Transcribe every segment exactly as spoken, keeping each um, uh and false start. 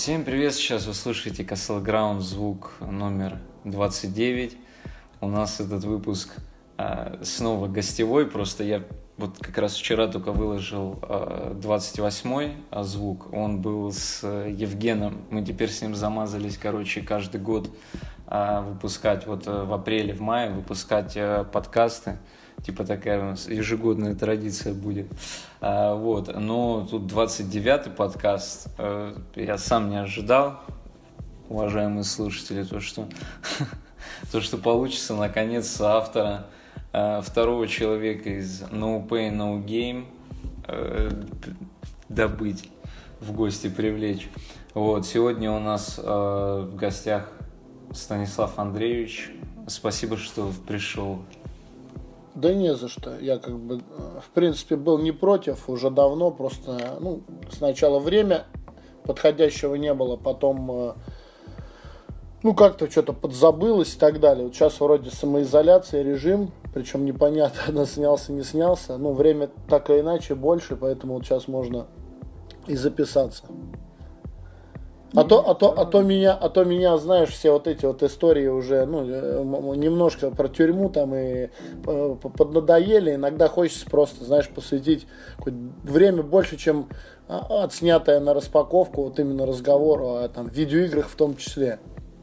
Всем привет, сейчас вы слушаете Castle Ground, звук номер двадцать девять. У нас этот выпуск э, снова гостевой, просто я вот как раз вчера только выложил э, двадцать восьмой звук, он был с Евгеном, мы теперь с ним замазались, короче, каждый год э, выпускать, вот э, в апреле, в мае выпускать э, подкасты. Типа такая у нас ежегодная традиция будет. А, вот. Но тут двадцать девятый подкаст. А, я сам не ожидал, уважаемые слушатели, то, что, то, что получится наконец автора а, второго человека из No Pain No Game а, добыть, в гости привлечь. Вот. Сегодня у нас а, в гостях Станислав Андреевич. Спасибо, что пришел. Да не за что. Я как бы, в принципе, был не против уже давно. Просто, ну, сначала время подходящего не было, потом, ну, как-то что-то подзабылось и так далее. Вот сейчас вроде самоизоляция, режим, причем непонятно, снялся, не снялся. Ну, время так или иначе больше, поэтому вот сейчас можно и записаться. А то, а, то, а, то меня, а то меня, знаешь, все вот эти вот истории уже, ну, немножко про тюрьму там и поднадоели. Иногда хочется просто, знаешь, посвятить время больше, чем отснятое на распаковку, вот именно разговору о там, видеоиграх в том числе.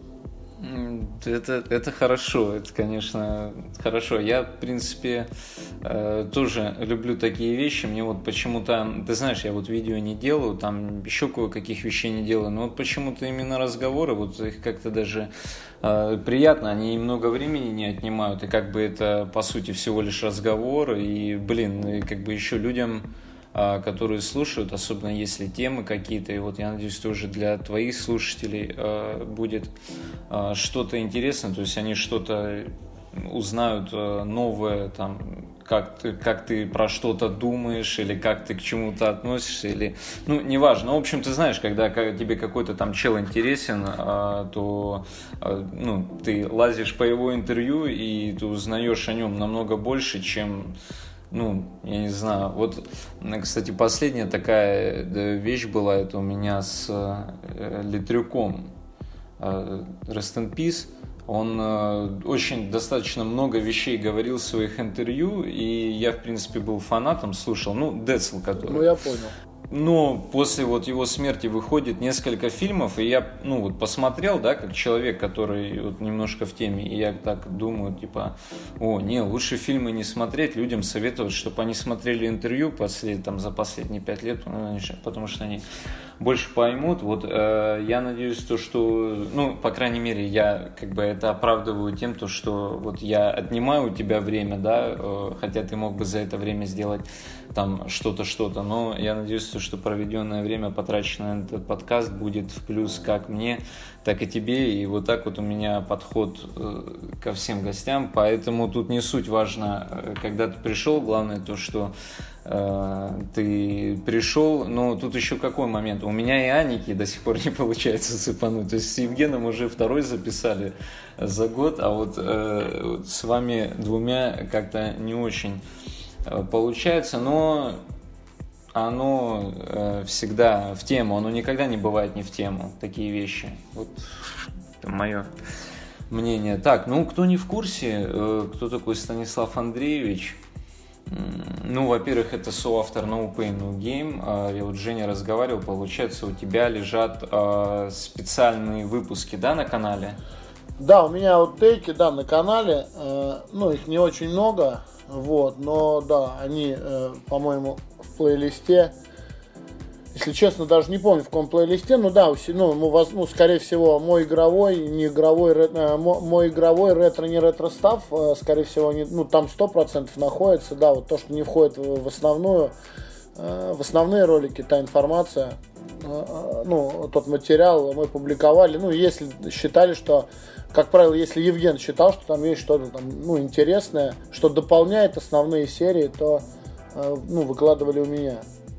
Это, это хорошо, это, конечно, хорошо. Я, в принципе, э, тоже люблю такие вещи. Мне вот почему-то, ты знаешь, я вот видео не делаю, там еще кое-каких вещей не делаю, но вот почему-то именно разговоры, вот их как-то даже э, приятно, они много времени не отнимают, и как бы это, по сути, всего лишь разговор, и, блин, и как бы еще людям, которые слушают, особенно если темы какие-то, и вот я надеюсь, тоже для твоих слушателей э, будет э, что-то интересное, то есть они что-то узнают э, новое, там, как ты, как ты про что-то думаешь, или как ты к чему-то относишься, или, ну, неважно. Ну, в общем, ты знаешь, когда, когда тебе какой-то там чел интересен, э, то э, ну, ты лазишь по его интервью, и ты узнаешь о нем намного больше, чем... Ну, я не знаю. Вот, кстати, последняя такая вещь была, это у меня с э, Литрюком. Э, Rest in Peace. Он э, очень достаточно много вещей говорил в своих интервью, и я, в принципе, был фанатом, слушал. Ну, Децл, который... Ну, я понял. Но после вот его смерти выходит несколько фильмов, и я, ну, вот посмотрел, да, как человек, который вот немножко в теме, и я так думаю, типа, о, не, лучше фильмы не смотреть, людям советовать, чтобы они смотрели интервью послед, там, за последние пять лет, потому что они больше поймут. Вот э, я надеюсь, то, что, ну, по крайней мере, я как бы это оправдываю тем, то, что вот я отнимаю у тебя время, да, э, хотя ты мог бы за это время сделать там что-то, что-то, но я надеюсь, что проведенное время, потраченное на этот подкаст, будет в плюс как мне, так и тебе, и вот так вот у меня подход э, ко всем гостям, поэтому тут не суть важно, когда ты пришел, главное то, что э, ты пришел, но тут еще какой момент, у меня и Аники до сих пор не получается цепануть, то есть с Евгеном уже второй записали за год, а вот э, с вами двумя как-то не очень получается, но оно э, всегда в тему, оно никогда не бывает не в тему, такие вещи. Вот это мое мнение. Так, ну, кто не в курсе, э, кто такой Станислав Андреевич? Ну, во-первых, это соавтор No Pain No Game. Э, я вот с Женей разговаривал, получается, у тебя лежат э, специальные выпуски, да, на канале? Да, у меня вот тейки, да, на канале, э, ну, их не очень много. Вот, но да, они, э, по-моему, в плейлисте, если честно, даже не помню в каком плейлисте, но да, ну, ну скорее всего, мой игровой, не игровой, э, мой игровой ретро, не ретро-став, э, скорее всего, не, ну, там сто процентов находится, да, вот то, что не входит в, в основную, э, в основные ролики, та информация, э, ну, тот материал мы публиковали, ну, если считали, что... Как правило, если Евген считал, что там есть что-то там, ну, интересное, что дополняет основные серии, то э, ну, выкладывали у меня.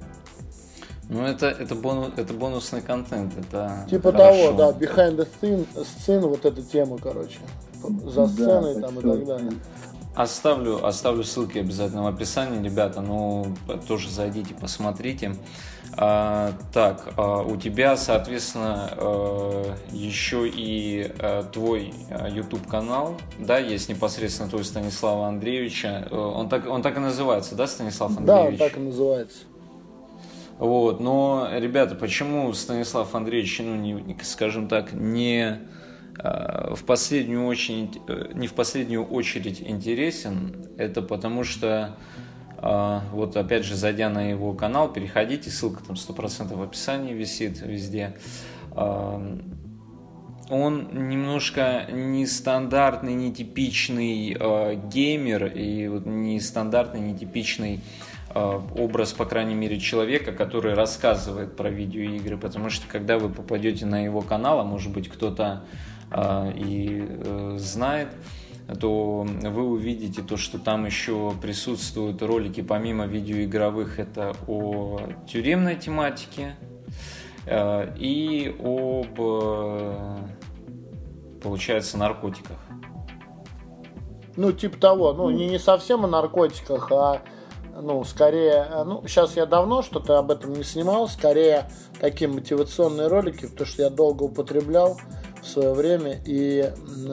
Ну, это, это, бонус, это бонусный контент, это типа хорошо. Того, да, behind the scene, scene, вот эта тема, короче, за сценой, да, там и так далее. Оставлю, оставлю ссылки обязательно в описании, ребята, ну, тоже зайдите, посмотрите. А, так, а, у тебя, соответственно, а, еще и а, твой YouTube-канал, да, есть непосредственно твой Станислава Андреевича. Он так, он так и называется, да, Станислав Андреевич? Да, он так и называется. Вот, но, ребята, почему Станислав Андреевич, ну, не, скажем так, не... в последнюю очередь, не в последнюю очередь интересен, это потому что, вот опять же, зайдя на его канал, переходите, ссылка там сто процентов в описании висит везде, он немножко нестандартный, нетипичный геймер и вот нестандартный, нетипичный образ, по крайней мере, человека, который рассказывает про видеоигры, потому что когда вы попадете на его канал, а может быть кто-то и э, знает, то вы увидите то, что там еще присутствуют ролики помимо видеоигровых, это о тюремной тематике э, и об, э, получается, наркотиках. Ну, типа того, ну, не, не совсем о наркотиках, а, ну, скорее, ну, сейчас я давно что-то об этом не снимал, скорее такие мотивационные ролики, потому что я долго употреблял в свое время, и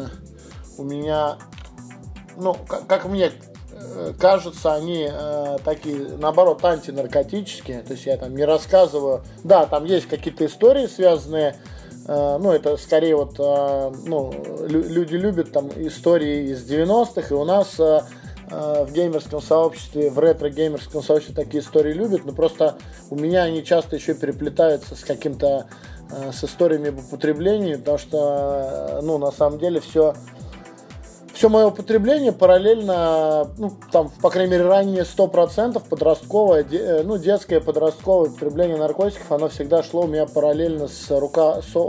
у меня, ну, как, как мне кажется, они э, такие, наоборот, антинаркотические, то есть я там не рассказываю, да, там есть какие-то истории, связанные, э, ну, это скорее вот, э, ну, лю- люди любят там истории из девяностых, и у нас э, э, в геймерском сообществе, в ретро-геймерском сообществе такие истории любят, но просто у меня они часто еще переплетаются с каким-то с историями об употреблении, потому что, ну, на самом деле, все, все мое употребление параллельно, ну, там, по крайней мере, ранее сто процентов подростковое, де, ну, детское подростковое употребление наркотиков, оно всегда шло у меня параллельно с рука, со,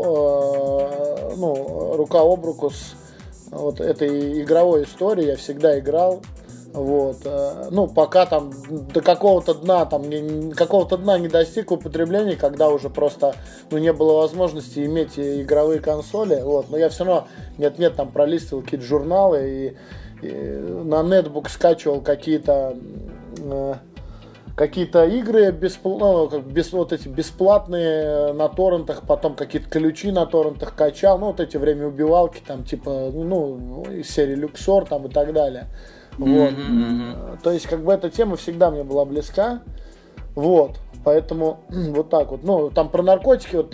э, ну, рука об руку с вот этой игровой историей, я всегда играл. Вот, ну, пока там до какого-то дна, там, не, какого-то дна не достиг употребления, когда уже просто, ну, не было возможности иметь игровые консоли, вот, но я все равно, нет-нет, там, пролистывал какие-то журналы и, и на нетбук скачивал какие-то, э, какие-то игры бесплатные, ну, как без, вот эти бесплатные на торрентах, потом какие-то ключи на торрентах качал, ну, вот эти время-убивалки, там, типа, ну, из серии Люксор, там, и так далее. Вот. Mm-hmm. То есть, как бы, эта тема всегда мне была близка. Вот. Поэтому вот так вот. Ну, там про наркотики, вот,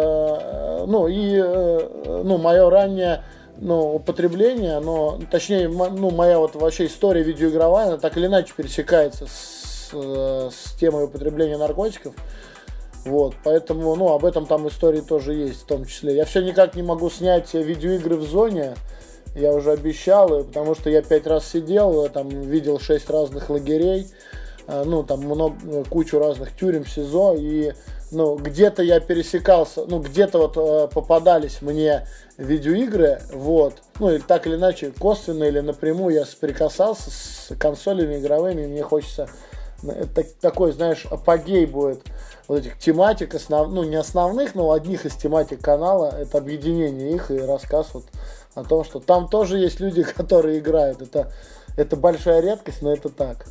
э, ну, и, э, ну, мое раннее, ну, употребление, оно, точнее, ну, моя вот вообще история видеоигровая, она так или иначе пересекается с, с темой употребления наркотиков. Вот. Поэтому, ну, об этом там истории тоже есть, в том числе. Я все никак не могу снять видеоигры в зоне. Я уже обещал, потому что я пять раз сидел, там видел шесть разных лагерей, ну, там много, кучу разных тюрем, СИЗО, и, ну, где-то я пересекался, ну, где-то вот попадались мне видеоигры, вот, ну, или так или иначе, косвенно или напрямую я соприкасался с консолями игровыми, и мне хочется, это такой, знаешь, апогей будет вот этих тематик, основ, ну, не основных, но одних из тематик канала, это объединение их и рассказ вот о том, что там тоже есть люди, которые играют. Это, это большая редкость, но это так.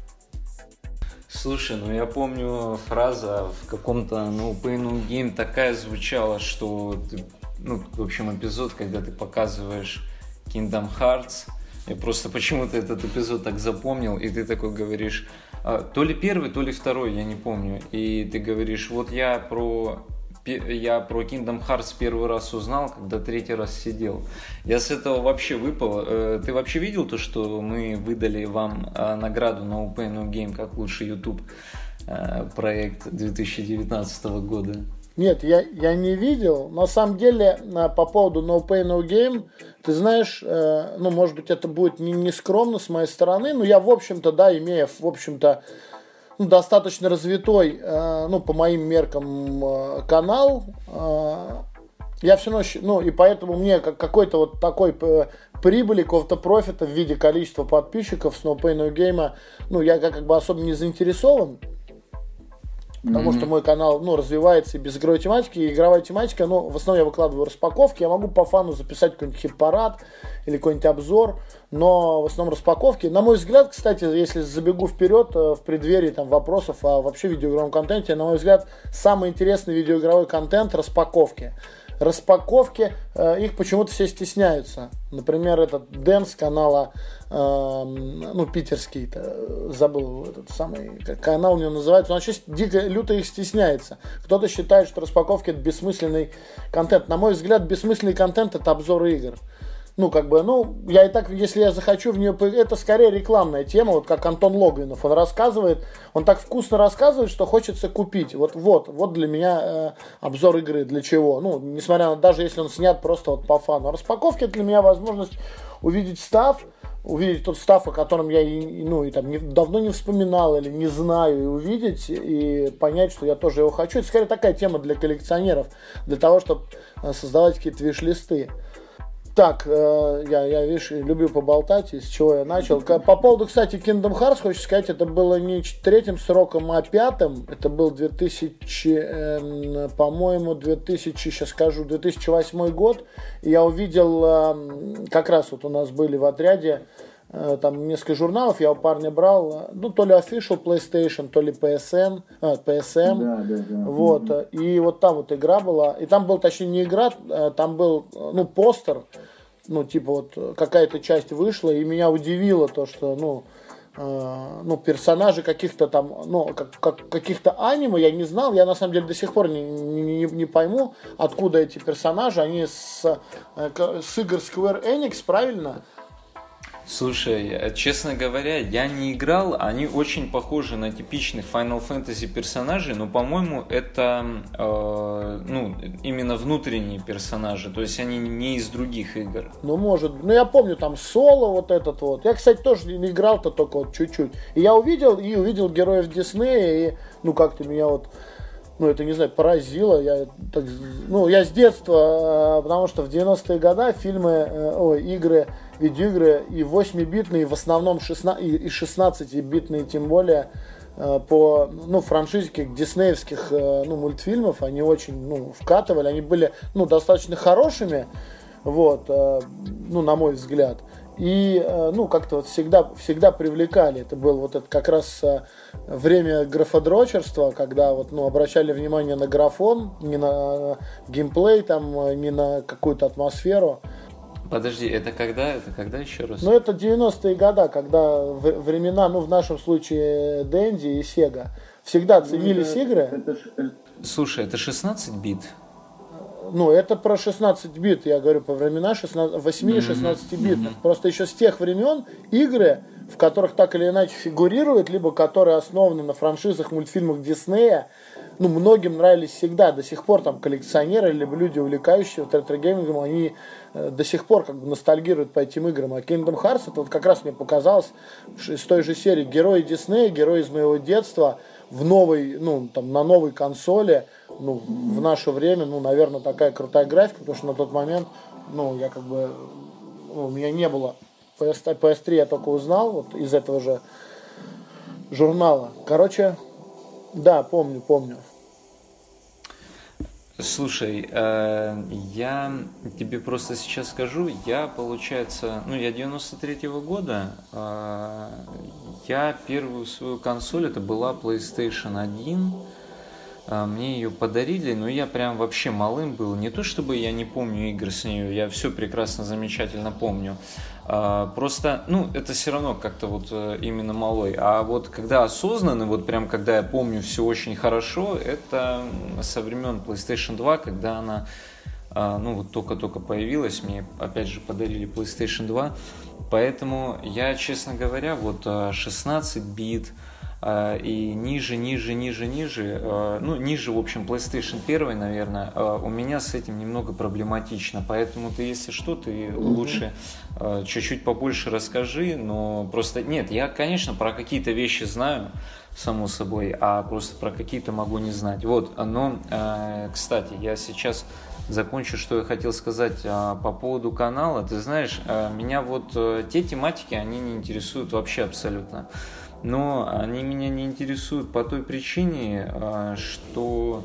Слушай, ну я помню, фраза в каком-то No Pain No Game такая звучала, что ты, ну, в общем, эпизод, когда ты показываешь Kingdom Hearts, я просто почему-то этот эпизод так запомнил, и ты такой говоришь, то ли первый, то ли второй, я не помню, и ты говоришь, вот я про... Я про Kingdom Hearts первый раз узнал, когда третий раз сидел. Я с этого вообще выпал. Ты вообще видел то, что мы выдали вам награду No Pain No Game как лучший YouTube проект две тысячи девятнадцатого года? Нет, я, я не видел. На самом деле, по поводу No Pain No Game, ты знаешь, ну, может быть, это будет не, не скромно с моей стороны, но я, в общем-то, да, имея, в общем-то, достаточно развитой, ну, по моим меркам, канал, я все равно, ну, и поэтому мне какой-то вот такой прибыли, какого-то профита в виде количества подписчиков с No Pain No Game, ну, я как бы особо не заинтересован. Потому mm-hmm. что мой канал, ну, развивается и без игровой тематики, и игровая тематика, ну, в основном я выкладываю распаковки, я могу по фану записать какой-нибудь хит-парад или какой-нибудь обзор, но в основном распаковки. На мой взгляд, кстати, если забегу вперед, в преддверии там вопросов о вообще видеоигровом контенте, на мой взгляд, самый интересный видеоигровой контент — распаковки. Распаковки, э, их почему-то все стесняются. Например, этот Дэн с канала, э, ну, питерский, забыл этот самый, как канал у него называется, он вообще дико, люто их стесняется. Кто-то считает, что распаковки — это бессмысленный контент. На мой взгляд, бессмысленный контент — это обзоры игр. Ну, как бы, ну, я и так, если я захочу в нее... Это скорее рекламная тема, вот как Антон Логвинов. Он рассказывает, он так вкусно рассказывает, что хочется купить. Вот, вот, вот для меня э, обзор игры. Для чего? Ну, несмотря на... Даже если он снят просто вот по фану. А распаковки — это для меня возможность увидеть став, увидеть тот став, о котором я и, ну, и там не, давно не вспоминал или не знаю, и увидеть, и понять, что я тоже его хочу. Это скорее такая тема для коллекционеров, для того, чтобы создавать какие-то виш-листы. Так, э, я, я, видишь, люблю поболтать, из чего я начал. По поводу, кстати, Kingdom Hearts, хочу сказать, это было не третьим сроком, а пятым. Это был две тысячи, э, по-моему, две тысячи, сейчас скажу, две тысячи восьмой год. И я увидел, э, как раз вот у нас были в отряде, э, там несколько журналов, я у парня брал, ну, то ли Official PlayStation, то ли пи эс эн, а, пи эс эм. Да, да, да. Вот, и вот там вот игра была. И там был, точнее, не игра, там был, ну, постер. Ну, типа, вот какая-то часть вышла, и меня удивило то, что, ну, э, ну, персонажи каких-то там, ну, как, как, каких-то аниме я не знал. Я, на самом деле, до сих пор не, не, не пойму, откуда эти персонажи. Они с, с игр Square Enix, правильно? Слушай, честно говоря, я не играл, они очень похожи на типичных Final Fantasy персонажей, но, по-моему, это э, ну, именно внутренние персонажи, то есть они не из других игр. Ну, может, ну я помню, там Соло вот этот вот. Я, кстати, тоже не играл-то только вот чуть-чуть. И я увидел, и увидел героев Диснея, и, ну, как-то меня вот... Ну, это, не знаю, поразило. Я, так, ну, я с детства, потому что в девяностые годы фильмы, ой, игры, видеоигры и восьмибитные, в основном шестнадцать, и шестнадцатибитные, тем более, по, ну, франшизке диснеевских, ну, мультфильмов, они очень, ну, вкатывали, они были, ну, достаточно хорошими, вот, ну, на мой взгляд. И, ну, как-то вот всегда, всегда привлекали. Это было вот это как раз время графодрочерства, когда вот, ну, обращали внимание на графон, не на геймплей, там, не на какую-то атмосферу. Подожди, это когда? Это когда еще раз? Ну, это девяностые годы, когда времена, ну, в нашем случае, Денди и Сега, всегда ценились ну, это, игры. Это, это... Слушай, это шестнадцать бит? Ну, это про шестнадцать бит, я говорю, по времена восемь-шестнадцатибитных. Mm-hmm. Просто еще с тех времен игры, в которых так или иначе фигурируют, либо которые основаны на франшизах, мультфильмах Диснея, ну, многим нравились всегда. До сих пор там коллекционеры, либо люди, увлекающие вот ретро-геймингом, они э, до сих пор как бы ностальгируют по этим играм. А Kingdom Hearts, это вот как раз мне показалось из той же серии герои Диснея, герои из моего детства, в новой, ну, там, на новой консоли, ну, в наше время, ну, наверное, такая крутая графика, потому что на тот момент, ну, я как бы, ну, у меня не было пи эс три, я только узнал вот из этого же журнала. Короче, да, помню, помню. Слушай, э, я тебе просто сейчас скажу, я, получается, ну, я девяносто третьего года, э, я первую свою консоль, это была PlayStation один, э, мне ее подарили, но я прям вообще малым был, не то чтобы я не помню игр с нее, я все прекрасно, замечательно помню, э, просто, ну, это все равно как-то вот э, именно малой, а вот когда осознанно, вот прям когда я помню все очень хорошо, это со времен PlayStation два, когда она, э, ну, вот только-только появилась, мне опять же подарили PlayStation два, поэтому я, честно говоря, вот шестнадцать бит, и ниже, ниже, ниже, ниже, ну, ниже, в общем, PlayStation один, наверное, у меня с этим немного проблематично, поэтому ты, если что, ты mm-hmm. лучше чуть-чуть побольше расскажи, но просто, нет, я, конечно, про какие-то вещи знаю, само собой, а просто про какие-то могу не знать. Вот, но, кстати, я сейчас закончу, что я хотел сказать по поводу канала. Ты знаешь, меня вот те тематики, они не интересуют вообще абсолютно. но они меня не интересуют по той причине, что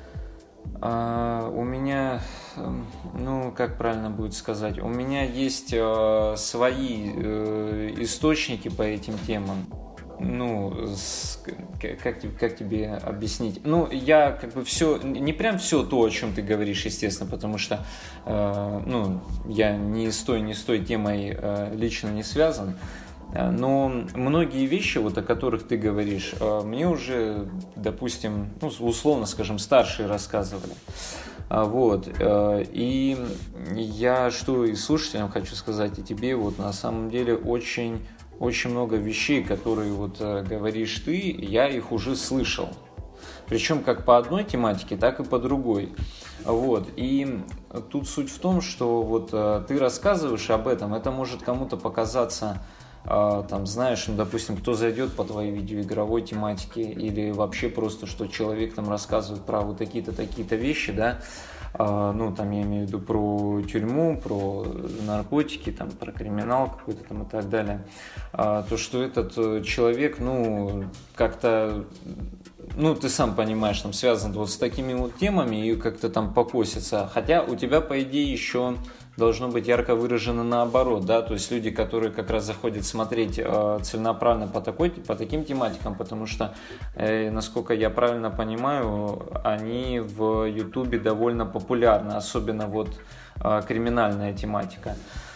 у меня, ну, как правильно будет сказать, у меня есть свои источники по этим темам. Ну, как, как тебе объяснить? Ну, я как бы все, не прям все то, о чем ты говоришь, естественно, потому что, э, ну, я ни с той, ни с той темой э, лично не связан, но многие вещи, вот о которых ты говоришь, э, мне уже, допустим, ну, условно, скажем, старшие рассказывали. Вот, и я что и слушателям хочу сказать, и тебе, вот на самом деле очень... Очень много вещей, которые вот э, говоришь ты, я их уже слышал. Причем как по одной тематике, так и по другой. Вот. И тут суть в том, что вот э, ты рассказываешь об этом, это может кому-то показаться, э, там, знаешь, ну, допустим, кто зайдет по твоей видеоигровой тематике, или вообще просто, что человек там рассказывает про вот такие-то, такие-то вещи, да, ну, там я имею в виду про тюрьму, про наркотики, там, про криминал какой-то там и так далее, то, что этот человек, ну, как-то, ну, ты сам понимаешь, там, связан вот с такими вот темами и как-то там покосится, хотя у тебя, по идее, еще должно быть ярко выражено наоборот, да, то есть люди, которые как раз заходят смотреть э, целенаправленно по, такой, по таким тематикам, потому что, э, насколько я правильно понимаю, они в Ютубе довольно популярны, особенно вот э, криминальная тематика.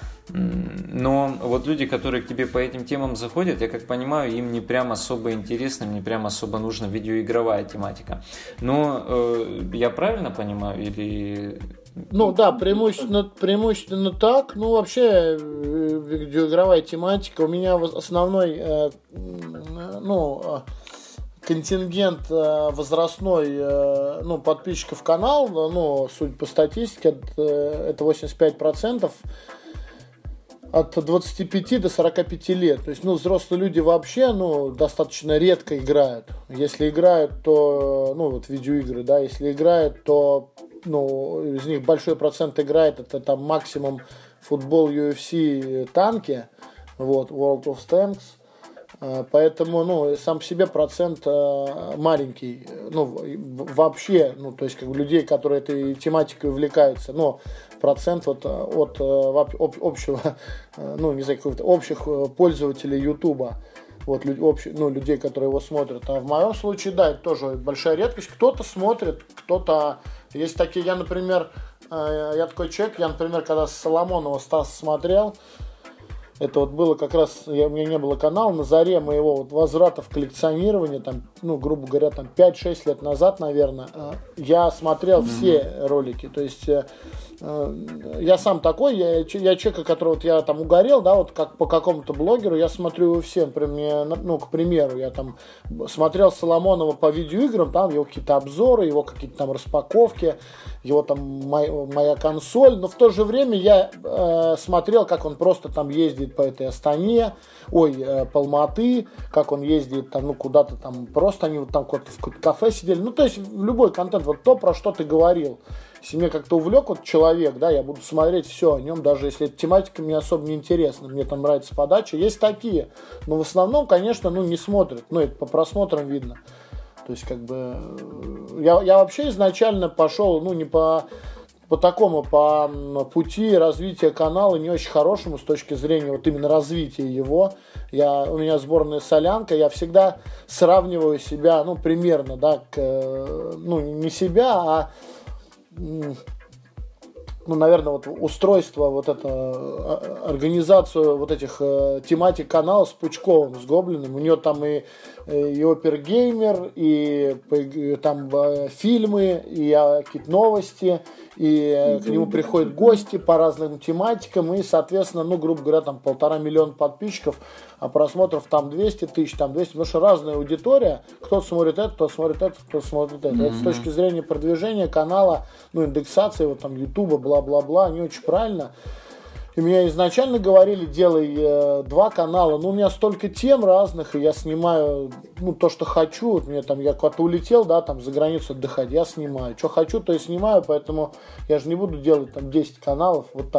Но вот люди, которые к тебе по этим темам заходят, я как понимаю, им не прям особо интересно, им не прям особо нужна видеоигровая тематика. Но э, я правильно понимаю или... Ну да, преимущественно, преимущественно так. Ну вообще видеоигровая тематика. У меня основной э, ну, контингент возрастной э, ну, подписчиков канала, ну, судя по статистике, это, это восемьдесят пять процентов от двадцати пяти до сорока пяти лет. То есть, ну, взрослые люди вообще, ну, достаточно редко играют. Если играют, то, ну, вот видеоигры, да, если играют, то, ну, из них большой процент играет, это там максимум футбол, ю эф си, танки, вот, World of Tanks. Поэтому, ну, сам по себе процент маленький, ну, вообще, ну, то есть, как бы людей, которые этой тематикой увлекаются, но процент вот от общего, ну, не знаю, каких-то общих пользователей Ютуба, вот, ну, людей, которые его смотрят. А в моем случае, да, это тоже большая редкость. Кто-то смотрит, кто-то... Есть такие, я, например, я такой человек, я, например, когда Соломонова Стас смотрел, это вот было как раз, я, у меня не было канала, на заре моего вот возврата в коллекционирование, там, ну, грубо говоря, там пять-шесть лет назад, наверное, я смотрел mm-hmm. все ролики, то есть я сам такой, я, я человек, который вот я там угорел, да, вот как по какому-то блогеру, я смотрю его всем, ну, к примеру, я там смотрел Соломонова по видеоиграм, там его какие-то обзоры, его какие-то там распаковки, его там моя, моя консоль, но в то же время я э, смотрел, как он просто там ездит по этой Астане, ой, э, по Алматы, как он ездит там, ну, куда-то там, просто они вот там в какое-то кафе сидели, ну, то есть любой контент, вот то, про что ты говорил. Если меня как-то увлек вот человек, да, я буду смотреть все о нем, даже если эта тематика мне особо не интересна, мне там нравится подача. Есть такие, но в основном, конечно, ну, не смотрят, ну, это по просмотрам видно. То есть, как бы, я, я вообще изначально пошел, ну, не по, по такому, по пути развития канала не очень хорошему с точки зрения вот именно развития его. Я, у меня сборная солянка, я всегда сравниваю себя, ну, примерно, да, к, ну, не себя, а ну, наверное, вот устройство, вот это, организацию вот этих э, тематик канала с Пучковым, с Гоблиным. У нее там и, и Опергеймер, и, и там э, фильмы, и э, какие-то новости, и э, к нему приходят гости по разным тематикам, и, соответственно, ну, грубо говоря, там полтора миллиона подписчиков, а просмотров там двести тысяч, там двести, потому что разная аудитория, кто-то смотрит это, кто-то смотрит это, кто-то смотрит это. Mm-hmm. Это с точки зрения продвижения канала, ну, индексации, вот там Ютуба, бла-бла-бла, не очень правильно. И меня изначально говорили, делай э, два канала, но у меня столько тем разных, и я снимаю, ну, то, что хочу, вот мне там, я куда-то улетел, да, там, за границу отдыхать, я снимаю, что хочу, то и снимаю, поэтому я же не буду делать там десять каналов, вот так.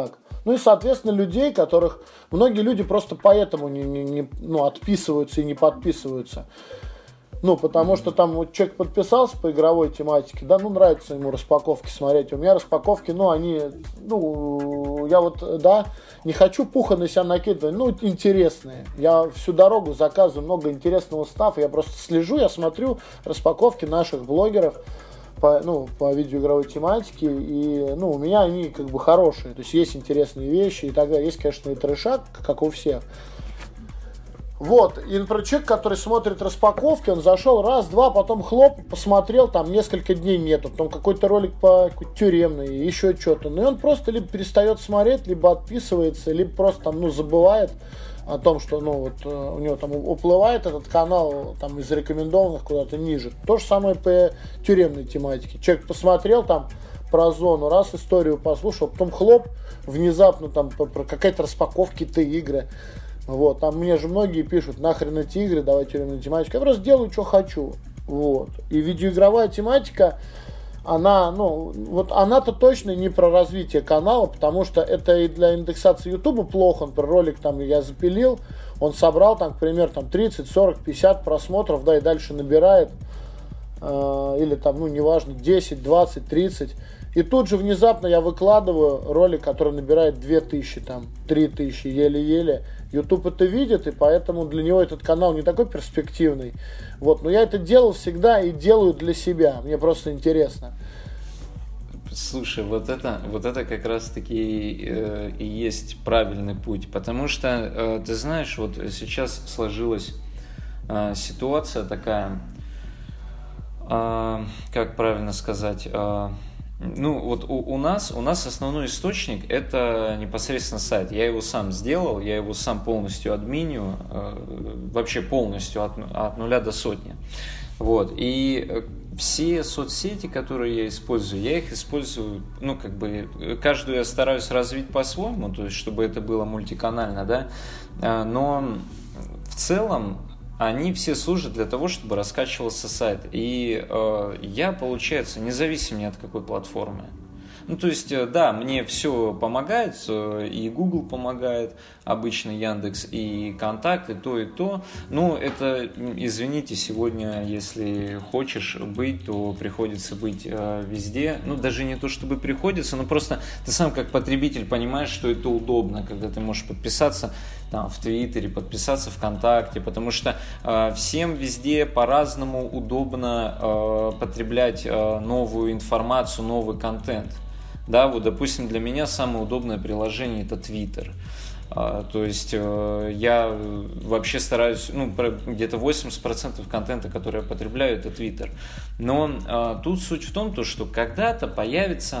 Ну и, соответственно, людей, которых... Многие люди просто поэтому не, не, не, ну, отписываются и не подписываются. Ну, потому что там вот человек подписался по игровой тематике, да, ну, нравится ему распаковки смотреть. У меня распаковки, ну, они, ну, я вот, да, не хочу пуха на себя накидывать, ну, интересные. Я всю дорогу заказываю много интересного стаффа, я просто слежу, я смотрю распаковки наших блогеров по, ну, по видеоигровой тематике, и, ну, у меня они как бы хорошие, то есть есть интересные вещи и так далее. Есть, конечно, и трешак, как у всех. Вот, и, например, человек, который смотрит распаковки, он зашел раз, два, потом хлоп, посмотрел, там несколько дней нету, потом какой-то ролик по тюремный, еще что-то. Ну и он просто либо перестает смотреть, либо отписывается, либо просто там, ну, забывает о том, что, ну, вот у него там уплывает этот канал там из рекомендованных куда-то ниже. То же самое по тюремной тематике. Человек посмотрел там про зону, раз историю послушал, потом хлоп, внезапно там про какая-то распаковка, какие-то игры. Вот, там мне же многие пишут, нахрен эти игры, давай тюремную тематику. Я просто делаю, что хочу. Вот. И видеоигровая тематика, она, ну, вот она-то точно не про развитие канала, потому что это и для индексации Ютуба плохо. Например, ролик там я запилил, он собрал там, к примеру, там тридцать, сорок, пятьдесят просмотров, да, и дальше набирает, э, или там, ну, неважно, десять, двадцать, тридцать. И тут же внезапно я выкладываю ролик, который набирает две тысячи, там, три тысячи, еле-еле. YouTube это видит, и поэтому для него этот канал не такой перспективный. Вот. Но я это делал всегда и делаю для себя. Мне просто интересно. Слушай, вот это, вот это как раз-таки э, и есть правильный путь. Потому что, э, ты знаешь, вот сейчас сложилась э, ситуация такая, э, как правильно сказать... Э, Ну, вот у, у нас у нас основной источник это непосредственно сайт. Я его сам сделал, я его сам полностью админю, э, вообще полностью от, от нуля до сотни. Вот. И все соцсети, которые я использую, я их использую, ну, как бы, каждую я стараюсь развить по-своему, то есть, чтобы это было мультиканально, да, но в целом они все служат для того, чтобы раскачивался сайт. И э, я, получается, независимо от какой платформы. Ну, то есть, да, мне все помогает, и Google помогает, обычно Яндекс, и Контакт, и то, и то. Но это, извините, сегодня, если хочешь быть, то приходится быть э, везде. Ну, даже не то, чтобы приходится, но просто ты сам как потребитель понимаешь, что это удобно, когда ты можешь подписаться там, в Твиттере, подписаться ВКонтакте, потому что э, всем везде по-разному удобно э, потреблять э, новую информацию, новый контент. Да, вот, допустим, для меня самое удобное приложение это Twitter. А, то есть э, я вообще стараюсь, ну, где-то восемьдесят процентов контента, который я потребляю, это Twitter. Но э, тут суть в том, то, что когда-то появится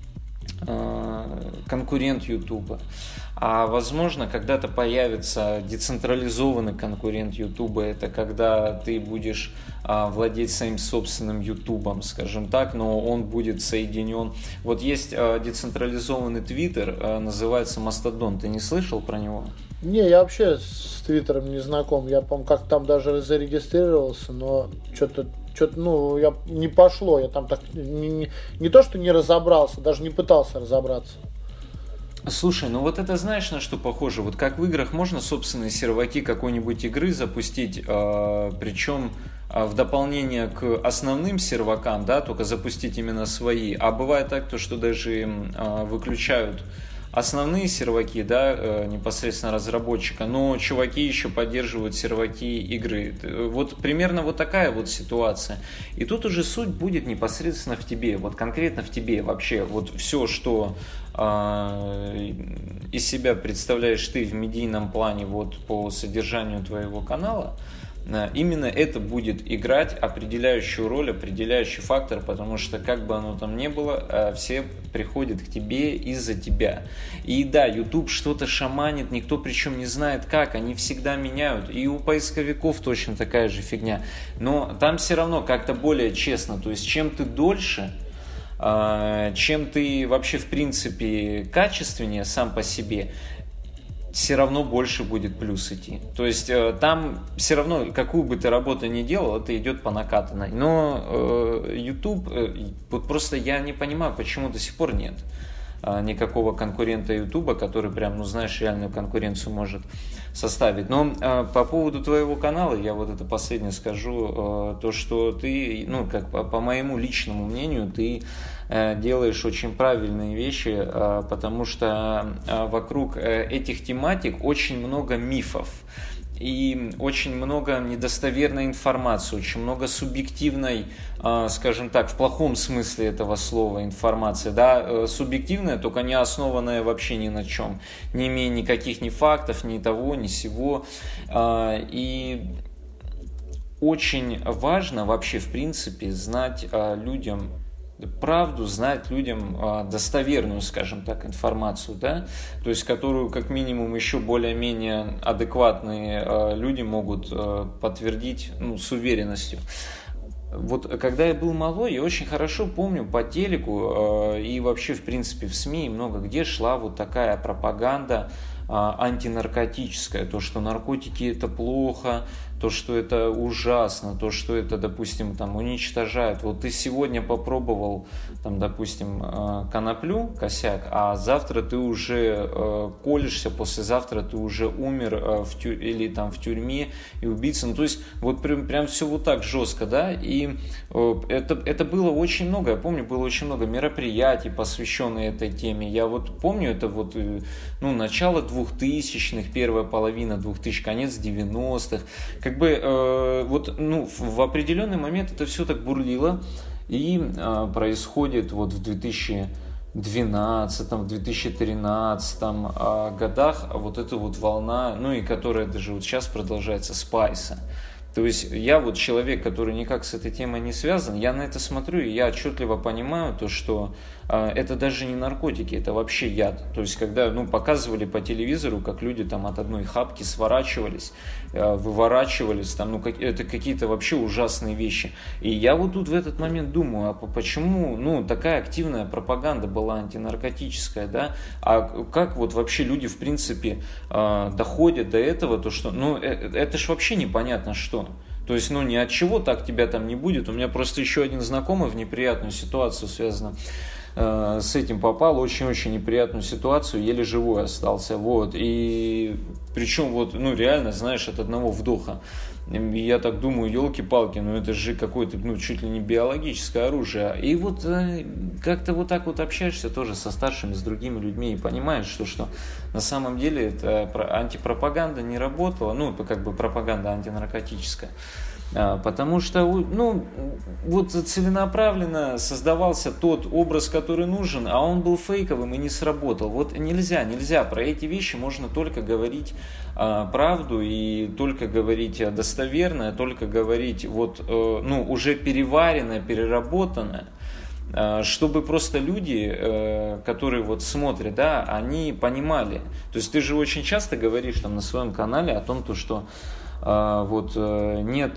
э, конкурент YouTube. А возможно, когда-то появится децентрализованный конкурент YouTube. Это когда ты будешь а, владеть своим собственным YouTube, скажем так, но он будет соединен. Вот есть а, децентрализованный Twitter, а, называется Mastodon. Ты не слышал про него? Не, я вообще с Твиттером не знаком. Я, по-моему, как там даже зарегистрировался, но что-то, что-то, ну, я не пошло. Я там так не, не, не то, что не разобрался, даже не пытался разобраться. Слушай, ну вот это знаешь, на что похоже? Вот как в играх можно собственные серваки какой-нибудь игры запустить, э, причем э, в дополнение к основным сервакам, да, только запустить именно свои. А бывает так, то, что даже э, выключают основные серваки, да, э, непосредственно разработчика, но чуваки еще поддерживают серваки игры. Вот примерно вот такая вот ситуация. И тут уже суть будет непосредственно в тебе, вот конкретно в тебе вообще. Вот все, что э, из себя представляешь ты в медийном плане вот по содержанию твоего канала, именно это будет играть определяющую роль, определяющий фактор, потому что как бы оно там ни было, все приходят к тебе из-за тебя. И да, YouTube что-то шаманит, никто причем не знает как, они всегда меняют, и у поисковиков точно такая же фигня, но там все равно как-то более честно, то есть чем ты дольше, чем ты вообще в принципе качественнее сам по себе, все равно больше будет плюс идти. То есть э, там все равно, какую бы ты работу ни делал, это идет по накатанной. Но э, YouTube, э, вот просто я не понимаю, почему до сих пор нет. никакого конкурента Ютуба, который прям, ну знаешь, реальную конкуренцию может составить. Но по поводу твоего канала, я вот это последнее скажу, то, что ты, ну, как по, по моему личному мнению, ты делаешь очень правильные вещи, потому что вокруг этих тематик очень много мифов. И очень много недостоверной информации, очень много субъективной, скажем так, в плохом смысле этого слова информации. Да, субъективная, только не основанная вообще ни на чем, не имея никаких ни фактов, ни того, ни сего. И очень важно вообще, в принципе, знать людям правду, знать людям а, достоверную, скажем так, информацию, да, то есть которую как минимум еще более-менее адекватные а, люди могут а, подтвердить, ну, с уверенностью. Вот когда я был малой, я очень хорошо помню по телеку э, и вообще, в принципе, в СМИ много где шла вот такая пропаганда э, антинаркотическая, то, что наркотики это плохо, то, что это ужасно, то, что это, допустим, там уничтожает. Вот ты сегодня попробовал, там, допустим, э, коноплю, косяк, а завтра ты уже э, колешься, послезавтра ты уже умер э, в тю... или там в тюрьме и убийца. Ну, то есть вот прям, прям все вот так жестко, да, и Это, это было очень много, я помню, было очень много мероприятий, посвященных этой теме. Я вот помню, это вот, ну, начало двухтысячных, первая половина двухтысячных, конец девяностых. Как бы э, вот, ну, в определенный момент это все так бурлило, и э, происходит вот в две тысячи двенадцатом, в две тысячи тринадцатом э, годах вот эта вот волна, ну и которая даже вот сейчас продолжается, спайса. То есть я вот человек, который никак с этой темой не связан, я на это смотрю, и я отчетливо понимаю то, что э, это даже не наркотики, это вообще яд. То есть когда, ну, показывали по телевизору, как люди там от одной хапки сворачивались, э, выворачивались, там, ну, как, это какие-то вообще ужасные вещи. И я вот тут в этот момент думаю, а почему, ну, такая активная пропаганда была антинаркотическая, да? А как вот вообще люди, в принципе, э, доходят до этого, то что, ну, э, это ж вообще непонятно что. То есть, ну, ни от чего так тебя там не будет. У меня просто еще один знакомый в неприятную ситуацию связано э, с этим попал, очень-очень неприятную ситуацию, еле живой остался, вот, и причем вот, ну, реально, знаешь, от одного вдоха. И я так думаю, елки-палки, ну это же какое-то, ну, чуть ли не биологическое оружие. И вот э, как-то вот так вот общаешься тоже со старшими, с другими людьми и понимаешь, что, что на самом деле это антипропаганда не работала, ну, как бы пропаганда антинаркотическая. Потому что, ну, вот целенаправленно создавался тот образ, который нужен, а он был фейковым и не сработал. Вот нельзя, нельзя. Про эти вещи можно только говорить а, правду и только говорить достоверное, только говорить вот, э, ну, уже переваренное, переработанное, э, чтобы просто люди, э, которые вот смотрят, да, они понимали. То есть ты же очень часто говоришь там на своем канале о том, то, что вот нет,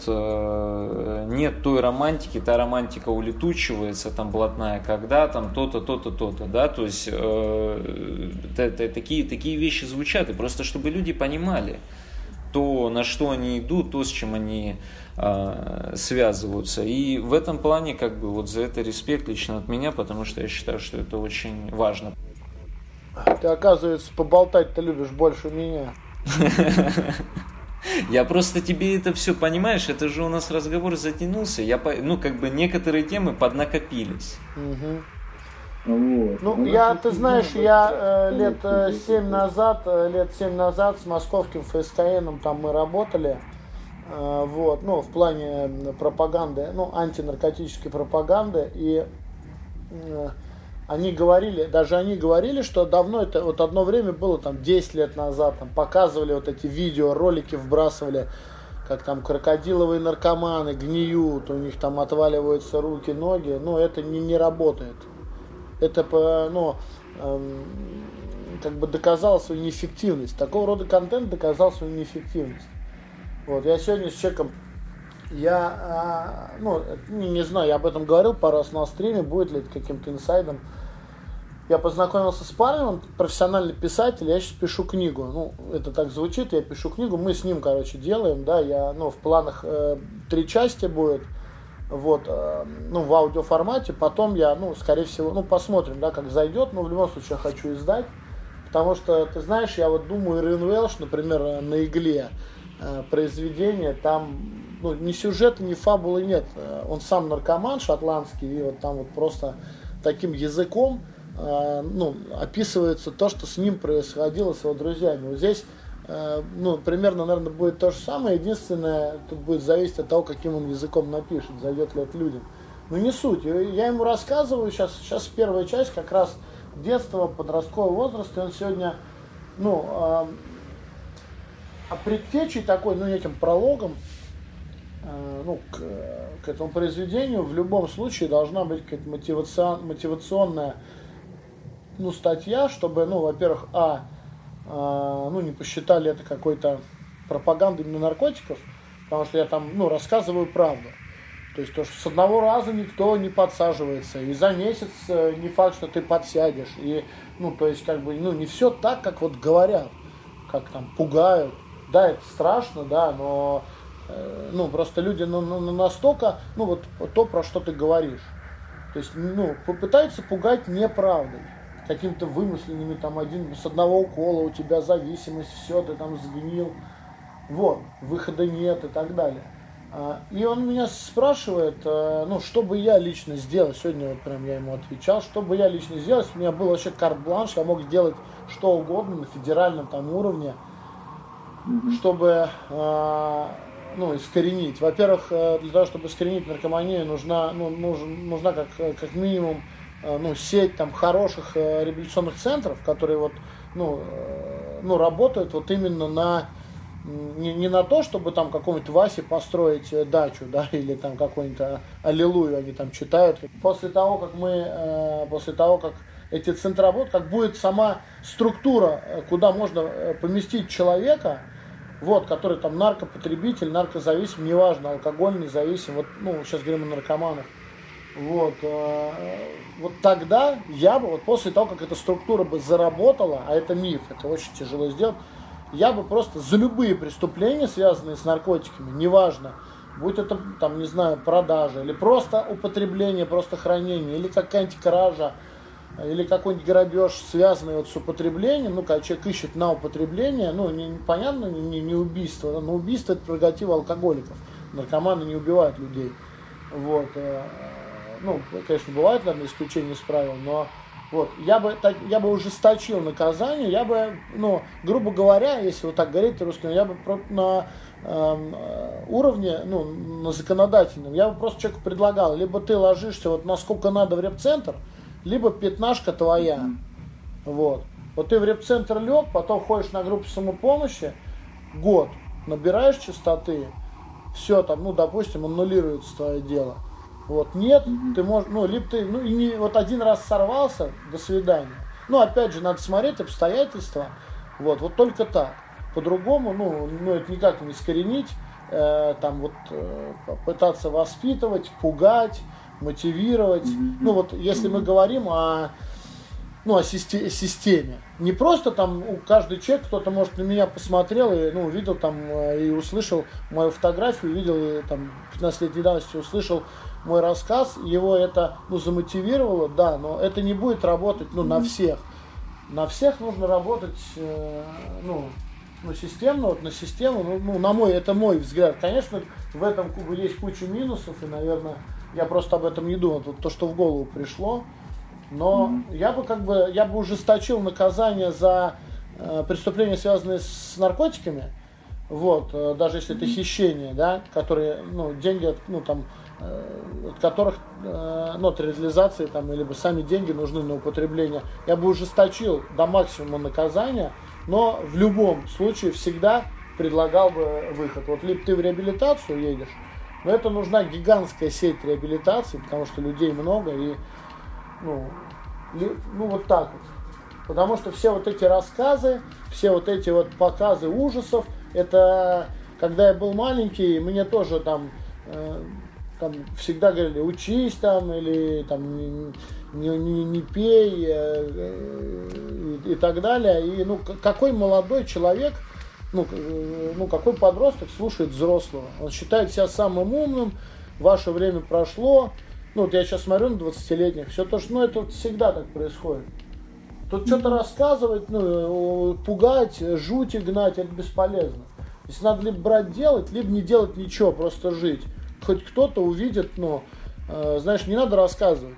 нет той романтики, та романтика улетучивается, там блатная, когда там то-то, то-то, то-то, да, то есть э, такие, такие вещи звучат, и просто чтобы люди понимали то, на что они идут, то, с чем они э, связываются, и в этом плане, как бы, вот за это респект лично от меня, потому что я считаю, что это очень важно. Ты, оказывается, поболтать-то любишь больше меня. Я просто тебе это все, понимаешь, это же у нас разговор затянулся, я, ну, как бы некоторые темы поднакопились. Угу. Вот. Ну, я, ты знаешь, я э, лет э, семь назад, э, лет семь назад с московским ФСКНом там мы работали, э, вот, ну, в плане пропаганды, ну, антинаркотической пропаганды, и э, они говорили, даже они говорили, что давно, это вот одно время было, там, десять лет назад, там, показывали вот эти видео, ролики вбрасывали, как там крокодиловые наркоманы гниют, у них там отваливаются руки, ноги, но это не, не работает. Это, ну, эм, как бы доказало свою неэффективность. Такого рода контент доказал свою неэффективность. Вот, я сегодня с человеком, я, э, ну, не, не знаю, я об этом говорил пару раз на стриме, будет ли это каким-то инсайдом. Я познакомился с парнем, он профессиональный писатель, я сейчас пишу книгу. Ну, это так звучит, я пишу книгу, мы с ним, короче, делаем, да, я, ну, в планах э, три части будет. вот, э, ну, в аудиоформате, потом я, ну, скорее всего, ну, посмотрим, да, как зайдет, но в любом случае я хочу издать, потому что, ты знаешь, я вот думаю, Ирвин Уэлш, например, на «Игле» э, произведение, там, ну, ни сюжета, ни фабулы нет, он сам наркоман шотландский, и вот там вот просто таким языком, э, ну, описывается то, что с ним происходило, с его друзьями. Вот здесь, ну, примерно, наверное, будет то же самое. Единственное, тут будет зависеть от того, каким он языком напишет, зайдет ли это людям. Но не суть. Я ему рассказываю, сейчас, сейчас первая часть, как раз детство, подростковый возраст, и он сегодня, ну, а, а предтечей такой, ну, неким прологом, а, ну, к, к этому произведению в любом случае должна быть какая-то мотивацион, мотивационная, ну, статья, чтобы, ну, во-первых, а, ну, не посчитали это какой-то пропагандой именно наркотиков, потому что я там, ну, рассказываю правду. То есть, то, что с одного раза никто не подсаживается, и за месяц не факт, что ты подсядешь. И, ну, то есть, как бы, ну, не все так, как вот говорят, как там пугают. Да, это страшно, да, но, э, ну, просто люди, ну, ну, настолько, ну, вот то, про что ты говоришь. То есть, ну, попытаются пугать неправдой, каким-то вымышленными, там, один, с одного укола у тебя зависимость, все, ты там сгнил, вот, выхода нет и так далее. И он меня спрашивает, ну, что бы я лично сделал, сегодня вот прям я ему отвечал, что бы я лично сделал, у меня был вообще карт-бланш, я мог сделать что угодно на федеральном там уровне, чтобы, ну, искоренить. Во-первых, для того, чтобы искоренить наркоманию, нужна, ну, нужна, нужна как, как минимум, ну, сеть там хороших э, реабилитационных центров, которые вот, ну, э, ну, работают вот именно на, не, не на то, чтобы там какому-нибудь Васе построить дачу, да, или там какой-нибудь аллилуйю они там читают. После того, как мы, э, после того, как эти центры работают, как будет сама структура, куда можно поместить человека, вот, который там наркопотребитель, наркозависим, неважно, алкогольный зависим, вот, ну, сейчас говорим о наркоманах. Вот, э, вот тогда я бы, вот после того, как эта структура бы заработала, а это миф, это очень тяжело сделать, я бы просто за любые преступления, связанные с наркотиками, неважно, будь это, там, не знаю, продажа, или просто употребление, просто хранение, или какая-нибудь кража, или какой-нибудь грабеж, связанный вот с употреблением, ну, когда человек ищет на употребление, ну, не, понятно, не, не убийство, но убийство — это прерогатива алкоголиков, наркоманы не убивают людей, вот. Ну, конечно, бывают, наверное, исключения из правил, но вот, я бы, так, я бы ужесточил наказание, я бы, ну, грубо говоря, если вот так говорить русским, я бы на э, уровне, ну, на законодательном, я бы просто человеку предлагал, либо ты ложишься вот насколько надо в репцентр, либо пятнашка твоя, вот. Вот ты в репцентр лег, потом ходишь на группу самопомощи, год, набираешь частоты, все там, ну, допустим, аннулируется твое дело. Вот, нет, ты можешь, ну, либо ты, ну, и не, вот один раз сорвался, до свидания. Ну, опять же, надо смотреть обстоятельства, вот, вот только так. По-другому, ну, ну, это никак не искоренить, э, там, вот, э, пытаться воспитывать, пугать, мотивировать. Ну, вот, если мы говорим о, ну, о системе. Не просто там у каждый человек, кто-то, может, на меня посмотрел и, ну, увидел там и услышал мою фотографию, увидел и, там, пятнадцатилетней давности услышал мой рассказ, его это, ну, замотивировало, да, но это не будет работать, ну, на всех. На всех нужно работать, э, ну, ну, системно, вот на систему, ну, ну, на мой, это мой взгляд. Конечно, в этом есть куча минусов, и, наверное, я просто об этом не думал, вот то, что в голову пришло. Но mm-hmm. я бы как бы, я бы ужесточил наказание за э, преступления, связанные с наркотиками, вот, э, даже если это хищение, да, которые, ну, деньги, ну, там, э, от которых, э, ну, от реализации, там, либо сами деньги нужны на употребление, я бы ужесточил до максимума наказания, но в любом случае всегда предлагал бы выход. Вот либо ты в реабилитацию едешь, но это нужна гигантская сеть реабилитации, потому что людей много, и Ну, ну, вот так вот. Потому что все вот эти рассказы, все вот эти вот показы ужасов, это когда я был маленький, мне тоже там, э, там всегда говорили, учись там, или там не, не, не, не пей, э, э, и, и так далее. И ну, какой молодой человек, ну, э, ну, какой подросток слушает взрослого? Он считает себя самым умным, ваше время прошло. Ну, вот я сейчас смотрю на двадцатилетних, все то, что, ну, это вот всегда так происходит. Тут что-то рассказывать, ну, пугать, жути гнать, это бесполезно. Если надо либо брать делать, либо не делать ничего, просто жить. Хоть кто-то увидит, ну, э, знаешь, не надо рассказывать.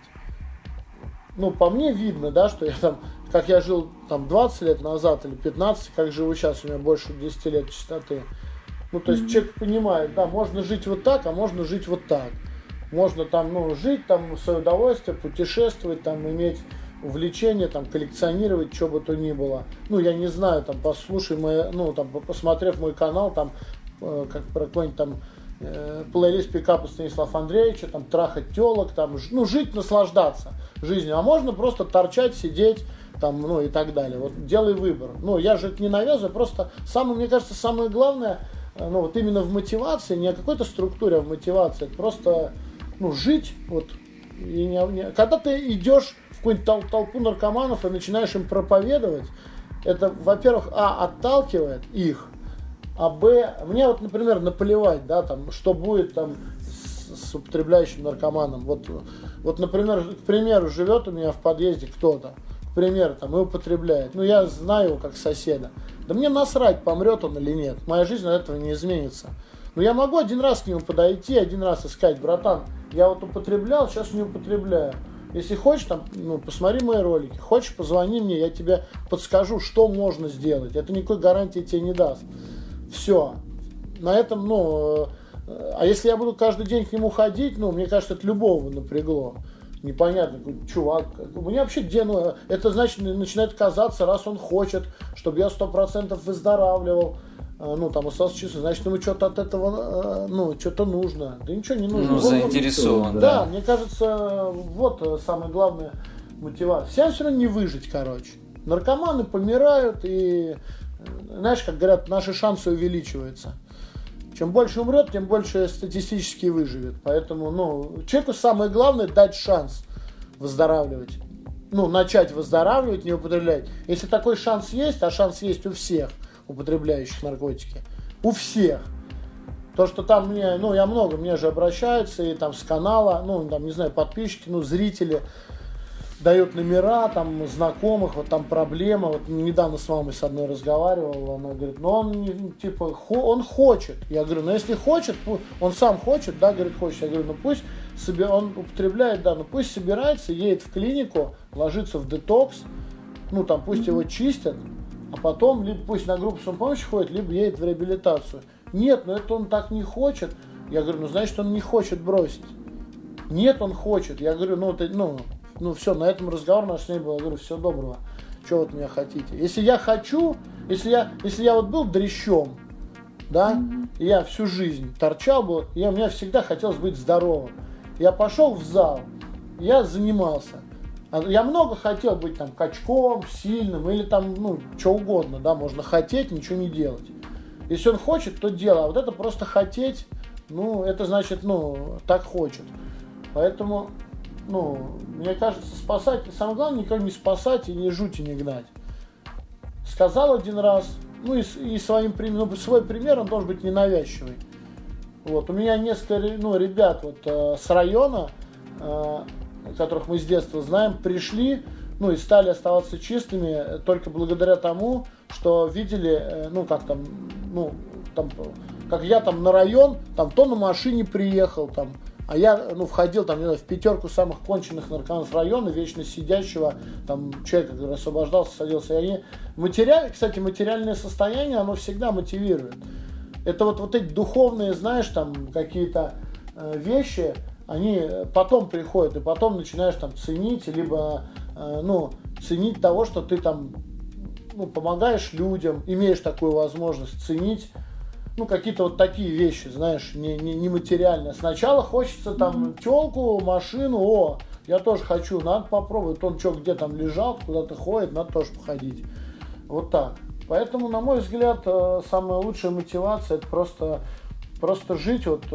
Ну, по мне видно, да, что я там, как я жил там двадцать лет назад или пятнадцать, как живу сейчас, у меня больше десять лет чистоты. Ну, то есть mm-hmm. человек понимает, да, можно жить вот так, а можно жить вот так. Можно там, ну, жить там в свое удовольствие, путешествовать, там, иметь увлечение, там, коллекционировать, что бы то ни было. Ну, я не знаю, там, послушай мой, ну, там, посмотрев мой канал, там, э, как про какой-нибудь там э, плейлист пикапа Станислава Андреевича, там, трахать телок, там, ну, жить, наслаждаться жизнью. А можно просто торчать, сидеть, там, ну, и так далее. Вот, делай выбор. Ну, я же это не навязываю, просто, самое, мне кажется, самое главное, э, ну, вот именно в мотивации, не о какой-то структуре, а в мотивации, это просто, ну, жить, вот, и не, не, когда ты идешь в какую-нибудь тол- толпу наркоманов и начинаешь им проповедовать, это, во-первых, а, отталкивает их, а, б, мне вот, например, наплевать, да, там, что будет там с, с употребляющим наркоманом. Вот, вот, например, к примеру, живет у меня в подъезде кто-то, к примеру, там, и употребляет. Ну, я знаю его как соседа. Да мне насрать, помрет он или нет. Моя жизнь от этого не изменится. Но я могу один раз к нему подойти, один раз и сказать: братан, я вот употреблял, сейчас не употребляю. Если хочешь, там, ну, посмотри мои ролики. Хочешь, позвони мне, я тебе подскажу, что можно сделать. Это никакой гарантии тебе не даст. Все. На этом, ну, а если я буду каждый день к нему ходить, ну, мне кажется, это любого напрягло. Непонятно, какой чувак. У меня вообще, ну, это значит, начинает казаться, раз он хочет, чтобы я сто процентов выздоравливал, ну, там, остался чисто, значит, ему что-то от этого, ну, что-то нужно. Да ничего не нужно. Ну, вот, заинтересован, вот, да. Да, мне кажется, вот самая главная мотивация. Всем все равно не выжить, короче. Наркоманы помирают, и, знаешь, как говорят, наши шансы увеличиваются. Чем больше умрет, тем больше статистически выживет. Поэтому, ну, человеку самое главное дать шанс выздоравливать. Ну, начать выздоравливать, не употреблять. Если такой шанс есть, а шанс есть у всех употребляющих наркотики, у всех. То, что там мне, ну, я много, мне же обращаются, и там с канала, ну, там, не знаю, подписчики, ну, зрители дают номера, там, знакомых, вот там проблема, вот недавно с мамой с одной разговаривал, она говорит, ну, он, не, типа, хо, он хочет. Я говорю, ну, если хочет, он сам хочет, да, говорит, хочет. Я говорю, ну, пусть себе, он употребляет, да, ну, пусть собирается, едет в клинику, ложится в детокс, ну, там, пусть его чистят, а потом, либо пусть на группу самопомощи ходит, либо едет в реабилитацию. Нет, ну это он так не хочет. Я говорю, ну значит, он не хочет бросить. Нет, он хочет. Я говорю, ну, ты, ну, ну все, на этом разговор наш с ней был. Я говорю, всего доброго. Что вот меня хотите? Если я хочу, если я, если я вот был дрящом, да, mm-hmm. и я всю жизнь торчал был, я, мне всегда хотелось быть здоровым. Я пошел в зал, я занимался. Я много хотел быть там качком, сильным или там, ну, что угодно, да, можно хотеть, ничего не делать. Если он хочет, то дело, а вот это просто хотеть, ну, это значит, ну, так хочет. Поэтому, ну, мне кажется, спасать, самое главное, никого не спасать и не жуть и не гнать. Сказал один раз, ну, и, и своим, ну, свой пример, он должен быть ненавязчивый. Вот, у меня несколько, ну, ребят вот э, с района, э, которых мы с детства знаем, пришли, ну, и стали оставаться чистыми только благодаря тому, что видели, ну, как там, ну, там, как я там на район, там, то на машине приехал, там, а я, ну, входил, там, не знаю, в пятерку самых конченых наркоманов района, вечно сидящего, там, человека, который освобождался, садился, и они, материаль, кстати, материальное состояние, оно всегда мотивирует. Это вот, вот эти духовные, знаешь, там, какие-то э, вещи, они потом приходят, и потом начинаешь там ценить, либо, э, ну, ценить того, что ты там, ну, помогаешь людям, имеешь такую возможность ценить, ну, какие-то вот такие вещи, знаешь, не, не, не материальные. Сначала хочется там телку, машину, о, я тоже хочу, надо попробовать, он что, где там лежал, куда-то ходит, надо тоже походить. Вот так. Поэтому, на мой взгляд, самая лучшая мотивация — это просто, просто жить, вот,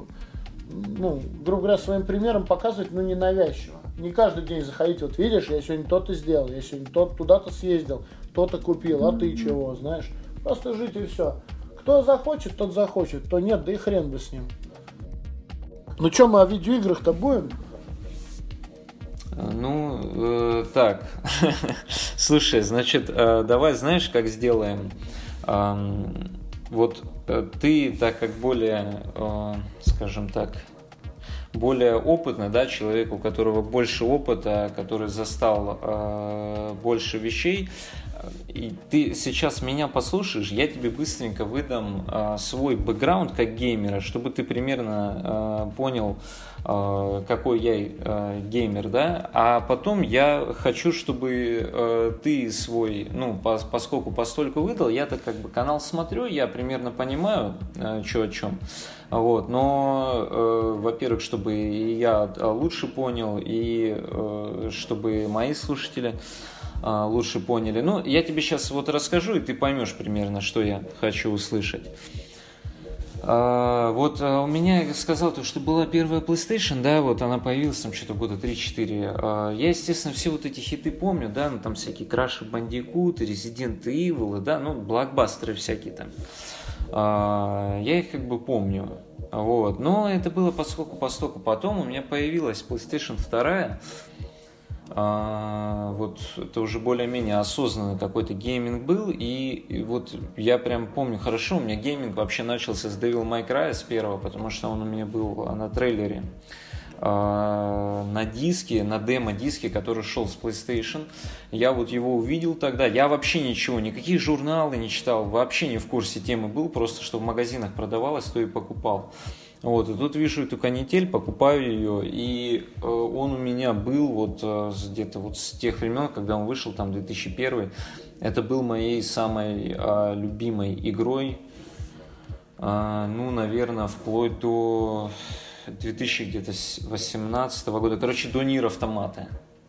ну, грубо говоря, своим примером показывать, но ненавязчиво. Не каждый день заходить, вот видишь, я сегодня то-то сделал, я сегодня тот, туда-то съездил, то-то купил, а ты чего, знаешь. Просто жить и все. Кто захочет, тот захочет, кто нет, да и хрен бы с ним. Ну что, мы о видеоиграх-то будем? Ну, э, так. Слушай, значит, э, давай, знаешь, как сделаем? Э, вот э, ты, так как более, э, скажем так, более опытный, да, человек, у которого больше опыта, который застал э, больше вещей, и ты сейчас меня послушаешь, я тебе быстренько выдам э, свой бэкграунд как геймера, чтобы ты примерно э, понял, э, какой я э, геймер, да, а потом я хочу, чтобы э, ты свой, ну, пос, поскольку постольку выдал, я так как бы канал смотрю, я примерно понимаю, э, что о чем, вот, но, э, во-первых, чтобы и я лучше понял, и э, чтобы мои слушатели лучше поняли. Ну, я тебе сейчас вот расскажу, и ты поймешь примерно, что я хочу услышать. А, вот а, у меня, я сказал, то, что была первая PlayStation, да, вот она появилась там что-то года три-четыре. А, я, естественно, все вот эти хиты помню, да, ну там всякие Crash Bandicoot, Resident Evil, да, ну, блокбастеры всякие там. А, я их как бы помню. Вот. Но это было поскольку постоку. Потом у меня появилась PlayStation два. А, вот это уже более-менее осознанный какой-то гейминг был, и, и вот я прям помню хорошо, у меня гейминг вообще начался с Devil May Cry с первого, потому что он у меня был на трейлере, а, на диске, на демо-диске, который шел с PlayStation. Я вот его увидел тогда, я вообще ничего, никакие журналы не читал, вообще не в курсе темы был, просто что в магазинах продавалось, то и покупал. Вот, и тут вижу эту канитель, покупаю ее, и э, он у меня был вот э, где-то вот с тех времен, когда он вышел, там две тысячи первый, это был моей самой э, любимой игрой, э, ну, наверное, вплоть до две тысячи восемнадцатого года, короче, до Нир Автомата.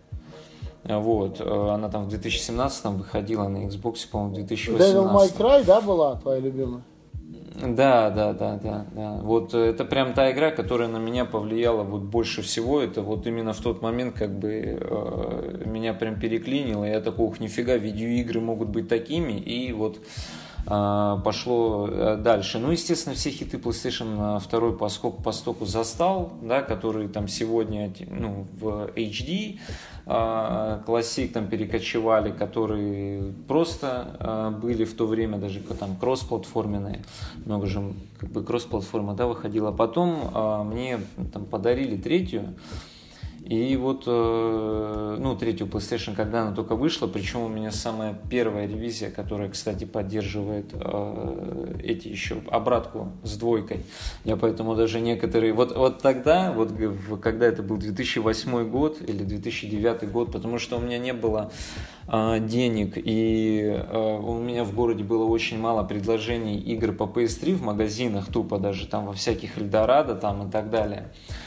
Вот, она там в две тысячи семнадцатом выходила на Xbox, по-моему, в две тысячи восемнадцатом. Devil May Cry, да, была твоя любимая? Да, да, да, да, да. Вот это прям та игра, которая на меня повлияла вот больше всего. Это вот именно в тот момент как бы э, меня прям переклинило. Я такой, ух, нифига, видеоигры могут быть такими. И вот э, пошло дальше. Ну, естественно, все хиты PlayStation два по скоку по стоку застал, да, которые там сегодня, ну, в эйч ди классик там перекочевали, которые просто э, были в то время даже там кроссплатформенные, много же как бы кроссплатформа, да, выходила. Потом э, мне там подарили третью, и вот, э, ну, третью PlayStation, когда она только вышла, причем у меня самая первая ревизия, которая, кстати, поддерживает э, эти еще обратку с двойкой. Я поэтому даже некоторые... Вот, вот тогда, вот когда это был две тысячи восьмой год или две тысячи девятый год, потому что у меня не было э, денег, и э, у меня в городе было очень мало предложений игр по пи эс три в магазинах, тупо даже там во всяких Эльдорадо там и так далее.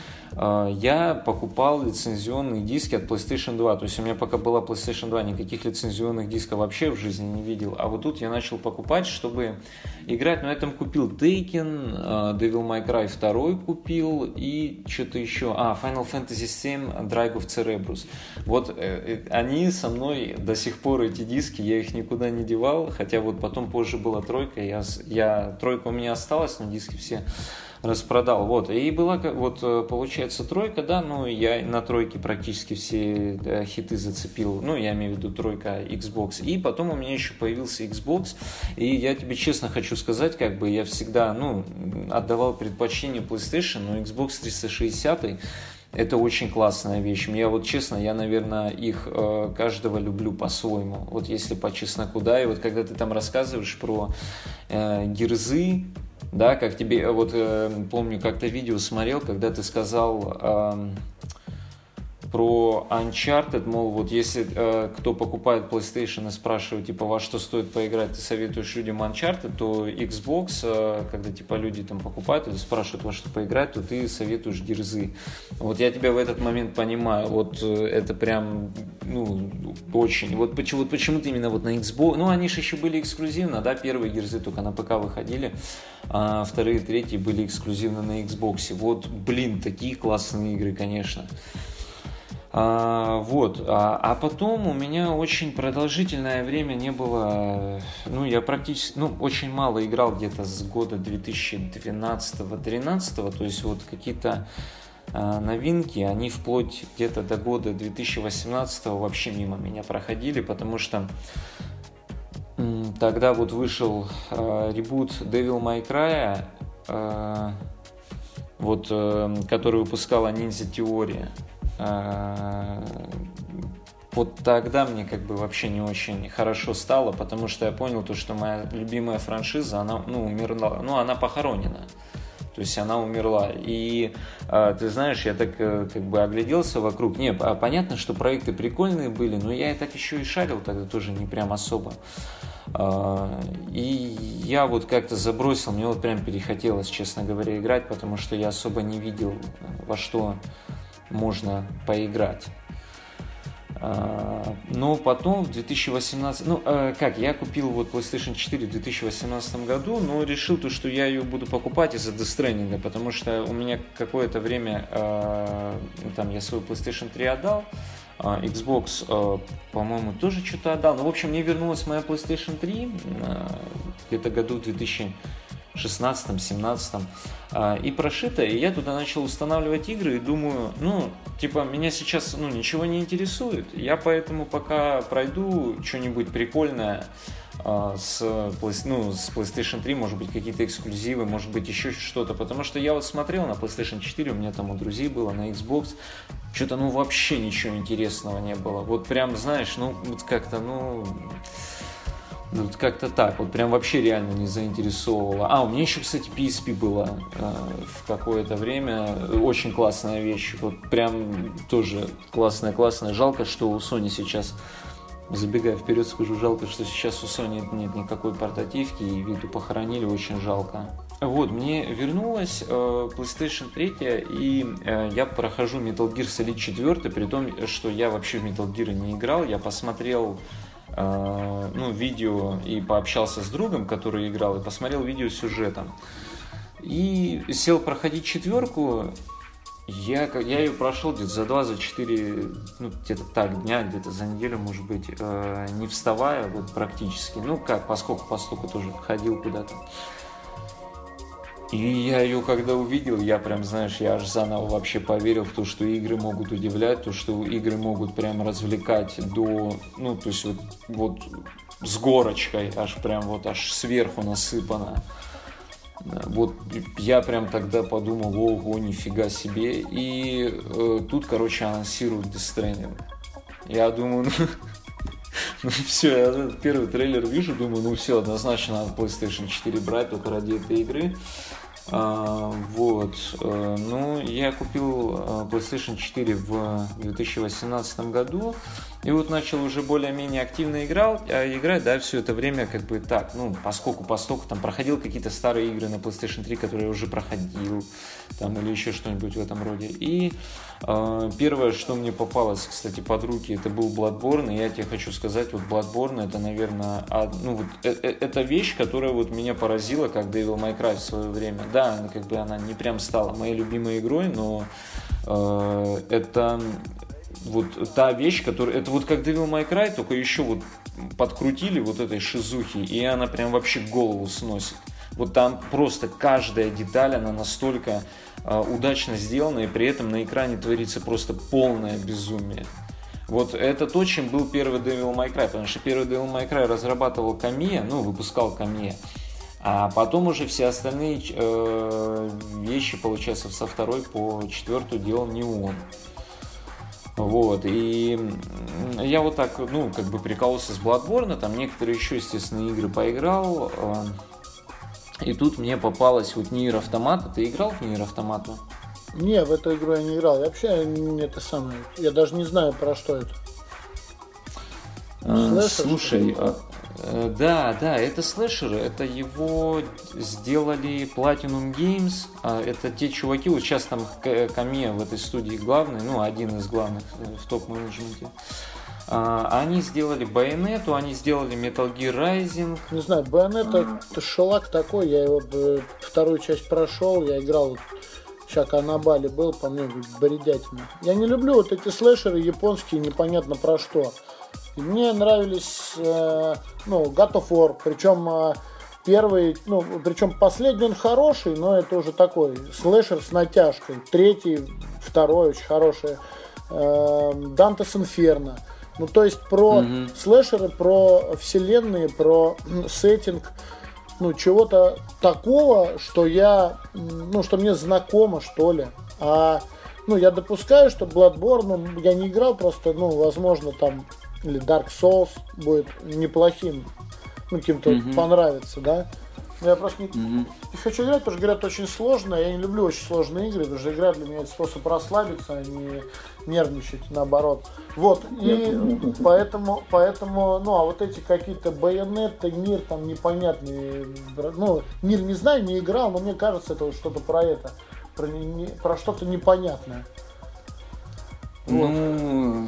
Я покупал лицензионные диски от PlayStation два. То есть у меня пока была PlayStation два, никаких лицензионных дисков вообще в жизни не видел. А вот тут я начал покупать, чтобы играть. Но я там купил Taken, Devil May Cry два купил и что-то еще. А, Final Fantasy семь Drag of Cerberus. Вот они со мной до сих пор, эти диски, я их никуда не девал. Хотя вот потом позже была тройка. Я, я, тройка у меня осталась, но диски все распродал, вот, и была, вот, получается, тройка, да, ну, я на тройке практически все, да, хиты зацепил, ну, я имею в виду тройка Xbox, и потом у меня еще появился Xbox, и я тебе честно хочу сказать, как бы, я всегда, ну, отдавал предпочтение PlayStation, но Xbox триста шестьдесят это очень классная вещь. Я вот честно, я, наверное, их э, каждого люблю по-своему. Вот если по чесноку, да, и вот когда ты там рассказываешь про э, гирзы, да, как тебе, вот э, помню, как-то видео смотрел, когда ты сказал э, про Uncharted, мол, вот если э, кто покупает PlayStation и спрашивает, типа, во что стоит поиграть, ты советуешь людям Uncharted, то Xbox, э, когда, типа, люди там покупают или спрашивают, во что поиграть, то ты советуешь гирзы. Вот я тебя в этот момент понимаю, вот э, это прям, ну, очень, вот почему, вот почему-то именно вот на Xbox, ну, они же еще были эксклюзивно, да, первые гирзы только на ПК выходили, а вторые, третьи были эксклюзивно на Xbox. Вот, блин, такие классные игры, конечно. А, вот, а, а потом у меня очень продолжительное время не было, ну, я практически, ну, очень мало играл где-то с года две тысячи двенадцатого-тринадцатого, то есть вот какие-то а, новинки, они вплоть где-то до года две тысячи восемнадцатого вообще мимо меня проходили, потому что м, тогда вот вышел а, ребут Devil May Cry, а, вот, а, который выпускала Ninja Theory. Вот тогда мне как бы вообще не очень хорошо стало, потому что я понял то, что моя любимая франшиза, она, ну, умерла, ну, она похоронена. То есть она умерла. И ты знаешь, я так как бы огляделся вокруг. Не, понятно, что проекты прикольные были, но я и так еще и шарил тогда тоже не прям особо. И я вот как-то забросил, мне вот прям перехотелось, честно говоря, играть, потому что я особо не видел, во что можно поиграть. Но потом в две тысячи восемнадцатом, ну как, я купил вот PlayStation четыре в две тысячи восемнадцатом году, но решил то, что я ее буду покупать из-за Death Stranding, потому что у меня какое-то время, там я свой PlayStation три отдал, Xbox, по-моему, тоже что-то отдал, но в общем мне вернулась моя PlayStation три где-то году в две тысячи шестнадцатом-семнадцатом и прошито, и я туда начал устанавливать игры и думаю, ну, типа, меня сейчас, ну, ничего не интересует, я поэтому пока пройду что-нибудь прикольное с, ну, с PlayStation три, может быть, какие-то эксклюзивы, может быть, еще что-то, потому что я вот смотрел на PlayStation четыре, у меня там у друзей было, на Xbox, что-то, ну, вообще ничего интересного не было, вот прям, знаешь, ну, вот как-то, ну... Ну, вот как-то так, вот прям вообще реально не заинтересовывало. А, у меня еще, кстати, пи эс пи была э, в какое-то время. Очень классная вещь. Вот прям тоже классная-классная. Жалко, что у Sony сейчас, забегая вперед, скажу, жалко, что сейчас у Sony нет никакой портативки, и виду похоронили, очень жалко. Вот, мне вернулась э, PlayStation три, и э, я прохожу Metal Gear Solid четыре, при том, что я вообще в Metal Gear не играл. Я посмотрел ну, видео и пообщался с другом, который играл, и посмотрел видео с сюжетом. И сел проходить четверку. Я, я ее прошел где-то за два, за четыре, ну, где-то так, дня, где-то за неделю, может быть, э, не вставая, вот практически. Ну, как, поскольку, поскольку тоже ходил куда-то. И я ее когда увидел, я прям, знаешь, я аж заново вообще поверил в то, что игры могут удивлять, то, что игры могут прям развлекать до, ну, то есть вот, вот с горочкой, аж прям вот аж сверху насыпано. Вот я прям тогда подумал, ого, нифига себе. И э, тут, короче, анонсируют Death Stranding. Я думаю, ну... Ну все, я первый трейлер вижу, думаю, ну все, однозначно надо PlayStation четыре брать только ради этой игры. А, вот, ну я купил PlayStation четыре в две тысячи восемнадцатом году и вот начал уже более-менее активно играл, а играть, да, все это время как бы так, ну, поскольку, поскольку там проходил какие-то старые игры на PlayStation три, которые я уже проходил, там, или еще что-нибудь в этом роде. И э, первое, что мне попалось, кстати, под руки, это был Bloodborne, и я тебе хочу сказать, вот Bloodborne, это, наверное, од... ну, вот, э- э- это вещь, которая вот меня поразила, как Devil May Cry в свое время. Да, она, как бы, она не прям стала моей любимой игрой, но э, это... Вот та вещь, которая... Это вот как Devil May Cry, только еще вот подкрутили вот этой шизухи, и она прям вообще голову сносит. Вот там просто каждая деталь, она настолько э, удачно сделана, и при этом на экране творится просто полное безумие. Вот это то, чем был первый Devil May Cry, потому что первый Devil May Cry разрабатывал Kamiya, ну, выпускал Kamiya, а потом уже все остальные э, вещи, получается, со второй по четвертую делал не он. Вот, и я вот так, ну, как бы прикололся с Bloodborne, там некоторые еще, естественно, игры поиграл, и тут мне попалась вот Nier Automata. Ты играл в Nier Automata? Не, в эту игру я не играл, я вообще не это самое, я даже не знаю, про что это. А, слушай, а, да, да, это слэшеры, это его сделали Platinum Games, это те чуваки, вот сейчас там Kamiya в этой студии главный, ну, один из главных в топ-менеджменте. Они сделали Bayonetta, они сделали Metal Gear Rising. Не знаю, Bayonetta это шелак такой, я его вторую часть прошел, я играл Сейчас на Бали был, по мне, бредятина. Я не люблю вот эти слэшеры японские, непонятно про что. И мне нравились, э, ну, God of War, причем э, первый, ну, причем последний он хороший, но это уже такой слэшер с натяжкой. Третий, второй очень хороший. Э, Dante's Inferno. Ну, то есть про mm-hmm. слэшеры, про вселенные, про сеттинг, ну, чего-то такого, что я, ну, что мне знакомо, что ли. А, ну, я допускаю, что Bloodborne, ну, я не играл, просто, ну, возможно, там, или Dark Souls будет неплохим, ну, каким-то mm-hmm. понравится, да. Я просто не, mm-hmm. не хочу играть, потому что, говорят, очень сложно. Я не люблю очень сложные игры, потому что игра для меня это способ расслабиться, а не нервничать, наоборот. Вот, и поэтому, поэтому, ну, а вот эти какие-то Байонеты, мир там непонятный, ну, мир не знаю, не играл, но мне кажется, это вот что-то про это, про, не, про что-то непонятное. Вот. Ну,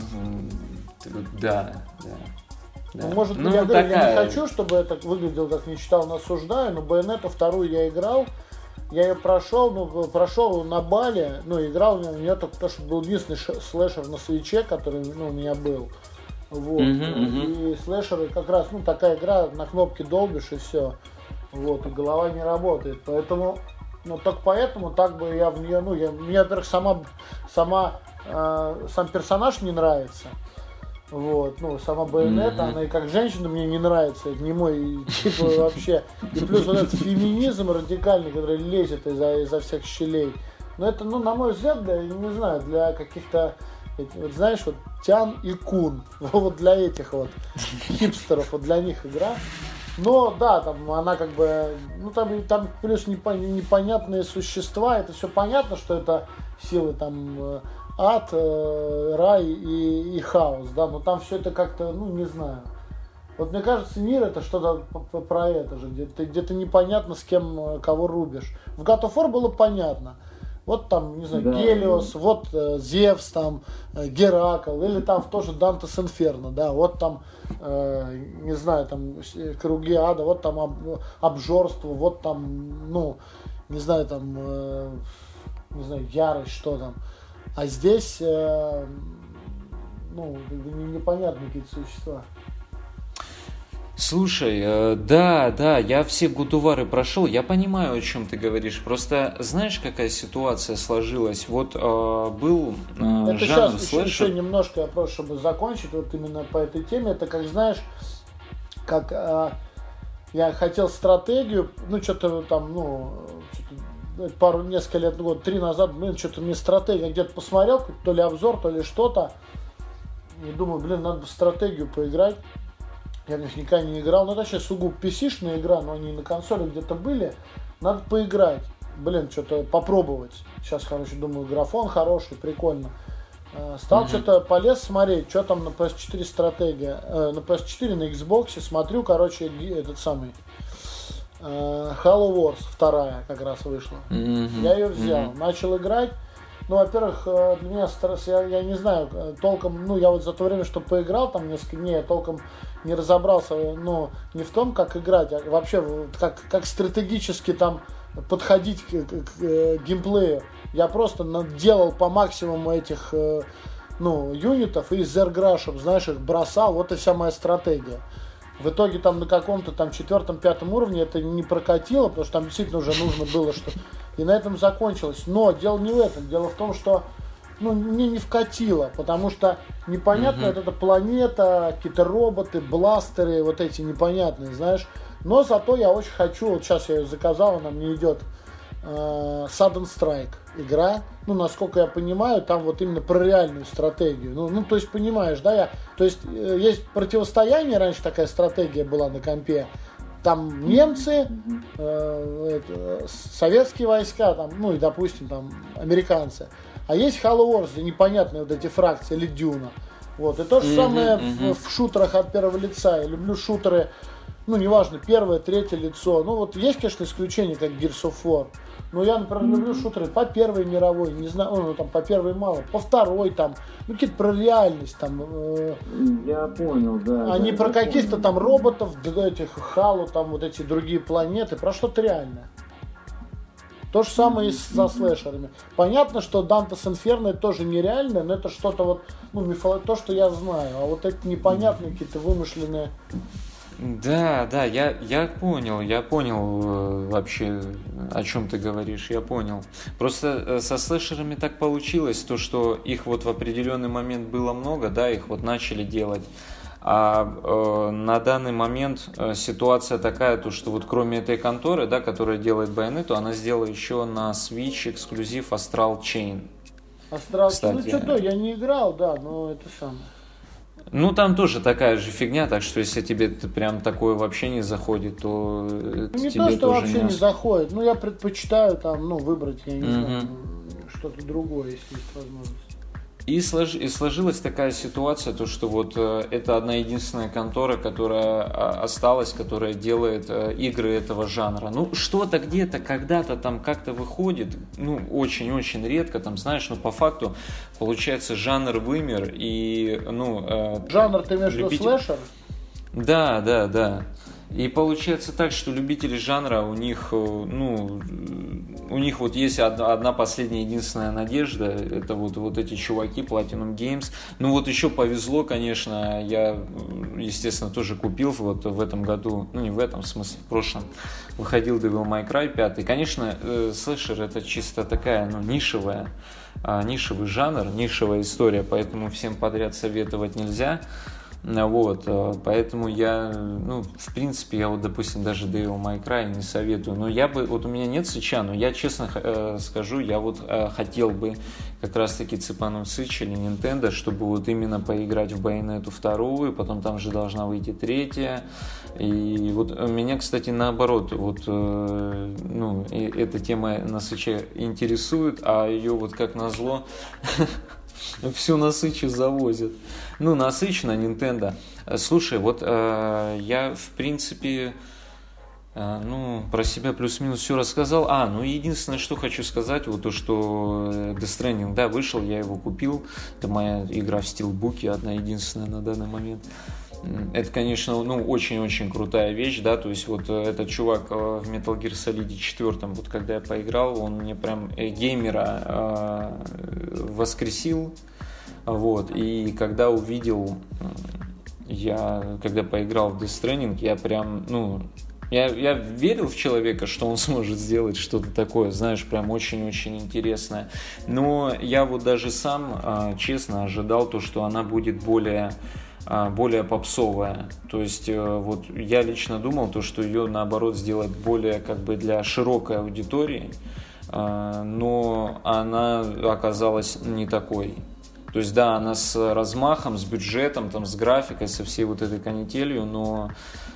да, да. Да. Ну, может, ну, я, говорю, такая... я не хочу, чтобы это выглядело как не читал, но осуждаю, но Байонету вторую я играл, я ее прошел, ну, прошел на Бали, ну, играл у меня только потому, что был единственный слэшер на свитче, который, ну, у меня был. Вот. Uh-huh, uh-huh. И слэшеры как раз, ну, такая игра, на кнопки долбишь и все. Вот, и голова не работает. Поэтому, ну, только поэтому так бы я в нее, ну, я, мне, во-первых, сама, сама э, сам персонаж не нравится. Вот, ну, сама Байонета, mm-hmm. она и как женщина мне не нравится, это не мой тип вообще. И плюс вот этот феминизм радикальный, который лезет из-за, из-за всех щелей. Но это, ну, на мой взгляд, для, не знаю, для каких-то, вот, знаешь, вот Тян и Кун, вот для этих вот хипстеров, вот для них игра. Но да, там она как бы, ну там, там плюс непонятные существа, это все понятно, что это силы там ад, э, рай и, и хаос, да, но там все это как-то, ну, не знаю. Вот мне кажется, мир это что-то про это же, где-то, где-то непонятно, с кем кого рубишь. В God of War было понятно. Вот там, не знаю, да, Гелиос, да. вот э, Зевс, там, э, Геракл, или там тоже Dante's Inferno, да, вот там, э, не знаю, там, круги ада, вот там об, обжорство, вот там, ну, не знаю, там, э, не знаю, ярость, что там. А здесь, э, ну, непонятные какие-то существа. Слушай, э, да, да, я все гудувары прошел, я понимаю, о чем ты говоришь. Просто знаешь, какая ситуация сложилась? Вот э, был э, это жанр сейчас слэшер. Еще, еще немножко, я просто, чтобы закончить вот именно по этой теме. Это как, знаешь, как э, я хотел стратегию, ну, что-то там, ну, что-то, пару, несколько лет, год, три назад, блин, что-то мне стратегия где-то посмотрел, то ли обзор, то ли что-то. И думаю, блин, надо в стратегию поиграть. Я, конечно, никогда не играл, но это сейчас сугубо пи си-шная игра, но они на консоли где-то были. Надо поиграть. Блин, что-то попробовать. Сейчас, короче, думаю, графон хороший, прикольно. Стал mm-hmm. что-то полез смотреть, что там на пи эс четыре стратегия. Э, на пи эс четыре, на Xbox смотрю, короче, этот самый э, Halo Wars вторая как раз вышла. Mm-hmm. Я ее взял, mm-hmm. начал играть. Ну, во-первых, для меня стресс, я, я не знаю, толком, ну, я вот за то время, что поиграл там несколько дней, я толком не разобрался, ну, не в том, как играть, а вообще, как, как стратегически там подходить к, к, к геймплею. Я просто делал по максимуму этих, ну, юнитов и зерграшем, знаешь, их бросал, вот и вся моя стратегия. В итоге там на каком-то там четвертом-пятом уровне это не прокатило, потому что там действительно уже нужно было, что... И на этом закончилось. Но дело не в этом. Дело в том, что ну, мне не вкатило, потому что непонятно, mm-hmm. вот эта планета, какие-то роботы, бластеры, вот эти непонятные, знаешь. Но зато я очень хочу, вот сейчас я ее заказал, она мне идет, э, Sudden Strike игра. Ну, насколько я понимаю, там вот именно про реальную стратегию. Ну, ну то есть, понимаешь, да, я... То есть, э, есть противостояние, раньше такая стратегия была на компе. Там немцы, э, это, советские войска, там, ну и, допустим, там, американцы. А есть Halo Wars, где непонятные вот эти фракции, или Дюна. Вот. И то же mm-hmm, самое mm-hmm. В, в шутерах от первого лица. Я люблю шутеры, ну, неважно, первое, третье лицо. Ну, вот есть, конечно, исключения, как Gears of War. Но я, например, люблю шутеры по первой мировой, не знаю, ну, там, по первой мало, по второй, там, ну, какие-то про реальность, там. Э, я понял, да. А да, не про каких-то понял. Там роботов, этих Халу, там, вот эти другие планеты, про что-то реальное. То же самое и со слэшерами. Понятно, что Dante's Inferno тоже нереально, но это что-то вот, ну, мифолог... то, что я знаю. А вот эти непонятные какие-то вымышленные... Да, да, я, я понял, я понял э, вообще, о чем ты говоришь, я понял. Просто э, со слэшерами так получилось, то, что их вот в определенный момент было много, да, их вот начали делать. А э, на данный момент э, ситуация такая, то, что вот кроме этой конторы, да, которая делает Bayonetta, она сделала еще на Switch эксклюзив Astral Chain. Astral Chain, ну что-то я не играл, да, но это самое. Ну, там тоже такая же фигня, так что если тебе прям такое вообще не заходит, то ну, тебе не то, что тоже вообще не... не заходит, но я предпочитаю там, ну, выбрать, я не mm-hmm. знаю, что-то другое, если есть возможность. И, слож... и сложилась такая ситуация, то, что вот э, это одна единственная контора, которая э, осталась, которая делает э, игры этого жанра. Ну, что-то где-то, когда-то там как-то выходит, ну, очень-очень редко, там, знаешь, но по факту, получается, жанр вымер, и, ну... Э, жанр, ты имеешь в виду любитель... слэшер? Да, да, да. И получается так, что любители жанра, у них, ну, у них вот есть одна, одна последняя единственная надежда, это вот, вот эти чуваки Platinum Games. Ну вот еще повезло, конечно, я, естественно, тоже купил вот в этом году, ну не в этом, в смысле, в прошлом, выходил Devil May Cry пять. Конечно, э, слэшер это чисто такая, ну, нишевая, э, нишевый жанр, нишевая история, поэтому всем подряд советовать нельзя. Вот, поэтому я, ну, в принципе, я вот, допустим, даже Devil May Cry не советую, но я бы, вот у меня нет Switch'а, но я честно э, скажу, я вот э, хотел бы как раз-таки цепануть Switch или Nintendo, чтобы вот именно поиграть в Bayonetta вторую, потом там же должна выйти третья, и вот меня, кстати, наоборот, вот, э, ну, эта тема на Switch'е интересует, а ее вот как назло... Всю на Switch завозят. Ну, на Switch, на Nintendo. Слушай, вот э, я, в принципе, э, ну, про себя плюс-минус все рассказал. А, ну, единственное, что хочу сказать, вот то, что Death Stranding, да, вышел, я его купил. Это моя игра в стилбуке, одна единственная на данный момент. Это, конечно, ну, очень-очень крутая вещь, да, то есть вот этот чувак в Metal Gear Solid четыре, вот когда я поиграл, он мне прям геймера э, воскресил, вот, и когда увидел, я, когда поиграл в Death Stranding, я прям, ну, я, я верил в человека, что он сможет сделать что-то такое, знаешь, прям очень-очень интересное, но я вот даже сам, э, честно, ожидал то, что она будет более... более попсовая. То есть вот я лично думал, то, что ее наоборот сделать более как бы для широкой аудитории, но она оказалась не такой. То есть да, она с размахом, с бюджетом, там, с графикой, со всей вот этой канителью, но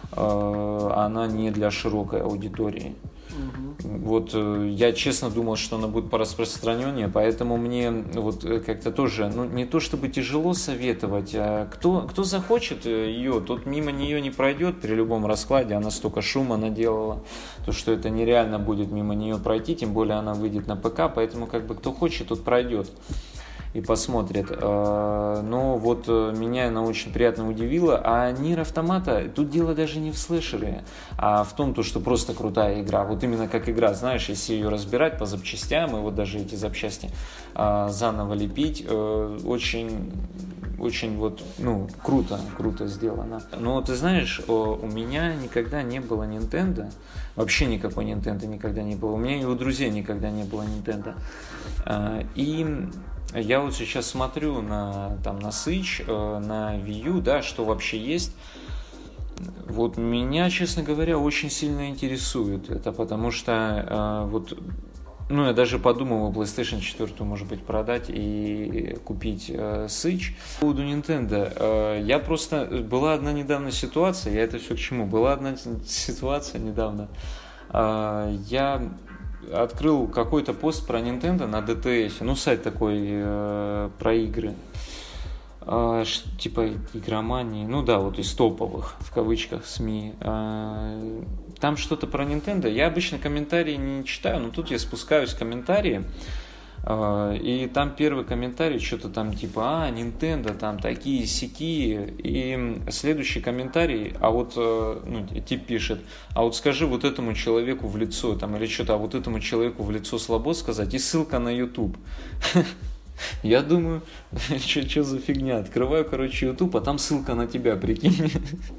она не для широкой аудитории. Угу. Вот я честно думал, что она будет по распространению, поэтому мне вот как-то тоже, ну не то чтобы тяжело советовать, а кто, кто захочет ее, тот мимо нее не пройдет при любом раскладе, она столько шума наделала, то что это нереально будет мимо нее пройти, тем более она выйдет на ПК, поэтому как бы кто хочет, тот пройдет и посмотрит. Но вот меня она очень приятно удивила. А Нир Автомата, тут дело даже не в слэшере, а в том, что просто крутая игра. Вот именно как игра, знаешь, если ее разбирать по запчастям, и вот даже эти запчасти заново лепить, очень... Очень вот, ну, круто, круто сделано. Но ты знаешь, у меня никогда не было Nintendo, вообще никакой Nintendo никогда не было. У меня и у друзей никогда не было Nintendo. И я вот сейчас смотрю на, там, на Switch, на Wii U, да, что вообще есть. Вот меня, честно говоря, очень сильно интересует это, потому что вот... Ну, я даже подумал PlayStation четыре, может быть, продать и купить э, Switch. По поводу Nintendo, э, я просто... Была одна недавно ситуация, я это все к чему? Была одна ситуация недавно. Э, я открыл какой-то пост про Nintendo на ди ти эс, ну, сайт такой э, про игры. Uh, типа игромании, ну да, вот из топовых, в кавычках, СМИ. Uh, там что-то про Nintendo. Я обычно комментарии не читаю, но тут я спускаюсь в комментарии. И там первый комментарий, что-то там типа, а, Nintendo, там такие-сякие. И следующий комментарий, а вот, ну, тип пишет, а вот скажи вот этому человеку в лицо, там, или что-то, а вот этому человеку в лицо слабо сказать, и ссылка на YouTube. Я думаю, что за фигня? Открываю, короче, YouTube, а там ссылка на тебя, прикинь.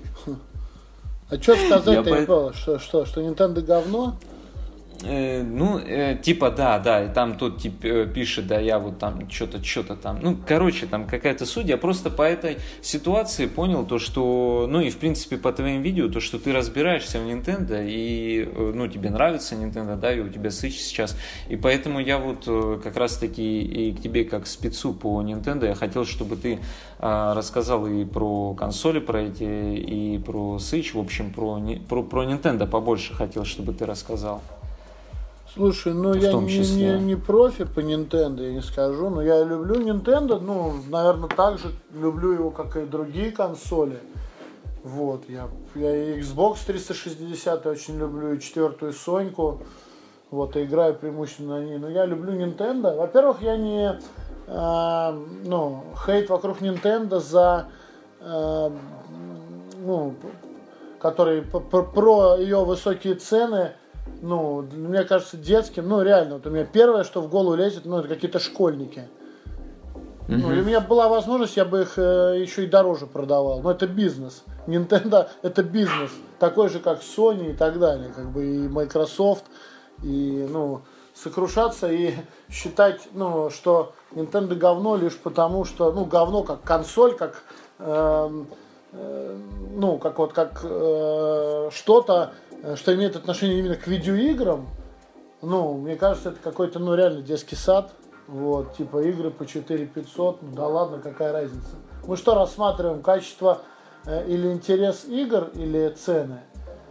А что сказать-то, я понял, что, что, что Nintendo говно? Э, ну, э, типа, да, да, и там тот тип э, пишет, да, я вот там что-то, что-то там, ну, короче, там какая-то суть, я просто по этой ситуации понял то, что, ну, и в принципе по твоим видео, то, что ты разбираешься в Nintendo, и, э, ну, тебе нравится Nintendo, да, и у тебя Switch сейчас, и поэтому я вот э, как раз-таки и к тебе как спецу по Nintendo, я хотел, чтобы ты э, рассказал и про консоли, про эти, и про Switch, в общем, про, про, про Nintendo побольше хотел, чтобы ты рассказал. Слушай, ну я не, не, не профи по Nintendo, я не скажу, но я люблю Nintendo, ну, наверное, так же люблю его, как и другие консоли. Вот, я, я и Xbox триста шестьдесят очень люблю, и четвертую Соньку, вот, и играю преимущественно на ней. Но я люблю Nintendo. Во-первых, я не, э, ну, хейт вокруг Nintendo за, э, ну, который про, про ее высокие цены. Ну, мне кажется, детским, ну, реально, вот у меня первое, что в голову лезет, ну, это какие-то школьники. Mm-hmm. Ну, и у меня была возможность, я бы их э, еще и дороже продавал. Но это бизнес. Nintendo — это бизнес. Такой же, как Sony и так далее. Как бы и Microsoft. И, ну, сокрушаться и считать, ну, что Nintendo говно лишь потому, что, ну, говно как консоль, как, э, э, ну, как вот, как э, что-то, что имеет отношение именно к видеоиграм, ну, мне кажется, это какой-то, ну, реально детский сад, вот, типа игры по четыре пятьсот, ну, да ладно, какая разница. Мы что рассматриваем, качество э, или интерес игр, или цены?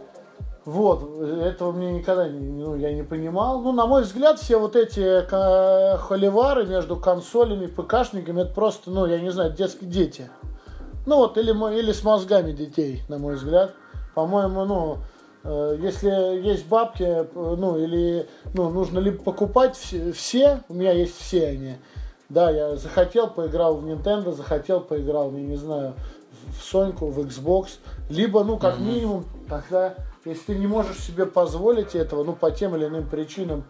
Вот, этого мне никогда не, ну, я не понимал. Ну, на мой взгляд, все вот эти холивары между консолями и ПКшниками, это просто, ну, я не знаю, детские дети. Ну, вот, или, или с мозгами детей, на мой взгляд. По-моему, ну, если есть бабки, ну, или, ну, нужно либо покупать все, все, у меня есть все они, да, я захотел, поиграл в Nintendo, захотел, поиграл, я не знаю, в Соньку, в Xbox, либо, ну, как mm-hmm. минимум, тогда, если ты не можешь себе позволить этого, ну, по тем или иным причинам,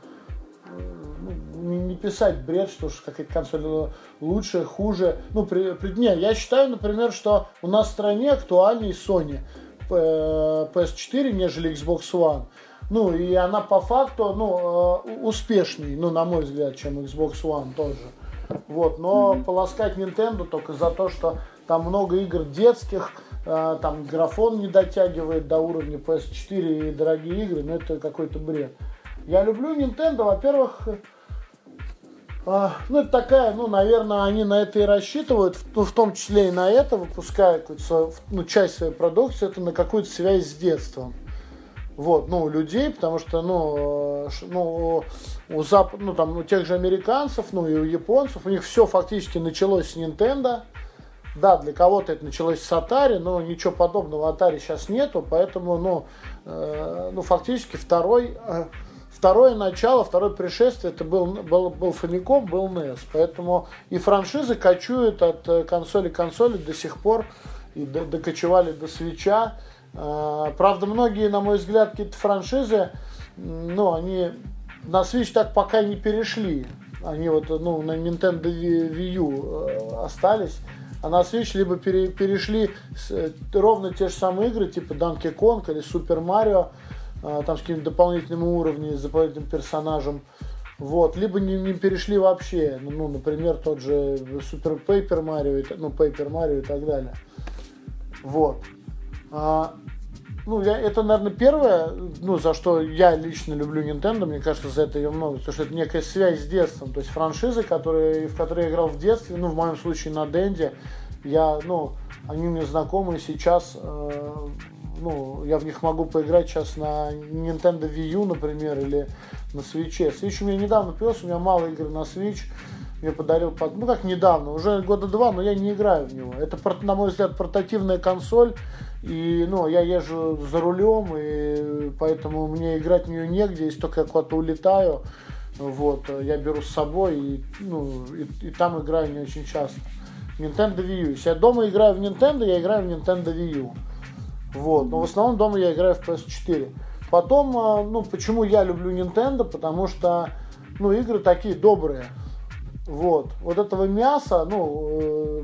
ну, не писать бред, что какая-то консоль лучше, хуже, ну, при, при, не, я считаю, например, что у нас в стране актуальнее Sony пи эс четыре, нежели Xbox One. Ну, и она по факту, ну, успешней, ну, на мой взгляд, чем Xbox One тоже. Вот, но mm-hmm. полоскать Nintendo только за то, что там много игр детских, там графон не дотягивает до уровня пи эс четыре и дорогие игры, ну, это какой-то бред. Я люблю Nintendo, во-первых, А, ну, это такая, ну, наверное, они на это и рассчитывают, ну, в том числе и на это, выпуская свою, ну, часть своей продукции, это на какую-то связь с детством. Вот, ну, у людей, потому что, ну, ну, у, зап... ну, там, у тех же американцев, ну, и у японцев, у них все фактически началось с Nintendo. Да, для кого-то это началось с Atari, но ничего подобного Atari сейчас нету, поэтому, ну, э, ну, фактически второй... Э, Второе начало, второе пришествие, это был, был, был Famicom, был эн и эс. Поэтому и франшизы кочуют от консоли к консоли до сих пор. И до, докочевали до Switch'а. А, правда, многие, на мой взгляд, какие-то франшизы, ну, они на Switch так пока не перешли. Они вот, ну, на Nintendo Wii U остались. А на Switch либо пере, перешли с, ровно те же самые игры, типа Donkey Kong или Super Mario, там с какими-то дополнительными уровнями, с дополнительным персонажем, вот, либо не, не перешли вообще, ну, ну, например, тот же Super Paper Mario, ну, Paper Mario и так далее, вот, а, ну, я, это, наверное, первое, ну, за что я лично люблю Nintendo, мне кажется, за это ее много, потому что это некая связь с детством, то есть франшизы, которые, в которые я играл в детстве, ну, в моем случае на Денде, я, ну, они мне знакомы сейчас, э, ну, я в них могу поиграть сейчас на Nintendo Wii U, например, или на Switch. Switch у меня недавно появился, у меня мало игр на Switch. Мне подарил, ну как недавно, уже года два, но я не играю в него. Это, на мой взгляд, портативная консоль. И, ну, я езжу за рулем, и поэтому мне играть в нее негде, если только я куда-то улетаю. Вот, я беру с собой и, ну, и, и там играю не очень часто. Nintendo Wii U. Если я дома играю в Nintendo, я играю в Nintendo Wii U. Вот, но в основном дома я играю в пи эс четыре. Потом, ну, почему я люблю Nintendo? Потому что, ну, игры такие добрые. Вот, вот этого мяса, ну, э,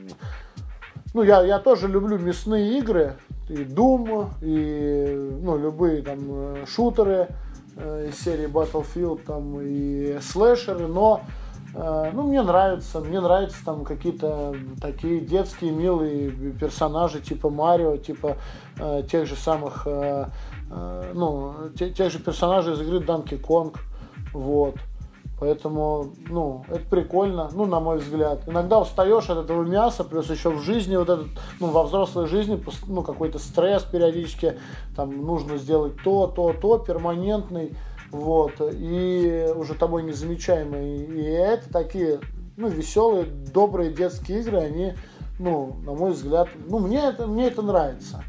ну, я, я тоже люблю мясные игры. И Doom, и, ну, любые там шутеры э, из серии Battlefield, там, и слэшеры, но э, ну, мне нравится, мне нравятся там какие-то такие детские милые персонажи типа Марио, типа э, тех же самых, э, э, ну, те, тех же персонажей из игры Donkey Kong, вот. Поэтому, ну, это прикольно, ну, на мой взгляд. Иногда устаешь от этого мяса, плюс еще в жизни, вот этот, ну, во взрослой жизни, ну, какой-то стресс периодически, там, нужно сделать то, то, то, перманентный, вот, и уже тобой незамечаемый. И это такие, ну, веселые, добрые детские игры, они, ну, на мой взгляд, ну, мне это, мне это нравится.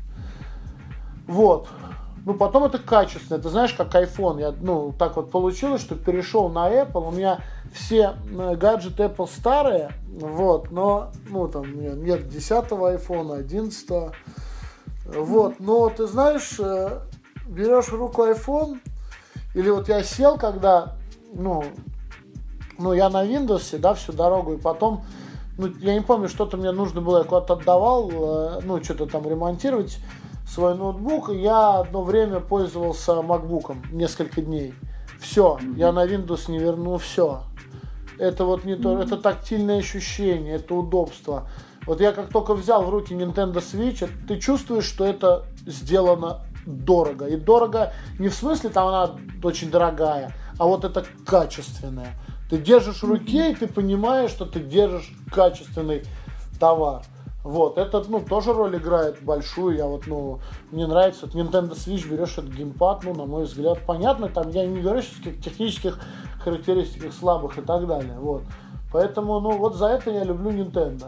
Вот. Ну, потом это качественно. Ты знаешь, как iPhone. Я, ну, так вот получилось, что перешел на Apple. У меня все гаджеты Apple старые. Вот, но, ну, там, у меня нет десятого iPhone, одиннадцатого. Вот, но ты знаешь, берешь в руку iPhone, или вот я сел, когда, ну, ну, я на Windows, да, всю дорогу, и потом, ну, я не помню, что-то мне нужно было, я куда-то отдавал, ну, что-то там ремонтировать свой ноутбук, и я одно время пользовался MacBook'ом несколько дней. Все, mm-hmm. я на Windows не верну, все. Это вот не то, mm-hmm. это тактильное ощущение, это удобство. Вот я как только взял в руки Nintendo Switch, ты чувствуешь, что это сделано дорого. И дорого не в смысле, там она очень дорогая, а вот это качественное. Ты держишь в руке, и ты понимаешь, что ты держишь качественный товар. Вот, это, ну, тоже роль играет большую. Я вот, ну, мне нравится, вот Nintendo Switch, берешь этот геймпад, ну, на мой взгляд, понятно, там, я не говорю о технических характеристиках слабых и так далее, вот. Поэтому, ну, вот за это я люблю Nintendo.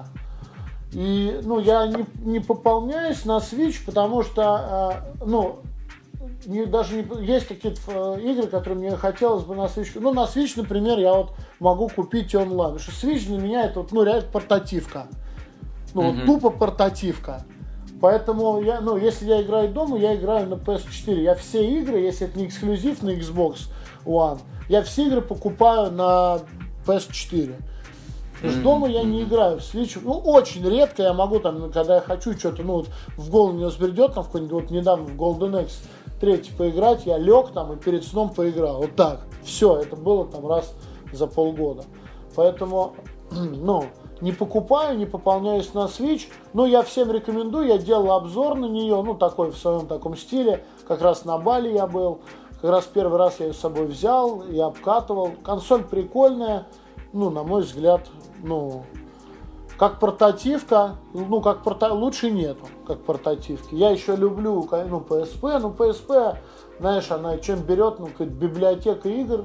И, ну, я не, не пополняюсь на Switch, потому что, э, ну, не, даже не, есть какие-то игры, которые мне хотелось бы на Switch. Ну, на Switch, например, я вот могу купить онлайн, потому что Switch для меня это, вот, ну, реально портативка. Ну, mm-hmm. тупо портативка. Поэтому, я, ну, если я играю дома, я играю на пи эс четыре. Я все игры, если это не эксклюзив на Xbox One, я все игры покупаю на пи эс четыре. Потому что mm-hmm. дома я не играю в Switch. Ну, очень редко я могу, там, когда я хочу что-то, ну, вот, в голову мне взбредет, там, в какой-нибудь, вот, недавно в Golden Axe третий поиграть, я лег там и перед сном поиграл. Вот так. Все, это было там раз за полгода. Поэтому, ну, не покупаю, не пополняюсь на Switch, но я всем рекомендую, я делал обзор на нее, ну, такой в своем таком стиле, как раз на Бали я был, как раз первый раз я ее с собой взял, я обкатывал, консоль прикольная, ну, на мой взгляд, ну, как портативка, ну, как порта... лучше нету, как портативки. Я еще люблю, ну, пи эс пи, ну, пи эс пи, знаешь, она чем берет, ну, как библиотека игр,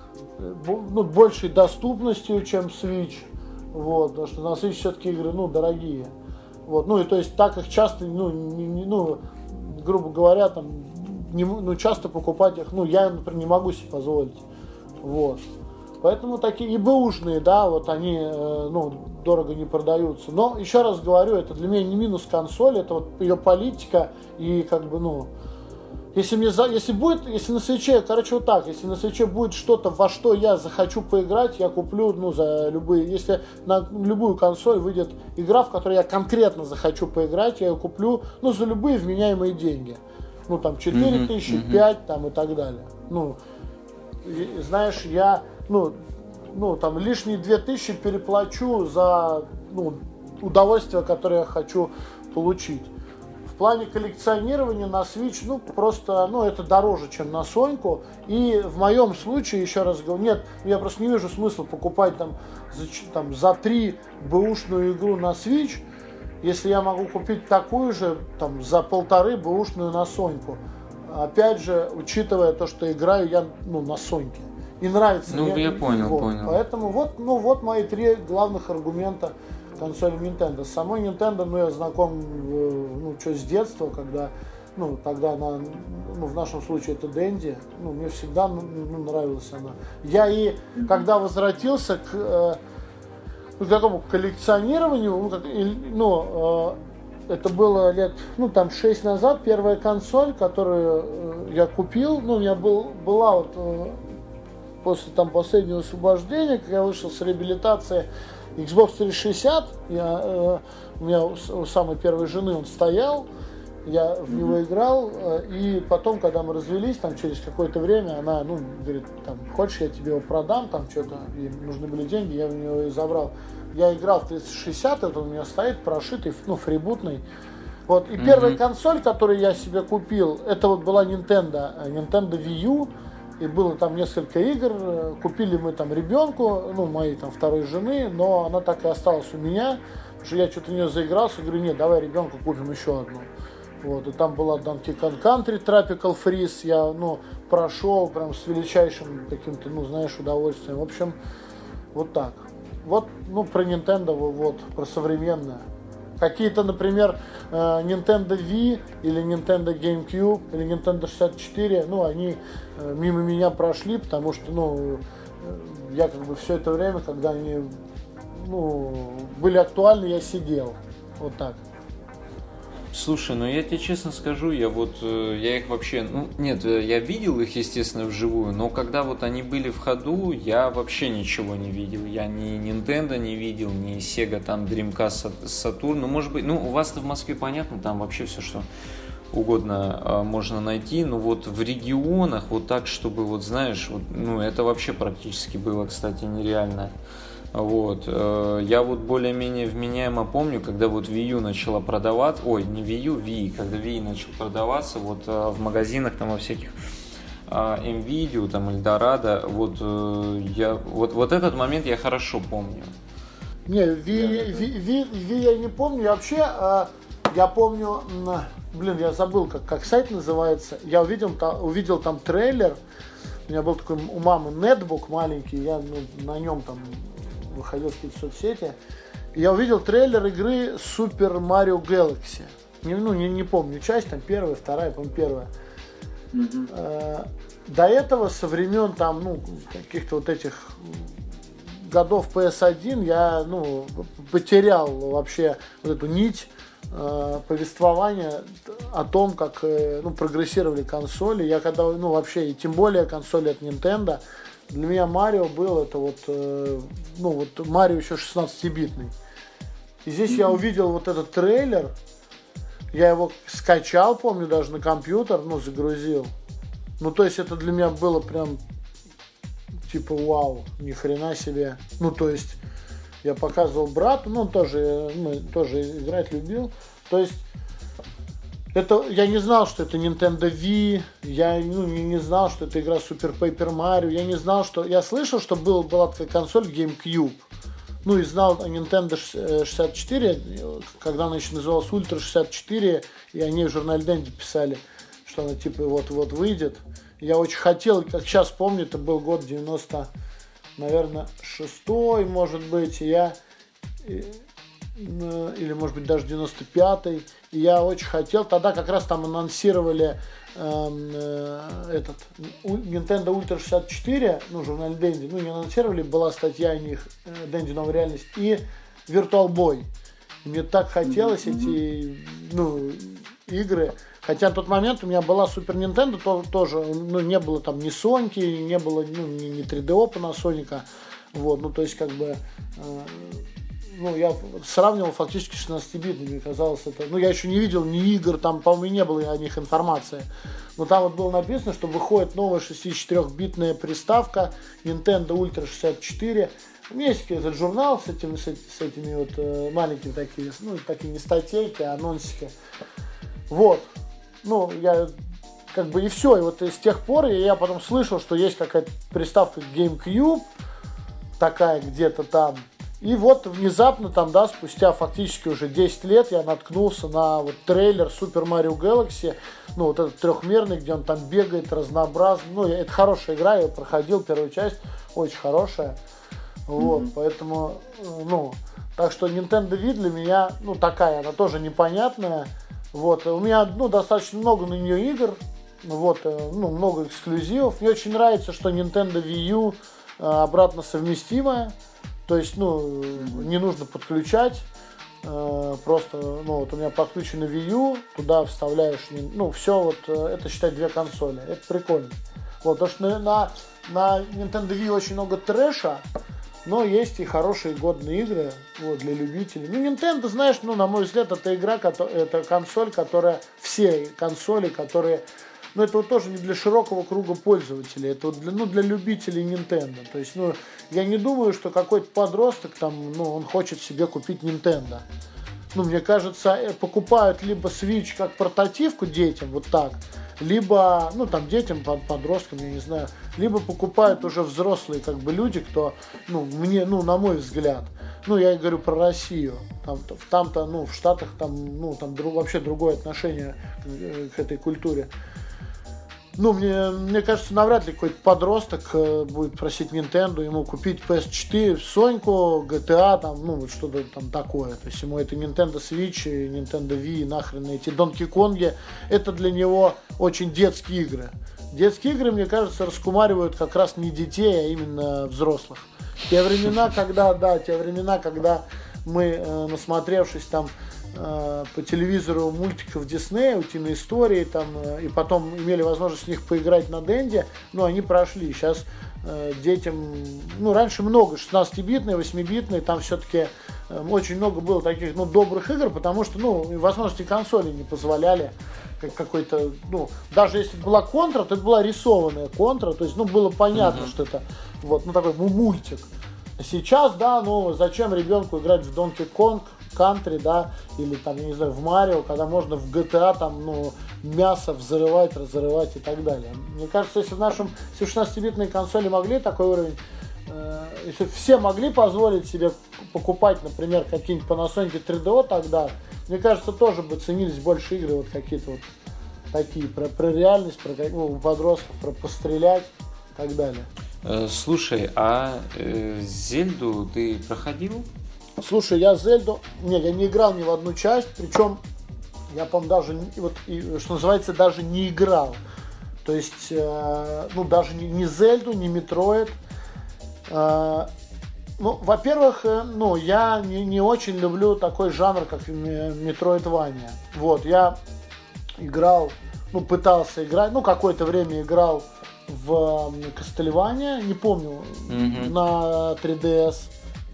ну, большей доступностью, чем Switch. Вот, потому что на Switch все-таки игры, ну, дорогие. Вот, ну, и то есть так их часто, ну, не, не, ну, грубо говоря, там, не, ну, часто покупать их, ну, я, например, не могу себе позволить. Вот. Поэтому такие и бэушные, да, вот они, э, ну, дорого не продаются. Но, еще раз говорю, это для меня не минус консоли, это вот ее политика и, как бы, ну, Если, мне за, если будет, если на свече, короче, вот так, если на свече будет что-то, во что я захочу поиграть, я куплю, ну, за любые, если на любую консоль выйдет игра, в которой я конкретно захочу поиграть, я ее куплю, ну, за любые вменяемые деньги. Ну, там, четыре тысячи, mm-hmm. пять, там, и так далее. Ну, и, знаешь, я, ну, ну, там, лишние две тысячи переплачу за, ну, удовольствие, которое я хочу получить. В плане коллекционирования на Switch, ну, просто, ну, это дороже, чем на Соньку. И в моем случае, еще раз говорю, нет, я просто не вижу смысла покупать там за, там, за три бэушную игру на Switch, если я могу купить такую же, там, за полторы бэушную на Соньку. Опять же, учитывая то, что играю я, ну, на Соньке. И нравится ну, мне. Ну, я понял, вот. понял. Поэтому вот, ну, вот мои три главных аргумента консоли Nintendo. С самой Nintendo, ну, я знаком, ну, что, с детства, когда ну, тогда она, ну, в нашем случае это Dendy, ну, мне всегда ну, нравилась она. Я и, когда возвратился к, э, к такому коллекционированию, ну, как, ну э, это было лет, ну, там, шесть назад, первая консоль, которую э, я купил, ну, у меня был, была вот, э, после там последнего освобождения, когда я вышел с реабилитации, Xbox триста шестьдесят, я, э, у меня у, у самой первой жены он стоял, я в него играл, и потом, когда мы развелись, там через какое-то время, она, ну, говорит, там, хочешь, я тебе его продам, там что-то, ей нужны были деньги, я у него и забрал. Я играл в триста шестьдесят, это у меня стоит прошитый, ну, фрибутный. Вот, и mm-hmm. первая консоль, которую я себе купил, это вот была Nintendo, Nintendo Wii U, и было там несколько игр, купили мы там ребенку, ну, моей там второй жены, но она так и осталась у меня, потому что я что-то в нее заигрался, говорю, нет, давай ребенку купим еще одну. Вот, и там была Donkey Kong Country Tropical Freeze, я, ну, прошел прям с величайшим каким-то, ну, знаешь, удовольствием. В общем, вот так. Вот, ну, про Nintendo, вот, про современное. Какие-то, например, Nintendo Wii или Nintendo GameCube или Nintendo шестьдесят четыре, ну, они мимо меня прошли, потому что, ну, я как бы все это время, когда они, ну, были актуальны, я сидел. Вот так. Слушай, ну я тебе честно скажу, я вот, я их вообще, ну нет, я видел их, естественно, вживую, но когда вот они были в ходу, я вообще ничего не видел. Я ни Nintendo не видел, ни Sega, там, Dreamcast, Saturn, ну может быть, ну у вас-то в Москве понятно, там вообще все, что угодно можно найти, но вот в регионах вот так, чтобы вот, знаешь, вот, ну это вообще практически было, кстати, нереально. Вот. Я вот более-менее вменяемо помню, когда вот Wii U начала продаваться, ой, не Wii U, Wii, когда Wii начал продаваться, вот в магазинах там во всяких M-Video, там Эльдорадо, вот я, вот, вот этот момент я хорошо помню. Не, Wii, Wii, Wii, Wii я не помню, я вообще, я помню, блин, я забыл, как, как сайт называется, я увидел, увидел там трейлер, у меня был такой у мамы нетбук маленький, я ну, на нем там выходил в какие-то соцсети, и я увидел трейлер игры Super Mario Galaxy. Не, ну, не, не помню часть, там первая, вторая, по-моему, первая. Mm-hmm. До этого, со времен там, ну, каких-то вот этих годов пи эс один, я, ну, потерял вообще вот эту нить э, повествования о том, как, э, ну, прогрессировали консоли. Я когда, ну, вообще, и тем более консоли от Nintendo, для меня Марио был это вот, э, ну вот Марио еще шестнадцатибитный. И здесь mm-hmm. я увидел вот этот трейлер, я его скачал, помню, даже на компьютер, ну, загрузил. Ну, то есть это для меня было прям, типа, вау, ни хрена себе. Ну, то есть я показывал брату, ну, он тоже, ну, тоже играть любил. То есть это, я не знал, что это Nintendo Wii, я ну, не, не знал, что это игра Super Paper Mario, я не знал, что... Я слышал, что был, была такая консоль GameCube, ну и знал о Nintendo шестьдесят четыре, когда она еще называлась Ultra шестьдесят четыре, и они в журнале Dendy писали, что она типа вот-вот выйдет. Я очень хотел, как сейчас помню, это был год девяносто, наверное, шестой, может быть, и я... или может быть даже девяносто пятый, и я очень хотел, тогда как раз там анонсировали э, э, этот Nintendo Ultra шестьдесят четыре, ну, журнал Dendy, ну, не анонсировали, была статья о них, Dendy Новая реальность, и Virtual Boy. Мне так хотелось mm-hmm. эти, ну, игры, хотя на тот момент у меня была Super Nintendo, то, тоже, ну, не было там ни Соньки, не было, ну, ни, ни три ди о Panasonic, вот, ну, то есть, как бы, э, ну, я сравнивал фактически шестнадцатибитными, мне казалось это... Ну, я еще не видел ни игр, там, по-моему, не было о них информации. Но там вот было написано, что выходит новая шестидесятичетырёхбитная приставка Nintendo Ultra шестьдесят четыре. У меня есть этот журнал с этими, с, с этими вот э, маленькими такими, ну, такие не статейки, а анонсики. Вот. Ну, я... Как бы и все. И вот с тех пор я потом слышал, что есть какая-то приставка GameCube, такая где-то там. И вот внезапно там, да, спустя фактически уже десять лет я наткнулся на вот трейлер Super Mario Galaxy, ну, вот этот трехмерный, где он там бегает, разнообразный. Ну, это хорошая игра, я проходил первую часть, очень хорошая. Вот, mm-hmm. поэтому, ну, так что Nintendo Wii для меня, ну, такая, она тоже непонятная. Вот, у меня, ну, достаточно много на нее игр, вот, ну, много эксклюзивов. Мне очень нравится, что Nintendo Wii U обратно совместимая, то есть, ну, не нужно подключать. Просто, ну, вот у меня подключена Wii U, туда вставляешь, ну, все, вот, это, считай, две консоли. Это прикольно. Вот, потому что на, на Nintendo Wii очень много трэша, но есть и хорошие годные игры, вот, для любителей. Ну, Nintendo, знаешь, ну, на мой взгляд, это игра, это консоль, которая, все консоли, которые, ну, это вот тоже не для широкого круга пользователей, это вот для, ну, для любителей Nintendo. То есть, ну, я не думаю, что какой-то подросток там, ну, он хочет себе купить Nintendo. Ну, мне кажется, покупают либо Switch как портативку детям, вот так, либо, ну, там, детям, подросткам, я не знаю, либо покупают уже взрослые, как бы, люди, кто, ну, мне, ну, на мой взгляд, ну, я и говорю про Россию, там, там-то, ну, в Штатах, там, ну, там друг, вообще другое отношение к, к этой культуре. Ну, мне, мне кажется, навряд ли какой-то подросток э, будет просить Nintendo ему купить пи эс четыре, Соньку, джи ти эй, там, ну, вот что-то там такое. То есть ему это Nintendo Switch и Nintendo Wii, нахрен эти Donkey Kong, это для него очень детские игры. Детские игры, мне кажется, раскумаривают как раз не детей, а именно взрослых. Те времена, когда, да, те времена, когда мы, э, насмотревшись там по телевизору мультиков Диснея, утиные истории, там, и потом имели возможность в них поиграть на Денде, ну, они прошли. Сейчас э, детям, ну, раньше много, шестнадцатибитные, восьмибитные, там все-таки э, очень много было таких, ну, добрых игр, потому что, ну, возможности консоли не позволяли как какой-то, ну, даже если это была контра, то это была рисованная контра, то есть, ну, было понятно, mm-hmm. что это, вот, ну, такой, ну, мультик. Сейчас, да, ну, зачем ребенку играть в Donkey Kong Country, да, или там, я не знаю, в Марио, когда можно в джи ти эй там, ну, мясо взрывать, разрывать и так далее. Мне кажется, если в нашем шестнадцатибитные консоли могли такой уровень, э, если все могли позволить себе покупать, например, какие-нибудь Panasonic три ди о тогда, мне кажется, тоже бы ценились больше игры, вот какие-то вот такие, про, про реальность, про, ну, у подростков, про пострелять и так далее. Слушай, а э, Зельду ты проходил? Слушай, я Зельду, нет, я не играл ни в одну часть, причем я, по-моему, даже, вот, и, что называется, даже не играл. То есть, э, ну, даже ни, ни Зельду, ни Метроид. Э, ну, во-первых, э, ну, я не, не очень люблю такой жанр, как Метроидвания. Вот, я играл, ну, пытался играть, ну, какое-то время играл в Castlevania, не помню, mm-hmm. на три ди эс.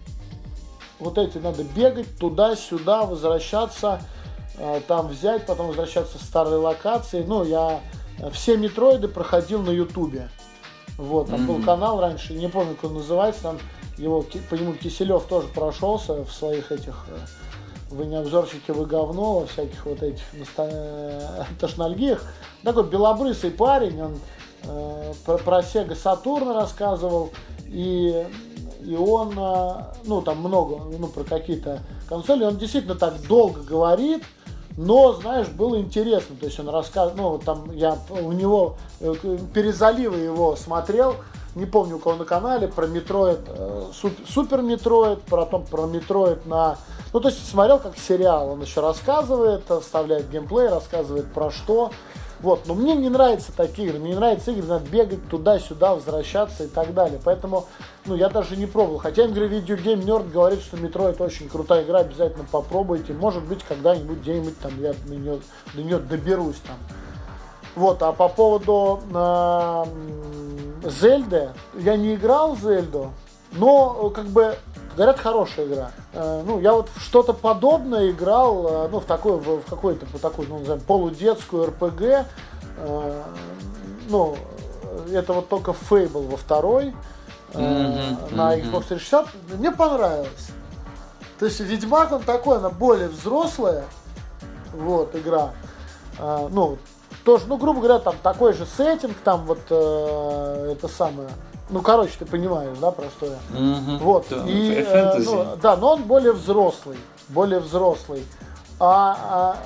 Вот эти надо бегать туда-сюда, возвращаться, э, там взять, потом возвращаться в старые локации. Ну, я все Метроиды проходил на Ютубе. Вот, там mm-hmm. был канал раньше, не помню, как он называется, там его, по нему Киселев тоже прошелся в своих этих, вы не обзорщики, вы говно, во всяких вот этих наста... тошнольгиях. Такой белобрысый парень, он э, про, про Sega Saturn рассказывал, и... И он, ну, там много, ну, про какие-то консоли, он действительно так долго говорит, но, знаешь, было интересно. То есть он рассказывал, ну, вот там я у него перезаливы его смотрел, не помню у кого на канале, про Метроид, Супер Метроид, потом про Метроид на... Ну, то есть смотрел как сериал, он еще рассказывает, вставляет геймплей, рассказывает про что. Вот, но мне не нравятся такие игры, мне не нравятся игры, надо бегать туда-сюда, возвращаться и так далее. Поэтому, ну, я даже не пробовал. Хотя Angry Video Game Nerd говорит, что Metroid очень крутая игра, обязательно попробуйте. Может быть, когда-нибудь, где-нибудь там я до нее, до нее доберусь там. Вот, а по поводу э, Зельды, я не играл в Зельду, но, как бы, говорят, хорошая игра. Э, ну, я вот в что-то подобное играл, э, ну, в такой, в, в какой-то, в такой, ну, назовем, полудетскую эр пи джи. Э, ну, это вот только Fable во второй, э, mm-hmm, на Xbox триста шестьдесят. Мне понравилось. То есть Ведьмак, он такой, она более взрослая, вот, игра. Э, ну, тоже, ну, грубо говоря, там такой же сеттинг, там вот э, это самое. Ну, короче, ты понимаешь, да, про что я. Mm-hmm. Вот. Да, и, э, ну, да, но он более взрослый. Более взрослый. А, а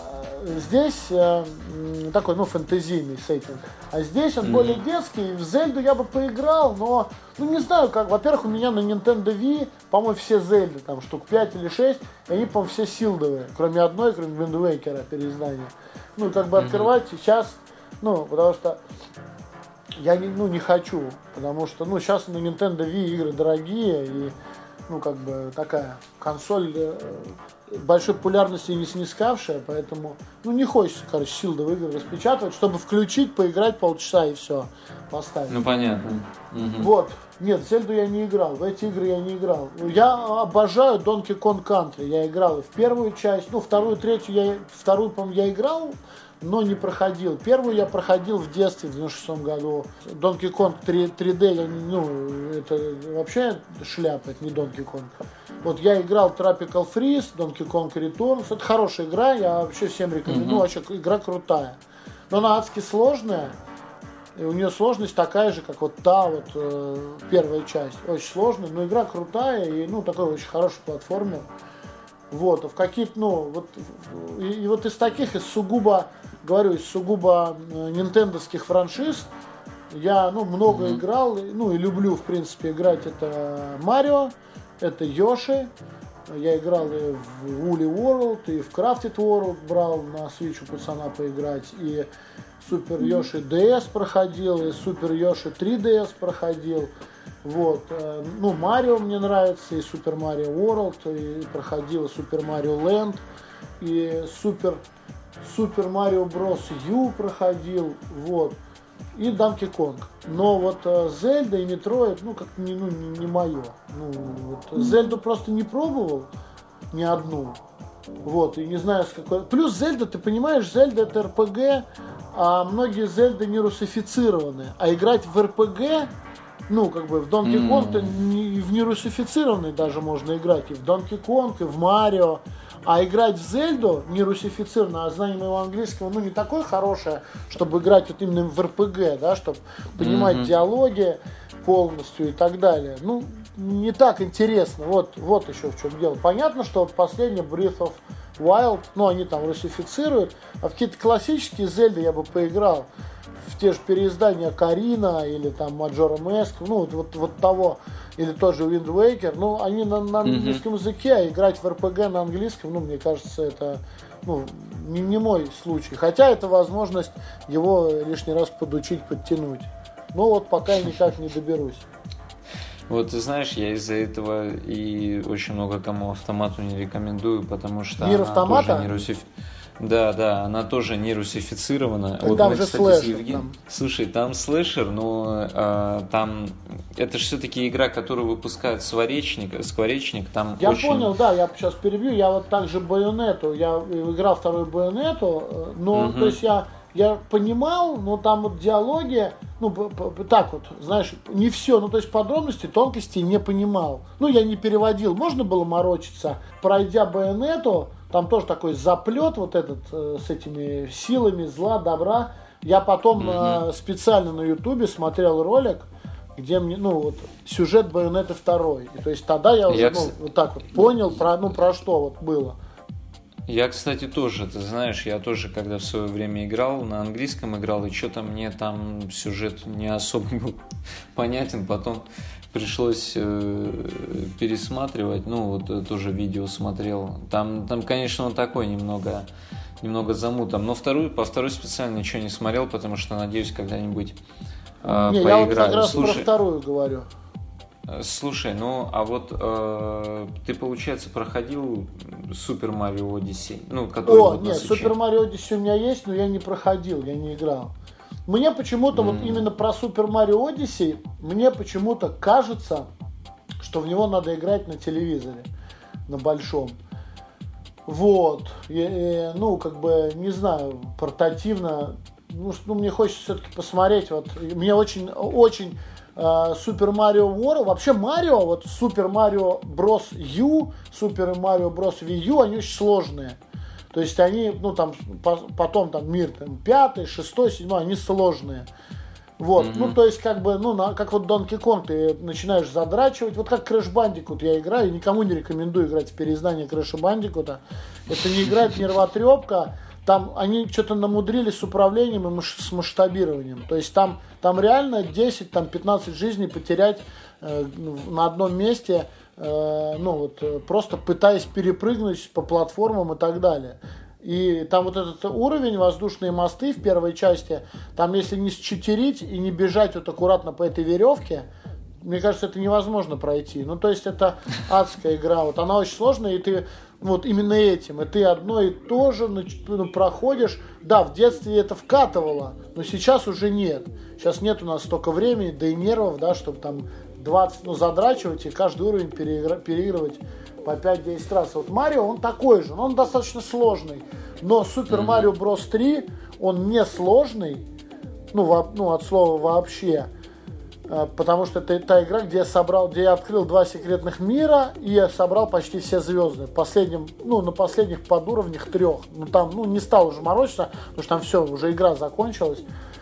здесь э, такой, ну, фэнтезийный сеттинг. А здесь он mm-hmm. более детский. В Зельду я бы поиграл, но, ну, не знаю, как. Во-первых, у меня на Nintendo Wii, по-моему, все Зельды, там, штук пять или шесть, и они, по-моему, все силдовые. Кроме одной, кроме Wind Waker'а, переиздания. Ну, как бы mm-hmm. открывать сейчас, ну, потому что я не, ну, не хочу. Потому что, ну, сейчас на Nintendo Wii игры дорогие, и, ну, как бы, такая консоль э, большой популярности не снискавшая, поэтому, ну, не хочется, короче, силдовые игры распечатывать, чтобы включить, поиграть полчаса и все, поставить. Ну, понятно. Угу. Вот. Нет, в Зельду я не играл, в эти игры я не играл. Я обожаю Donkey Kong Country, я играл и в первую часть, ну, вторую, третью, я, вторую, по-моему, я играл, но не проходил. Первую я проходил в детстве, в девяносто шестом году. Donkey Kong три дэ, я, ну, это вообще шляпа, это не Donkey Kong. Вот я играл Tropical Freeze, Donkey Kong Returns. Это хорошая игра, я вообще всем рекомендую. Mm-hmm. Вообще, игра крутая. Но она адски сложная. И у нее сложность такая же, как вот та вот э, первая часть. Очень сложная, но игра крутая и, ну, такой очень хороший платформер. Вот, а в какие-то, ну, вот, и, и вот из таких, из сугубо, говорю, из сугубо нинтендовских франшиз я, ну, много mm-hmm. играл, ну, и люблю, в принципе, играть. Это Марио, это Йоши. Я играл и в Woolly World, и в Crafted World брал на Switch у пацана поиграть, и Супер Йоши ди эс проходил, и Супер Йоши три дэ эс проходил. Вот, ну, Марио мне нравится, и Супер Марио World, и проходил Супер Марио Land, и Супер, Супер Марио Брос Ю проходил, вот, и Donkey Kong. Но вот Зельда и Метроид, ну, как-то не, ну, не, не мое. Ну, вот, Зельду просто не пробовал, ни одну. Вот, и не знаю, с какой... Плюс Зельда, ты понимаешь, Зельда это эр пи джи, а многие Зельды не русифицированы. А играть в эр пи джи, ну, как бы в Donkey Kong, mm. в нерусифицированный даже можно играть. И в Donkey Kong, и в Марио. А играть в Зельду не русифицированно, а знание моего английского, ну, не такое хорошее, чтобы играть вот именно в эр пи джи, да, чтобы понимать mm-hmm. диалоги полностью и так далее. Ну, не так интересно. Вот, вот еще в чем дело. Понятно, что последний Breath of Wild, ну, они там русифицируют, а в какие-то классические Зельды я бы поиграл. В те же переиздания Карина или там Маджора Маск, ну, вот, вот, вот того, или тот же Wind Waker, ну, они на, на английском mm-hmm. языке, а играть в эр пи джи на английском, ну, мне кажется, это, ну, не, не мой случай. Хотя это возможность его лишний раз подучить, подтянуть. Но вот пока я никак не доберусь. Вот ты знаешь, я из-за этого и очень много кому автомату не рекомендую, потому что Мир она автомата? тоже не русиф... Да, да, она тоже не русифицирована. Вот там мы, же кстати, слэшер. Евген... Там. Слушай, там слэшер, но э, там это же все-таки игра, которую выпускают Скворечник, Скворечник, там я очень... понял, да, я сейчас перебью, я вот также Байонету, я играл вторую Байонету, но, угу. то есть я, я понимал, но там вот диалоги, ну, так вот, знаешь, не все, ну, то есть подробности, тонкости не понимал. Ну, я не переводил, можно было морочиться, пройдя Байонету. Там тоже такой заплет вот этот э, с этими силами зла, добра. Я потом mm-hmm. э, специально на Ютубе смотрел ролик, где мне, ну, вот, сюжет Байонеты второй. И, то есть тогда я уже, я, ну, вот так вот понял, про, ну, про что вот было. Я, кстати, тоже, ты знаешь, я тоже, когда в свое время играл, на английском играл, и что-то мне там сюжет не особо был понятен. Потом пришлось э, пересматривать, ну, вот тоже видео смотрел. Там, там, конечно, он такой немного, немного замутом. Но вторую, по второй специально ничего не смотрел, потому что, надеюсь, когда-нибудь э, не, поиграю. Я вот как раз Слушай, про вторую говорю. Слушай, ну, а вот э, ты, получается, проходил Супер Марио Одиссей? Ну, который О, вот нет, Супер Марио Одиссей у меня есть, но я не проходил, я не играл. Мне почему-то mm. вот именно про Супер Марио Одиссей, мне почему-то кажется, что в него надо играть на телевизоре, на большом. Вот. И, и, ну, как бы, не знаю, портативно. Ну, ну мне хочется все-таки посмотреть. Вот, мне очень, очень Супер Марио World, вообще Марио, вот Супер Марио Брос Ю, Супер Марио Брос Wii U, они очень сложные. То есть они, ну там, по, потом там мир там, пятый, шестой, седьмой, они сложные. Вот, mm-hmm. ну то есть как бы, ну на, как вот Donkey Kong ты начинаешь задрачивать, вот как Crash Bandicoot я играю, никому не рекомендую играть в переиздание Crash Bandicoot. Это не играет нервотрепка, там они что-то намудрили с управлением и с масштабированием. То есть там, там реально десять-пятнадцать жизней потерять э, на одном месте, э, ну вот просто пытаясь перепрыгнуть по платформам и так далее. И там вот этот уровень, воздушные мосты в первой части, там если не считерить и не бежать вот аккуратно по этой веревке, мне кажется, это невозможно пройти. Ну, то есть это адская игра. Вот она очень сложная, и ты вот именно этим, и ты одно и то же ну, проходишь. Да, в детстве это вкатывало, но сейчас уже нет. Сейчас нет у нас столько времени, да и нервов, да, чтобы там двадцать, ну, задрачивать и каждый уровень переигра- переигрывать по пять-десять раз. Вот Марио, он такой же, но он достаточно сложный. Но Супер Марио Брос три, он не сложный, ну, во, ну, от слова вообще. Потому что это та игра, где я собрал, где я открыл два секретных мира, и я собрал почти все звезды. Последним, ну, на последних подуровнях трех. Ну, там, ну, не стал уже морочиться, потому что там все, уже игра закончилась.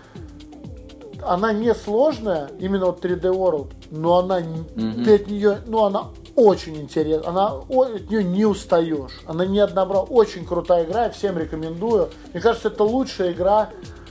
Она не сложная, именно вот три дэ World, но она, mm-hmm. ты от нее, ну, она очень интересная, она, от нее не устаешь. Она не однообразная, очень крутая игра, я всем рекомендую. Мне кажется, это лучшая игра,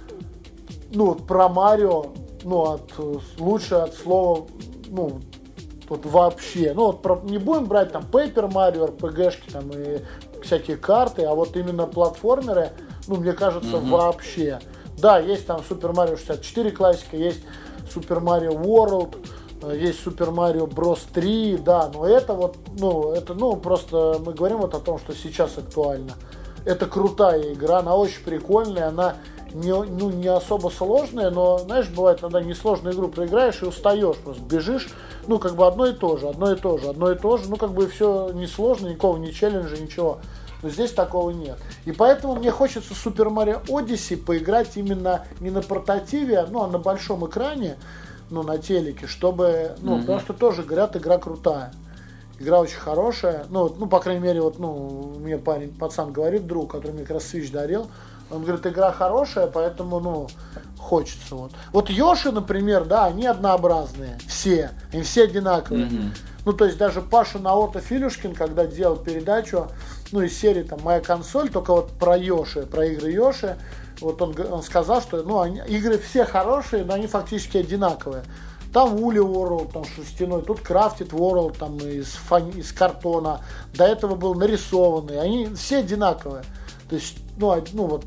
ну, про Марио, ну, от, лучше от слова, ну, вот вообще. Ну, вот про, не будем брать там Paper Mario, эр пи джи-шки там и всякие карты, а вот именно платформеры, ну, мне кажется, mm-hmm. вообще. Да, есть там Super Mario шестьдесят четыре классика, есть Super Mario World, есть Super Mario Bros. три, да, но это вот, ну, это, ну, просто мы говорим вот о том, что сейчас актуально. Это крутая игра, она очень прикольная, она не, ну, не особо сложная, но, знаешь, бывает иногда несложную игру проиграешь и устаешь, просто бежишь, ну, как бы одно и то же, одно и то же, одно и то же, ну, как бы все несложно, никакого ни челленджа, ничего. Но здесь такого нет. И поэтому мне хочется Super Mario Odyssey поиграть именно не на портативе, ну, а на большом экране, ну, на телеке, чтобы, ну, mm-hmm. потому что тоже, говорят, игра крутая. Игра очень хорошая. Ну, ну, по крайней мере, вот, ну, мне парень, пацан говорит, друг, который мне как раз Switch дарил, он говорит, игра хорошая, поэтому, ну, хочется вот. Вот Йоши, например, да, они однообразные. Все. Они все одинаковые. Mm-hmm. Ну, то есть даже Паша Наото Филюшкин, когда делал передачу, ну, из серии там «Моя консоль», только вот про Йоши, про игры Йоши, вот он, он сказал, что, ну, они, игры все хорошие, но они фактически одинаковые. Там Woolly World, там шерстяной, тут Crafted World, там из, фан, из картона, до этого был нарисованный, они все одинаковые. То есть, ну, ну вот,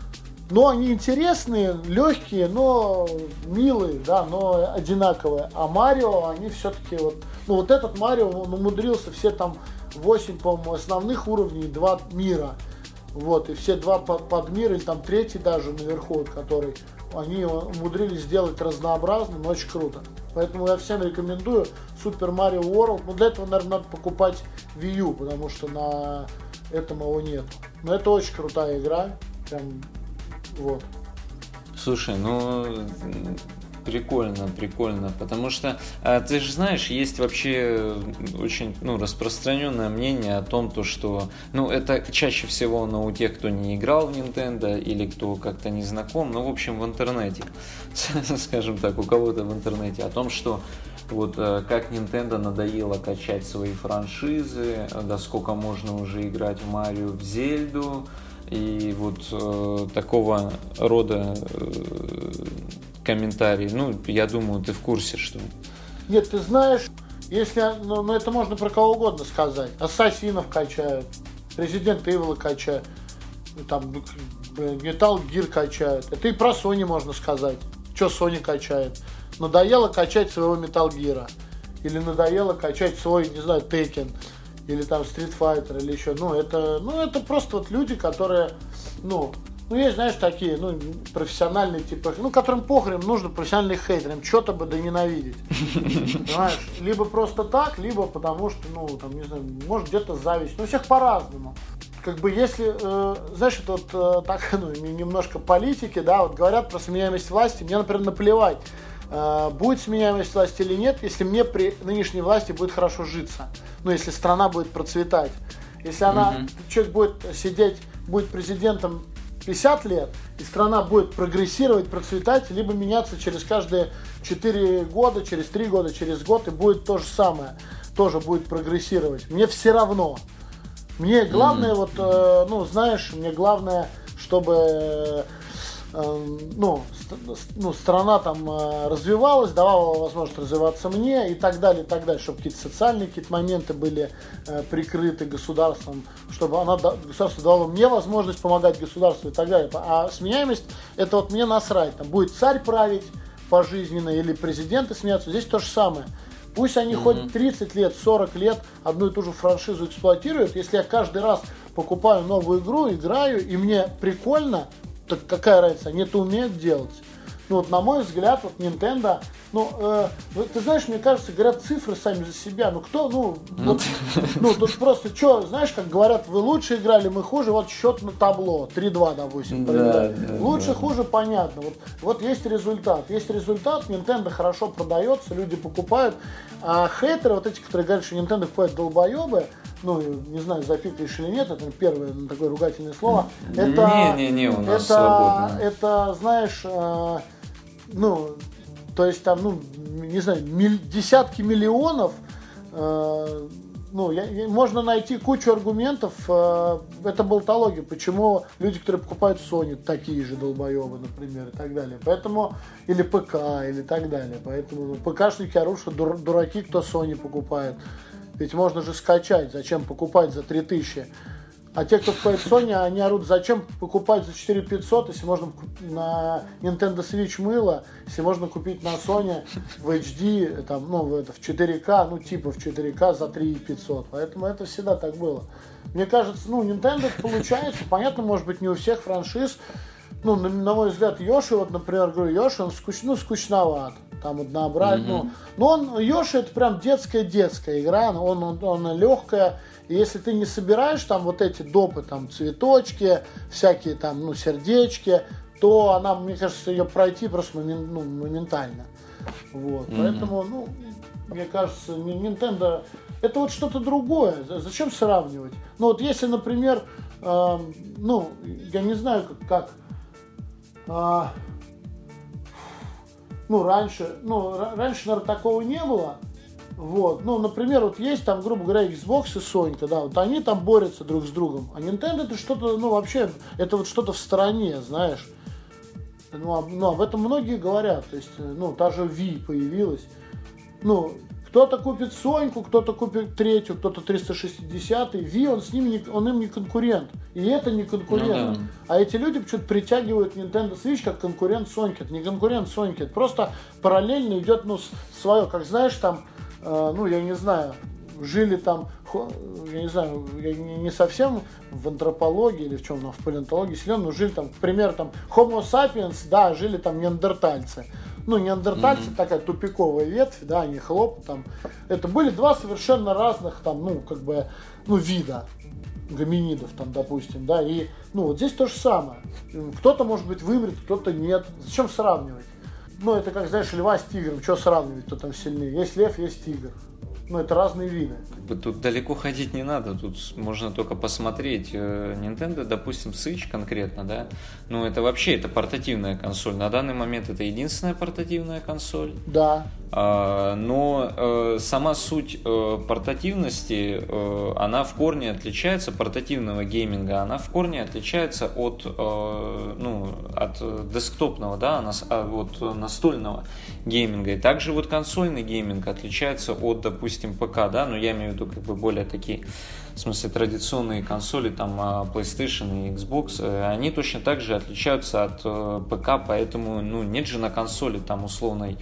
но они интересные, легкие, но милые, да, но одинаковые. А Марио, они все-таки вот, ну, вот этот Марио, он умудрился все там восемь, по-моему, основных уровней, два мира. Вот, и все два под, подмира, или там третий даже наверху, который они умудрились сделать разнообразным, очень круто. Поэтому я всем рекомендую Super Mario World. Ну, для этого, наверное, надо покупать Wii U, потому что на этом его нет. Но это очень крутая игра. Прям, вот. Слушай, ну... Прикольно, прикольно, потому что а, ты же знаешь, есть вообще очень, ну, распространенное мнение о том, то, что, ну, это чаще всего, ну, у тех, кто не играл в Nintendo или кто как-то не знаком, ну, в общем, в интернете, скажем так, у кого-то в интернете, о том, что вот как Nintendo надоело качать свои франшизы, да сколько можно уже играть в Марио, в Зельду, и вот э, такого рода э, комментарии. Ну, я думаю, ты в курсе, что... Нет, ты знаешь, если, ну, ну это можно про кого угодно сказать. Ассасинов качают, Resident Evil качают, там Metal Gear качают. Это и про Sony можно сказать. Что Sony качает? Надоело качать своего Metal Gear. Или надоело качать свой, не знаю, Tekken. Или там Street Fighter, или еще. Ну, это, ну, это просто вот люди, которые, ну, ну, есть, знаешь, такие, ну, профессиональные, типа, ну, которым похрен, нужно профессиональных хейтерам, что-то бы да ненавидеть. Понимаешь? Либо просто так, либо потому что, ну, там, не знаю, может, где-то зависть. Ну, у всех по-разному. Как бы, если, э, знаешь, это вот э, так, ну, немножко политики, да, вот говорят про сменяемость власти, мне, например, наплевать, э, будет сменяемость власти или нет, если мне при нынешней власти будет хорошо житься. Ну, если страна будет процветать. Если она, mm-hmm. человек будет сидеть, будет президентом пятьдесят лет, и страна будет прогрессировать, процветать, либо меняться через каждые четыре года, через три года, через год, и будет то же самое, тоже будет прогрессировать. Мне все равно. Мне главное, mm-hmm. вот, э, ну, знаешь, мне главное, чтобы ну, ну, страна там развивалась, давала возможность развиваться мне и так далее, и так далее, чтобы какие-то социальные какие-то моменты были э, прикрыты государством, чтобы она, государство давало мне возможность помогать государству и так далее. А сменяемость, это вот мне насрать, там будет царь править пожизненно или президенты сменяться, здесь то же самое. Пусть они mm-hmm. хоть тридцать лет, сорок лет одну и ту же франшизу эксплуатируют, если я каждый раз покупаю новую игру, играю, и мне прикольно, так какая разница, они это умеют делать. Ну вот на мой взгляд, вот Nintendo, ну, э, ты знаешь, мне кажется, говорят цифры сами за себя. Ну кто, ну, вот, ну тут просто, что, знаешь, как говорят, вы лучше играли, мы хуже, вот счет на табло, три-два, допустим. Да, да, лучше, да. хуже, понятно. Вот, вот есть результат. Есть результат, Nintendo хорошо продается, люди покупают. А хейтеры, вот эти, которые говорят, что Nintendo покупают долбоебы, ну, не знаю, запикаешь или нет, это первое такое ругательное слово. Это, не, не, не, у нас это, свободно. Это, знаешь, э, ну, то есть там, ну, не знаю, миль, десятки миллионов, э, ну, я, я, можно найти кучу аргументов, э, это болтология, почему люди, которые покупают Sony, такие же долбоебы, например, и так далее. Поэтому, или ПК, или так далее. Поэтому ну, ПКшники орут, что дур, дураки, кто Sony покупает. Ведь можно же скачать, зачем покупать за три тысячи. А те, кто покупает Sony, они орут, зачем покупать за четыре тысячи пятьсот, если можно на Nintendo Switch мыло, если можно купить на Sony в эйч ди, там, ну, в, это, в четыре ка, ну, типа в четыре ка за три тысячи пятьсот. Поэтому это всегда так было. Мне кажется, ну, Nintendo получается, понятно, может быть, не у всех франшиз. Ну, на, на мой взгляд, Йоши, вот, например, говорю, Йоши, он скуч, ну, скучноват. Там однообразие. Mm-hmm. Ну, но он, Йоши, это прям детская-детская игра, он, он, он легкая. И если ты не собираешь там вот эти допы, там, цветочки, всякие там, ну, сердечки, то она, мне кажется, ее пройти просто момен, ну, моментально. Вот. Mm-hmm. Поэтому, ну, мне кажется, Nintendo это вот что-то другое. Зачем сравнивать? Ну, вот если, например, э, ну, я не знаю, как, как э, ну, раньше, ну, раньше, наверное, такого не было. Вот. Ну, например, вот есть там, грубо говоря, Xbox и Sony, да, вот они там борются друг с другом. А Nintendo это что-то, ну, вообще, это вот что-то в стороне, знаешь. Ну, об, ну, об этом многие говорят. То есть, ну, та же Wii появилась. Ну, кто-то купит Соньку, кто-то купит третью, кто-то триста шестидесятый. Wii, он с ними не, он им не конкурент. И это не конкурент. Ну, да. А эти люди почему-то притягивают Nintendo Switch как конкурент Соньки. Это не конкурент Соньки. Это просто параллельно идет, ну, свое. Как знаешь, там, э, ну, я не знаю, жили там, я не знаю, я не, не совсем в антропологии или в чем, но в палеонтологии силен, но жили там, к примеру, там, Homo sapiens, да, жили там неандертальцы. Ну, неандертальцы, mm-hmm. такая тупиковая ветвь, да, они хлоп, там. Это были два совершенно разных, там, ну, как бы, ну, вида гоминидов, там, допустим, да, и, ну, вот здесь то же самое. Кто-то, может быть, вымрет, кто-то нет. Зачем сравнивать? Ну, это как, знаешь, льва с тигром, что сравнивать, кто там сильнее? Есть лев, есть тигр. Ну, это разные виды. Тут далеко ходить не надо, тут можно только посмотреть. Nintendo, допустим, Switch конкретно, да, ну, это вообще, это портативная консоль. На данный момент это единственная портативная консоль. Да. А, но э, сама суть э, портативности, э, она в корне отличается, портативного гейминга, она в корне отличается от, э, ну, от десктопного, да, от настольного гейминга. И также вот консольный гейминг отличается от, допустим, ПК, да, но я имею в виду как бы более такие, в смысле, традиционные консоли, там, PlayStation и Xbox, они точно так же отличаются от ПК, поэтому, ну, нет же на консоли там условной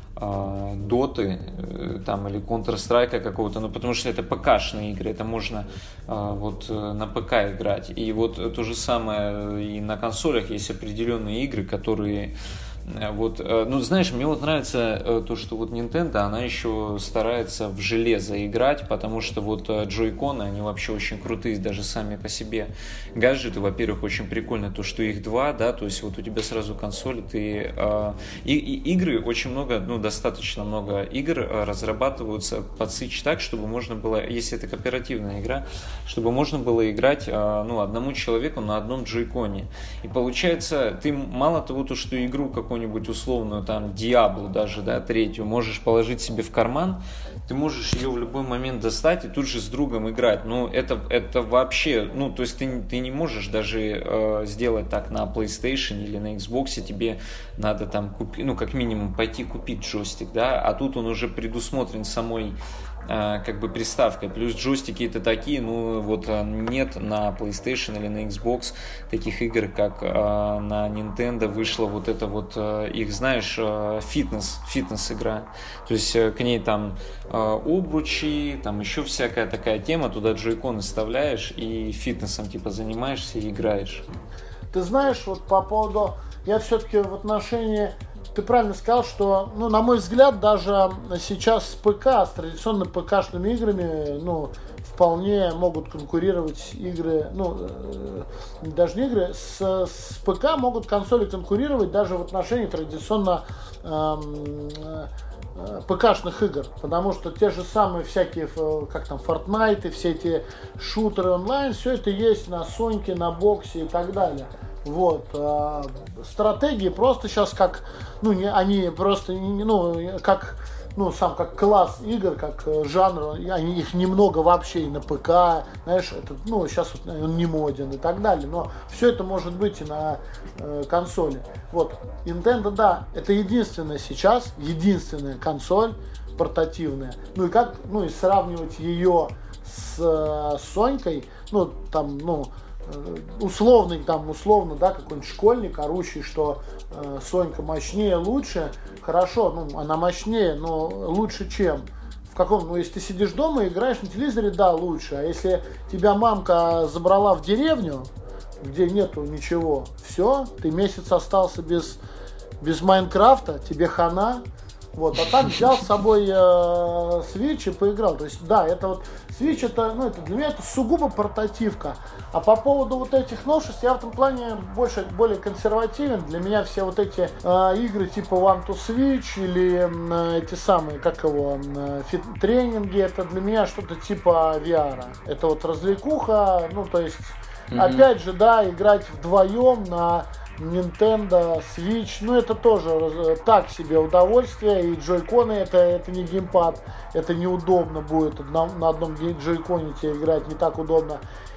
доты там, или Counter-Strike какого-то, ну потому что это ПК-шные игры, это можно а, вот на ПК играть. И вот то же самое и на консолях есть определенные игры, которые вот, ну знаешь, мне вот нравится то, что вот Nintendo, она еще старается в железо играть, потому что вот джойконы, они вообще очень крутые, даже сами по себе гаджеты. Во-первых, очень прикольно то, что их два, да, то есть вот у тебя сразу консоль, ты э, и, и игры очень много, ну достаточно много игр разрабатываются под Switch так, чтобы можно было, если это кооперативная игра, чтобы можно было играть э, ну одному человеку на одном джойконе. И получается, ты мало того, то, что игру какую какую-нибудь условную там Диаблу даже, да, третью, можешь положить себе в карман, ты можешь ее в любой момент достать и тут же с другом играть. Ну, это, это вообще, ну, то есть ты, ты не можешь даже э, сделать так на PlayStation или на Xbox, тебе надо там купить, ну, как минимум пойти купить джойстик, да, а тут он уже предусмотрен самой как бы приставкой, плюс джойстики это такие, ну вот нет на PlayStation или на Xbox таких игр, как э, на Nintendo вышла вот это вот э, их, знаешь, э, фитнес, фитнес игра, то есть э, к ней там э, обручи, там еще всякая такая тема, туда джойконы вставляешь и фитнесом типа занимаешься и играешь. Ты знаешь, вот по поводу, я все-таки в отношении, ты правильно сказал, что, ну, на мой взгляд, даже сейчас с ПК, с традиционными ПК-шными играми, ну, вполне могут конкурировать игры, ну, э, даже не игры, с, с ПК могут консоли конкурировать даже в отношении традиционно э, э, ПК-шных игр, потому что те же самые всякие, как там, Fortnite, все эти шутеры онлайн, все это есть на Соньке, на Боксе и так далее. Вот. А стратегии просто сейчас как, ну, не, они просто, ну, как, ну, сам как класс игр, как жанр, они, их немного вообще и на ПК, знаешь, это, ну, сейчас вот он не моден и так далее, но все это может быть и на э, консоли. Вот. Nintendo, да, это единственная сейчас, единственная консоль портативная. Ну, и как, ну, и сравнивать ее с э, Сонькой, ну, там, ну, условный, там, условно, да, какой-нибудь школьник, орущий, что э, Сонька мощнее, лучше, хорошо, ну, она мощнее, но лучше чем? В каком, ну, если ты сидишь дома и играешь на телевизоре, да, лучше, а если тебя мамка забрала в деревню, где нету ничего, все, ты месяц остался без, без Майнкрафта, тебе хана. Вот, а так взял с собой э, Switch и поиграл. То есть, да, это вот Switch, это, ну, это для меня это сугубо портативка. А по поводу вот этих новшеств, я в этом плане больше, более консервативен. Для меня все вот эти э, игры типа One to Switch или э, эти самые, как его, э, фит-тренинги, это для меня что-то типа ви ар. Это вот развлекуха, ну, то есть, mm-hmm. опять же, да, играть вдвоем на Nintendo, Switch, ну это тоже так себе удовольствие, и джойконы это, это не геймпад, это неудобно будет, на, на одном джойконе тебе играть не так удобно.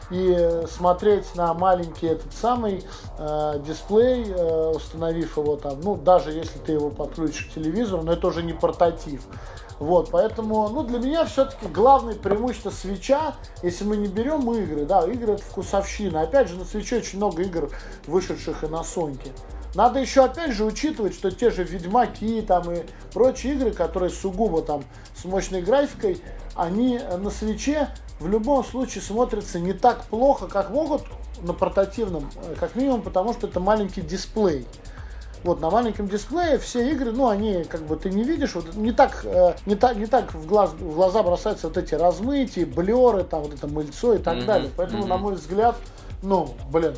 И смотреть на маленький этот самый э, дисплей, э, установив его там, ну даже если ты его подключишь к телевизору, но это уже не портатив. Вот, поэтому, ну, для меня все-таки главное преимущество Свитча, если мы не берем игры, да, игры это вкусовщина. Опять же, на Свитче очень много игр, вышедших и на Соньке. Надо еще, опять же, учитывать, что те же Ведьмаки там и прочие игры, которые сугубо там с мощной графикой, они на Свитче в любом случае смотрятся не так плохо, как могут на портативном, как минимум, потому что это маленький дисплей. Вот, на маленьком дисплее все игры, ну, они, как бы, ты не видишь, вот, не так, э, не так, не так в, глаз, в глаза бросаются вот эти размытия, блеры, там, вот это мыльцо и так mm-hmm. далее. Поэтому, mm-hmm. на мой взгляд, ну, блин,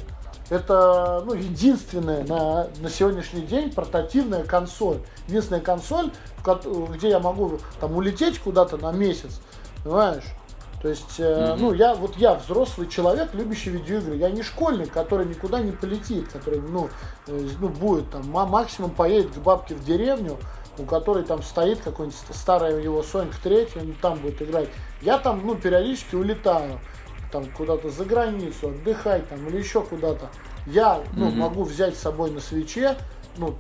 это, ну, единственная на, на сегодняшний день портативная консоль. Единственная консоль, где я могу, там, улететь куда-то на месяц, понимаешь? То есть, э, mm-hmm. ну, я, вот я взрослый человек, любящий видеоигры. Я не школьник, который никуда не полетит, который, ну, э, ну будет там, максимум поедет к бабке в деревню, у которой там стоит какой-нибудь старый его Сонька три, он там будет играть. Я там, ну, периодически улетаю, там, куда-то за границу, отдыхать там, или еще куда-то. Я, ну, mm-hmm. могу взять с собой на Свитче, ну,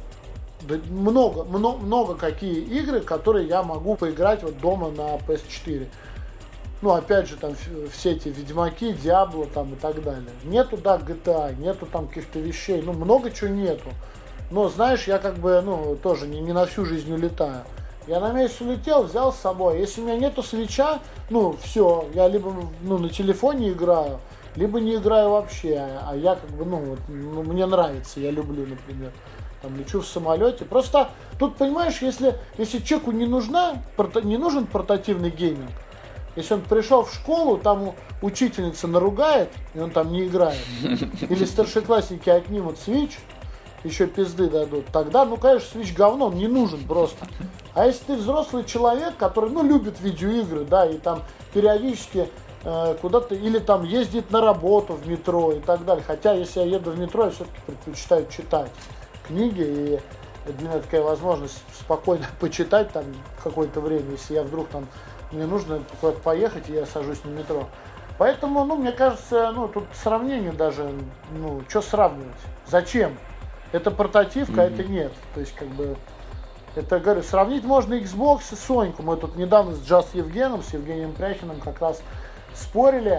много, много, много какие игры, которые я могу поиграть вот дома на пи эс четыре. Ну, опять же, там все эти Ведьмаки, Диабло там и так далее. Нету, да, джи ти эй, нету там каких-то вещей, ну, много чего нету. Но, знаешь, я как бы, ну, тоже не, не на всю жизнь улетаю. Я на месяц улетел, взял с собой. Если у меня нету Свитча, ну, все, я либо, ну, на телефоне играю, либо не играю вообще. А я как бы, ну, вот, ну, мне нравится, я люблю, например. Там лечу в самолете. Просто тут, понимаешь, если, если человеку не нужна, не нужен портативный гейминг, если он пришел в школу, там учительница наругает, и он там не играет, или старшеклассники отнимут Switch, еще пизды дадут, тогда, ну, конечно, Switch говно, он не нужен просто. А если ты взрослый человек, который, ну, любит видеоигры, да, и там периодически э, куда-то, или там ездит на работу в метро и так далее, хотя, если я еду в метро, я все-таки предпочитаю читать книги, и Это для меня такая возможность спокойно почитать там какое-то время, если я вдруг там, мне нужно куда-то поехать, и я сажусь на метро. Поэтому, ну, мне кажется, ну, тут сравнение даже, ну, что сравнивать? Зачем? Это портативка, mm-hmm. а это нет. То есть, как бы, это, говорю, сравнить можно Xbox и Соньку. Мы тут недавно с Just Евгеном, с Евгением Пряхиным как раз спорили.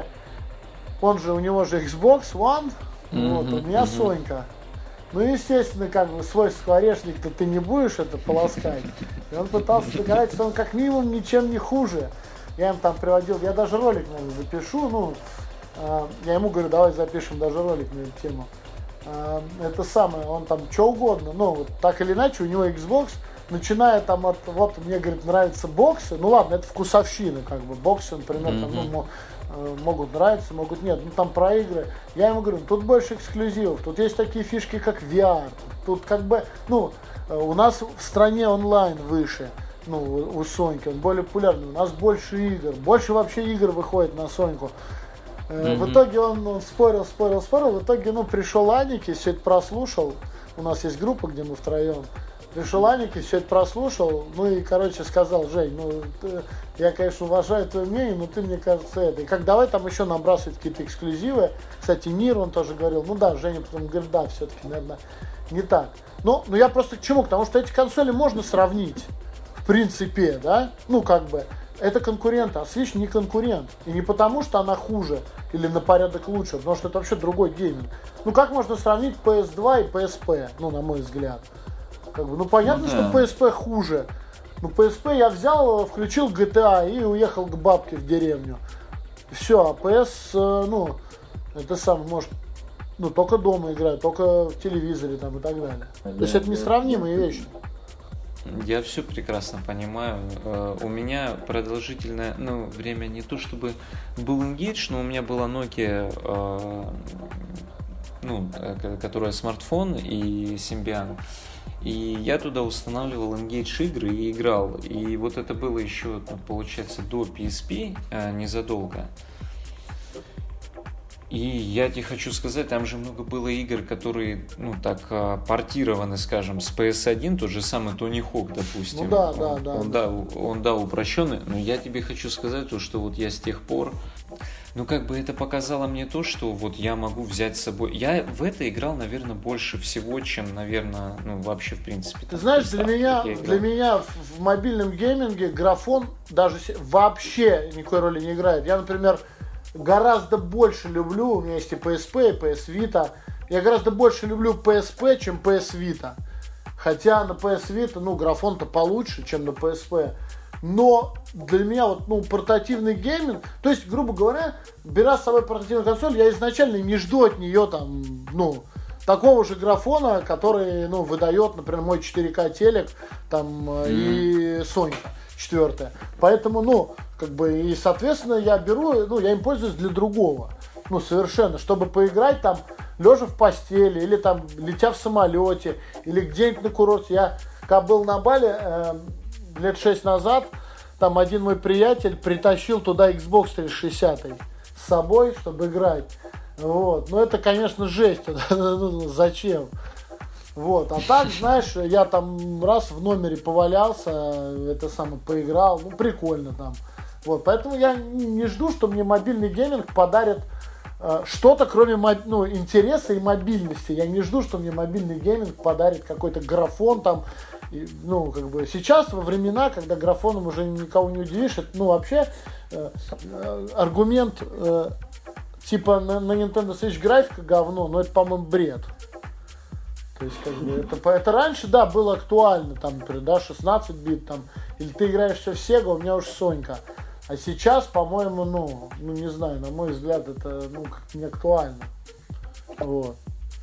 Он же, у него же Xbox One, mm-hmm. вот, у меня mm-hmm. Сонька. Ну, естественно, как бы свой скворечник-то ты не будешь это полоскать. И он пытался доказать, что он как минимум ничем не хуже. Я им там приводил, я даже ролик, наверное, запишу, ну, э, я ему говорю, давай запишем даже ролик на эту тему. Э, это самое, он там что угодно, ну, вот так или иначе, у него Xbox, начиная там от, вот, мне, говорит, нравятся боксы, ну, ладно, это вкусовщина, как бы, боксы, например, mm-hmm. там, ну, э, могут нравиться, могут нет, ну, там про игры. Я ему говорю, тут больше эксклюзивов, тут есть такие фишки, как ви ар, тут как бы, ну, э, у нас в стране онлайн выше. Ну, у Соньки, он более популярный, у нас больше игр, больше вообще игр выходит на Соньку. Mm-hmm. В итоге он, он спорил, спорил, спорил, в итоге, ну, пришел Аники, все это прослушал, у нас есть группа, где мы втроем, пришел Аники, все это прослушал, ну и, короче, сказал, Жень, ну, ты, я, конечно, уважаю твое мнение, но ты, мне кажется, это, и как давай там еще набрасывать какие-то эксклюзивы, кстати, Нир, он тоже говорил, ну да, Женя потом говорит, да, все-таки, наверное, не так. Но, но я просто к чему? Потому что эти консоли можно сравнить. В принципе, да, ну как бы, это конкурент, а Switch не конкурент. И не потому, что она хуже или на порядок лучше, а потому что это вообще другой гейминг. Ну как можно сравнить пи эс два и пи эс пи, ну на мой взгляд. Как бы, ну понятно, ну, да. что пи эс пи хуже. Ну пи эс пи я взял, включил джи ти эй и уехал к бабке в деревню. Все, а пи эс, ну, это сам, может, ну только дома играть, только в телевизоре там и так далее. Да, То есть да, это несравнимые да. вещи. Я все прекрасно понимаю. У меня продолжительное ну, время не то чтобы был Engage, но у меня была Nokia, ну, которая смартфон и Symbian. И я туда устанавливал Engage игры и играл. И вот это было еще, получается, до пи эс пи, незадолго. И я тебе хочу сказать, там же много было игр, которые, ну так, портированы, скажем, с пи эс один, тот же самый Тони Хок, допустим. Ну да, он, да, да. Он, да, он, да, упрощенный, но я тебе хочу сказать, то, что вот я с тех пор, ну как бы это показало мне то, что вот я могу взять с собой. Я в это играл, наверное, больше всего, чем, наверное, ну вообще в принципе. Ты знаешь, для меня, для меня в мобильном гейминге графон даже вообще никакой роли не играет. Я, например, гораздо больше люблю, у меня есть и пи эс пи, и пи эс Vita, я гораздо больше люблю пи эс пи, чем пи эс Vita. Хотя на пи эс Vita, ну, графон-то получше, чем на пи эс пи. Но для меня вот, ну, портативный гейминг, то есть, грубо говоря, беря с собой портативную консоль, я изначально не жду от нее там, ну, такого же графона, который, ну, выдает, например, мой четыре ка телек, там, mm-hmm. и Sony четвертая. Поэтому, ну, как бы, и, соответственно, я беру, ну, я им пользуюсь для другого. Ну, совершенно, чтобы поиграть там, лежа в постели, или там, летя в самолете, или где-нибудь на курорте. Я, когда был на Бали, э, лет шесть назад, там один мой приятель притащил туда Xbox триста шестьдесят с собой, чтобы играть. Вот. Ну, это, конечно, жесть. Зачем? Вот, а так, знаешь, я там раз в номере повалялся, это самое, поиграл, ну, прикольно там. Вот, поэтому я не жду, что мне мобильный гейминг подарит э, что-то, кроме ну, интереса и мобильности. Я не жду, что мне мобильный гейминг подарит какой-то графон там. И, ну, как бы, сейчас, во времена, когда графоном уже никого не удивишь, это, ну, вообще, э, э, аргумент, э, типа, на, на Nintendo Switch графика говно, но это, по-моему, бред. То есть, как бы, это, это раньше, да, было актуально, там, например, да, шестнадцать бит, там, или ты играешь все в Sega, у меня уж Сонька. А сейчас, по-моему, ну, ну, не знаю, на мой взгляд, это, ну, как-то не актуально. Вот.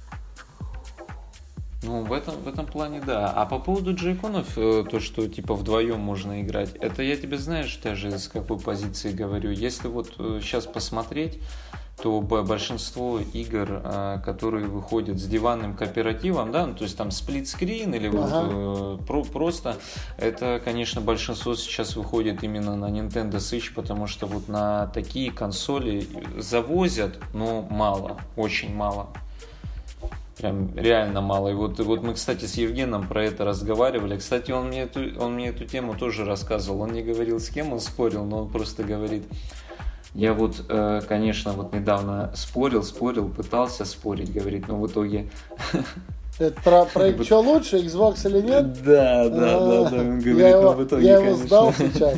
Ну, в этом, в этом плане, да. А по поводу джойконов, то, что, типа, вдвоем можно играть, это я тебе, знаешь, даже с какой позиции говорю. Если вот сейчас посмотреть, то большинство игр, которые выходят с диванным кооперативом, да, ну, то есть там сплитскрин или ага. вот, про, просто, это, конечно, большинство сейчас выходит именно на Nintendo Switch, потому что вот на такие консоли завозят, но мало, очень мало. Прям реально мало. И вот, вот мы, кстати, с Евгеном про это разговаривали. Кстати, он мне, эту, он мне эту тему тоже рассказывал. Он не говорил, с кем он спорил, но он просто говорит... Я вот, э, конечно, вот недавно спорил, спорил, пытался спорить, говорит, но в итоге... Это про, про что лучше, Xbox или нет? Да, да, да, да, он говорит, я его, но в итоге, я его конечно... сдал сейчас.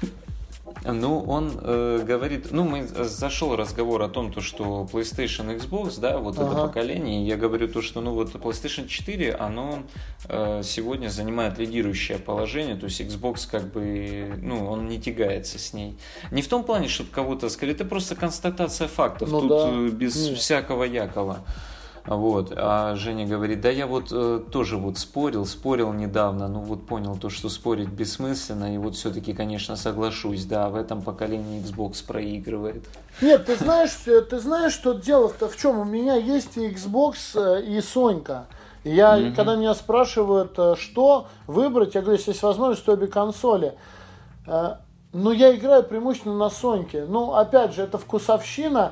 Ну, он э, говорит, ну, мы зашел разговор о том, то, что PlayStation, Xbox, да, вот ага. это поколение, и я говорю то, что, ну, вот PlayStation четыре, оно э, сегодня занимает лидирующее положение, то есть Xbox как бы, ну, он не тягается с ней. Не в том плане, чтобы кого-то сказать, это просто констатация фактов, ну, тут да. без Нет. всякого якова. Вот, а Женя говорит, да я вот э, тоже вот спорил, спорил недавно, ну вот понял то, что спорить бессмысленно, и вот все-таки, конечно, соглашусь, да, в этом поколении Xbox проигрывает. Нет, ты знаешь, ты знаешь, что дело-то в чем? У меня есть и Xbox, и Сонька. И я, mm-hmm. когда меня спрашивают, что выбрать, я говорю, если есть возможность, то обе консоли. Ну, я играю преимущественно на Соньке. Ну, опять же, это вкусовщина,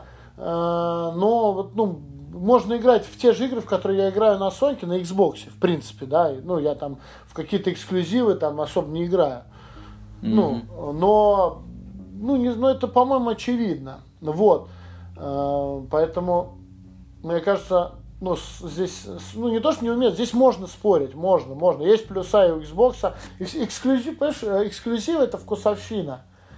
но, ну, можно играть в те же игры, в которые я играю на Соньке, на Xbox, в принципе, да. Ну, я там в какие-то эксклюзивы там особо не играю. Mm-hmm. Ну, но, ну, не, ну, это, по-моему, очевидно. Вот. Поэтому, мне кажется, ну, здесь, ну, не то, что не умеют, здесь можно спорить, можно, можно. Есть плюса и у Xbox. Эксклюзив, понимаешь, эксклюзив это вкусовщина.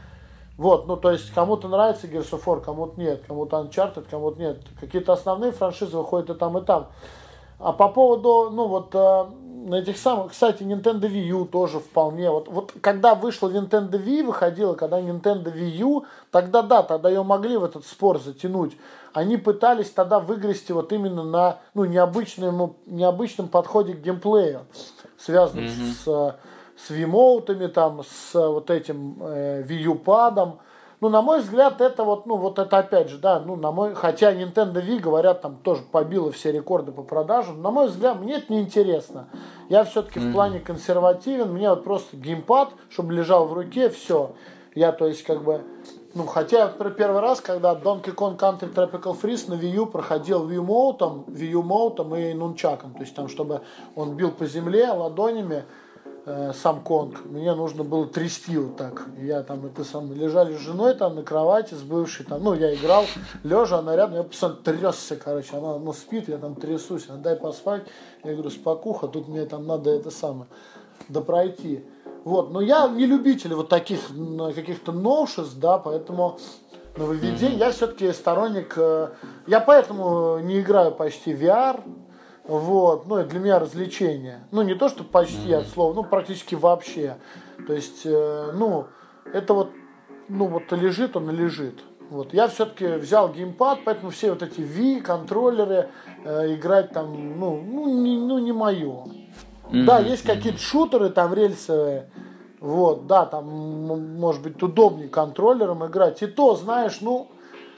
Вот, ну, то есть, кому-то нравится Gears of War, кому-то нет, кому-то Uncharted, кому-то нет. Какие-то основные франшизы выходят и там, и там. А по поводу, ну, вот, э, этих самых, кстати, Nintendo Wii U тоже вполне. Вот, вот, когда вышла Nintendo Wii, выходила, когда Nintendo Wii U, тогда да, тогда ее могли в этот спор затянуть. Они пытались тогда выгрести вот именно на, ну, необычном, необычном подходе к геймплею, связанном mm-hmm. с... с вимоутами, там, с вот этим э, Wii U-падом. Ну, на мой взгляд, это вот, ну, вот это опять же, да, ну, на мой, хотя Nintendo Wii, говорят, там тоже побила все рекорды по продажам, на мой взгляд, мне это неинтересно. Я все-таки mm-hmm. в плане консервативен, мне вот просто геймпад, чтобы лежал в руке, все. Я, то есть, как бы, ну, хотя, про первый раз, когда Donkey Kong Country Tropical Freeze на Wii U проходил Wii U-моутом, Wii U-моутом и нунчаком, то есть, там, чтобы он бил по земле ладонями, сам Конг, мне нужно было трясти вот так. Я там, это сам, лежали с женой там на кровати, с бывшей там, ну, я играл, лежа, она рядом, я постоянно трясся, короче, она, ну, спит, я там трясусь, она, дай поспать, я говорю, спокуха, тут мне там надо это самое, допройти. Вот, но я не любитель вот таких каких-то новшеств, да, поэтому нововведений, mm-hmm. я все-таки сторонник, я поэтому не играю почти в ви ар. Вот, ну, это для меня развлечение. Ну, не то, что почти mm-hmm. от слова, ну, практически вообще. То есть, э, ну, это вот, ну, вот лежит, он и лежит. Вот. Я все-таки взял геймпад, поэтому все вот эти Wii, контроллеры, э, играть там, ну, ну, не, ну, не мое. Mm-hmm. Да, есть какие-то шутеры там рельсовые, вот, да, там, может быть, удобнее контроллером играть. И то, знаешь, ну,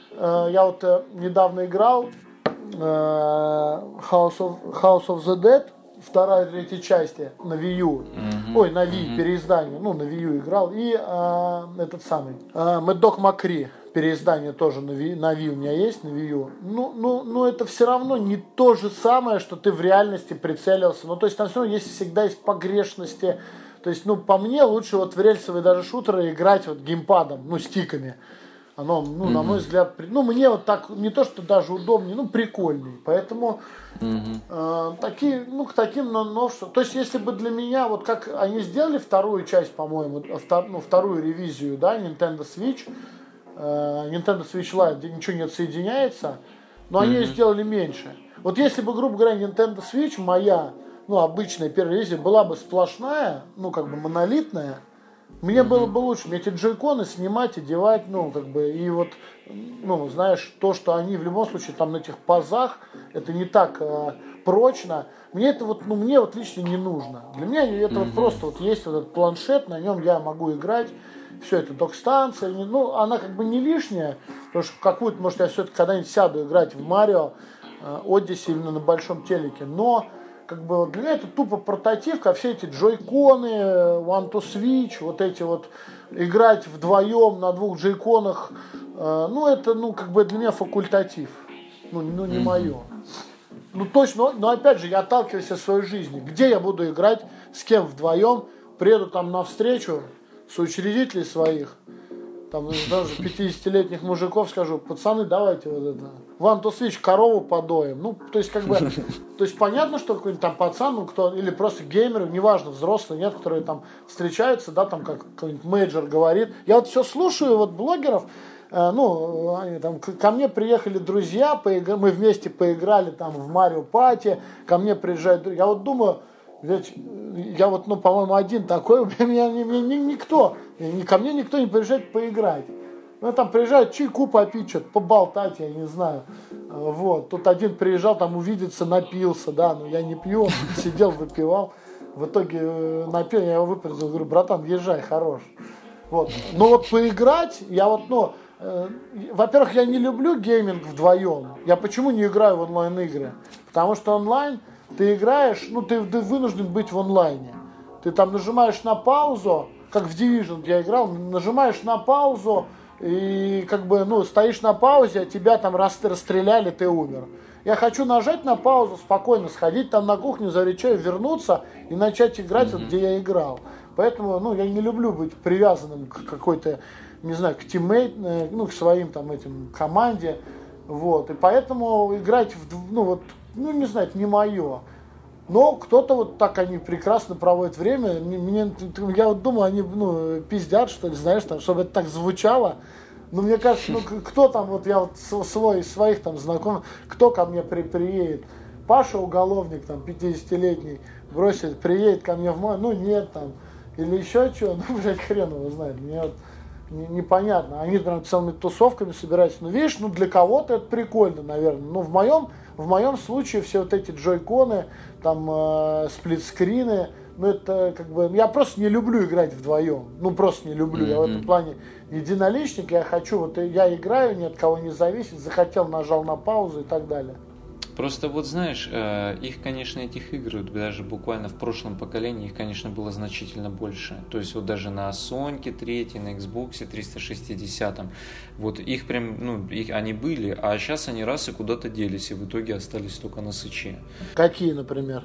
э, я вот э, недавно играл, House of, House of the Dead, вторая и третья части на Wii U, mm-hmm. ой, на Wii, mm-hmm. переиздание, ну, на Wii U играл, и э, этот самый, э, Mad Dog McCree, переиздание тоже на Wii, на Wii у меня есть, на Wii U. Ну, ну, ну, это все равно не то же самое, что ты в реальности прицелился, ну, то есть там все равно есть, всегда есть погрешности, то есть, ну, по мне лучше вот в рельсовые даже шутеры играть вот геймпадом, ну, стиками. Оно, ну, mm-hmm. на мой взгляд, ну, мне вот так, не то, что даже удобнее, ну, прикольней. Поэтому mm-hmm. э, такие, ну, к таким новшествам. То есть, если бы для меня, вот как они сделали вторую часть, по-моему, втор, ну, вторую ревизию, да, Nintendo Switch, э, Nintendo Switch Lite, где ничего не отсоединяется, но mm-hmm. они ее сделали меньше. Вот если бы, грубо говоря, Nintendo Switch, моя, ну, обычная первая ревизия, была бы сплошная, ну, как бы монолитная, мне mm-hmm. было бы лучше, мне эти джойконы снимать, одевать, ну, как бы, и вот, ну, знаешь, то, что они в любом случае там на этих пазах, это не так э, прочно, мне это вот, ну, мне вот лично не нужно. Для меня это mm-hmm. вот просто вот есть вот этот планшет, на нем я могу играть, все это док-станция, ну, она как бы не лишняя, потому что какую-то, может, я все-таки когда-нибудь сяду играть в Марио, э, Одиссе именно на большом телеке, но как бы для меня это тупо портативка, все эти джойконы, One to Switch, вот эти вот, играть вдвоем на двух джойконах, э, ну, это, ну, как бы для меня факультатив, ну, ну не mm-hmm. мое. Ну точно, но опять же, я отталкиваюсь от своей жизни. Где я буду играть, с кем вдвоем, приеду там на встречу соучредителей своих, там даже пятидесятилетних мужиков, скажу, пацаны, давайте вот это, one to switch, корову подоем. Ну, то есть, как бы, то есть, понятно, что какой-нибудь там пацан, ну, кто, или просто геймеры, неважно, взрослые, нет, которые там встречаются, да, там, как какой-нибудь мейджор говорит. Я вот все слушаю, вот, блогеров, э, ну, они, там, к- ко мне приехали друзья, поигра- мы вместе поиграли там в Марио Пати, ко мне приезжают друзья. Я вот думаю, ведь я вот, ну, по-моему, один такой, у меня, меня, меня никто, ни- ко мне никто не приезжает поиграть. Ну, там приезжают чайку попить, что-то поболтать, я не знаю. Вот. Тут один приезжал, там увидеться, напился, да, но я не пью, он сидел, выпивал. В итоге э, напил, я его выпроводил, говорю, братан, езжай, хорош. Вот. Но вот поиграть, я вот, ну, э, во-первых, я не люблю гейминг вдвоем. Я почему не играю в онлайн-игры? Потому что онлайн ты играешь, ну, ты, ты вынужден быть в онлайне. Ты там нажимаешь на паузу, как в Division я играл, нажимаешь на паузу, и как бы, ну, стоишь на паузе, а тебя там рас- расстреляли, ты умер. Я хочу нажать на паузу, спокойно сходить там на кухню, заварить чай, вернуться и начать играть, вот, где я играл. Поэтому, ну, я не люблю быть привязанным к какой-то, не знаю, к тиммейт, э, ну, к своим там этим команде. Вот. И поэтому играть в, ну, вот, ну, не знаю, это не мое. Но кто-то вот так они прекрасно проводят время. Мне, я вот думаю, они, ну, пиздят, что ли, знаешь, там, чтобы это так звучало. Но мне кажется, ну, кто там, вот я вот свой, своих там знакомых, кто ко мне при, приедет? Паша уголовник, там, пятидесятилетний, бросит, приедет ко мне в мой, ну, нет, там, или еще что, ну, блядь, хрен его знает. Мне вот не- непонятно. Они там целыми тусовками собираются. Ну, видишь, ну, для кого-то это прикольно, наверное. Ну, в моем, в моем случае все вот эти джойконы, там, э, сплитскрины, ну, это как бы... Я просто не люблю играть вдвоем. Ну, просто не люблю. Я в этом плане единоличник. Я хочу, вот я играю, ни от кого не зависит. Захотел, нажал на паузу и так далее. Просто вот знаешь, э, их, конечно, этих игр, вот даже буквально в прошлом поколении, их, конечно, было значительно больше. То есть вот даже на Соньке третьей, на Xbox триста шестьдесят, вот их прям, ну, их, они были, а сейчас они раз и куда-то делись, и в итоге остались только на Сыче. Какие, например?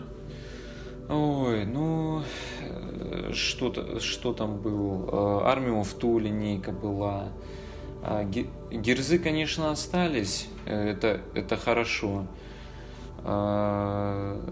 Ой, ну, э, что-то, что там был, э, Army of Two линейка была. А, Ге- Герзы, конечно, остались, э, это, это хорошо. А,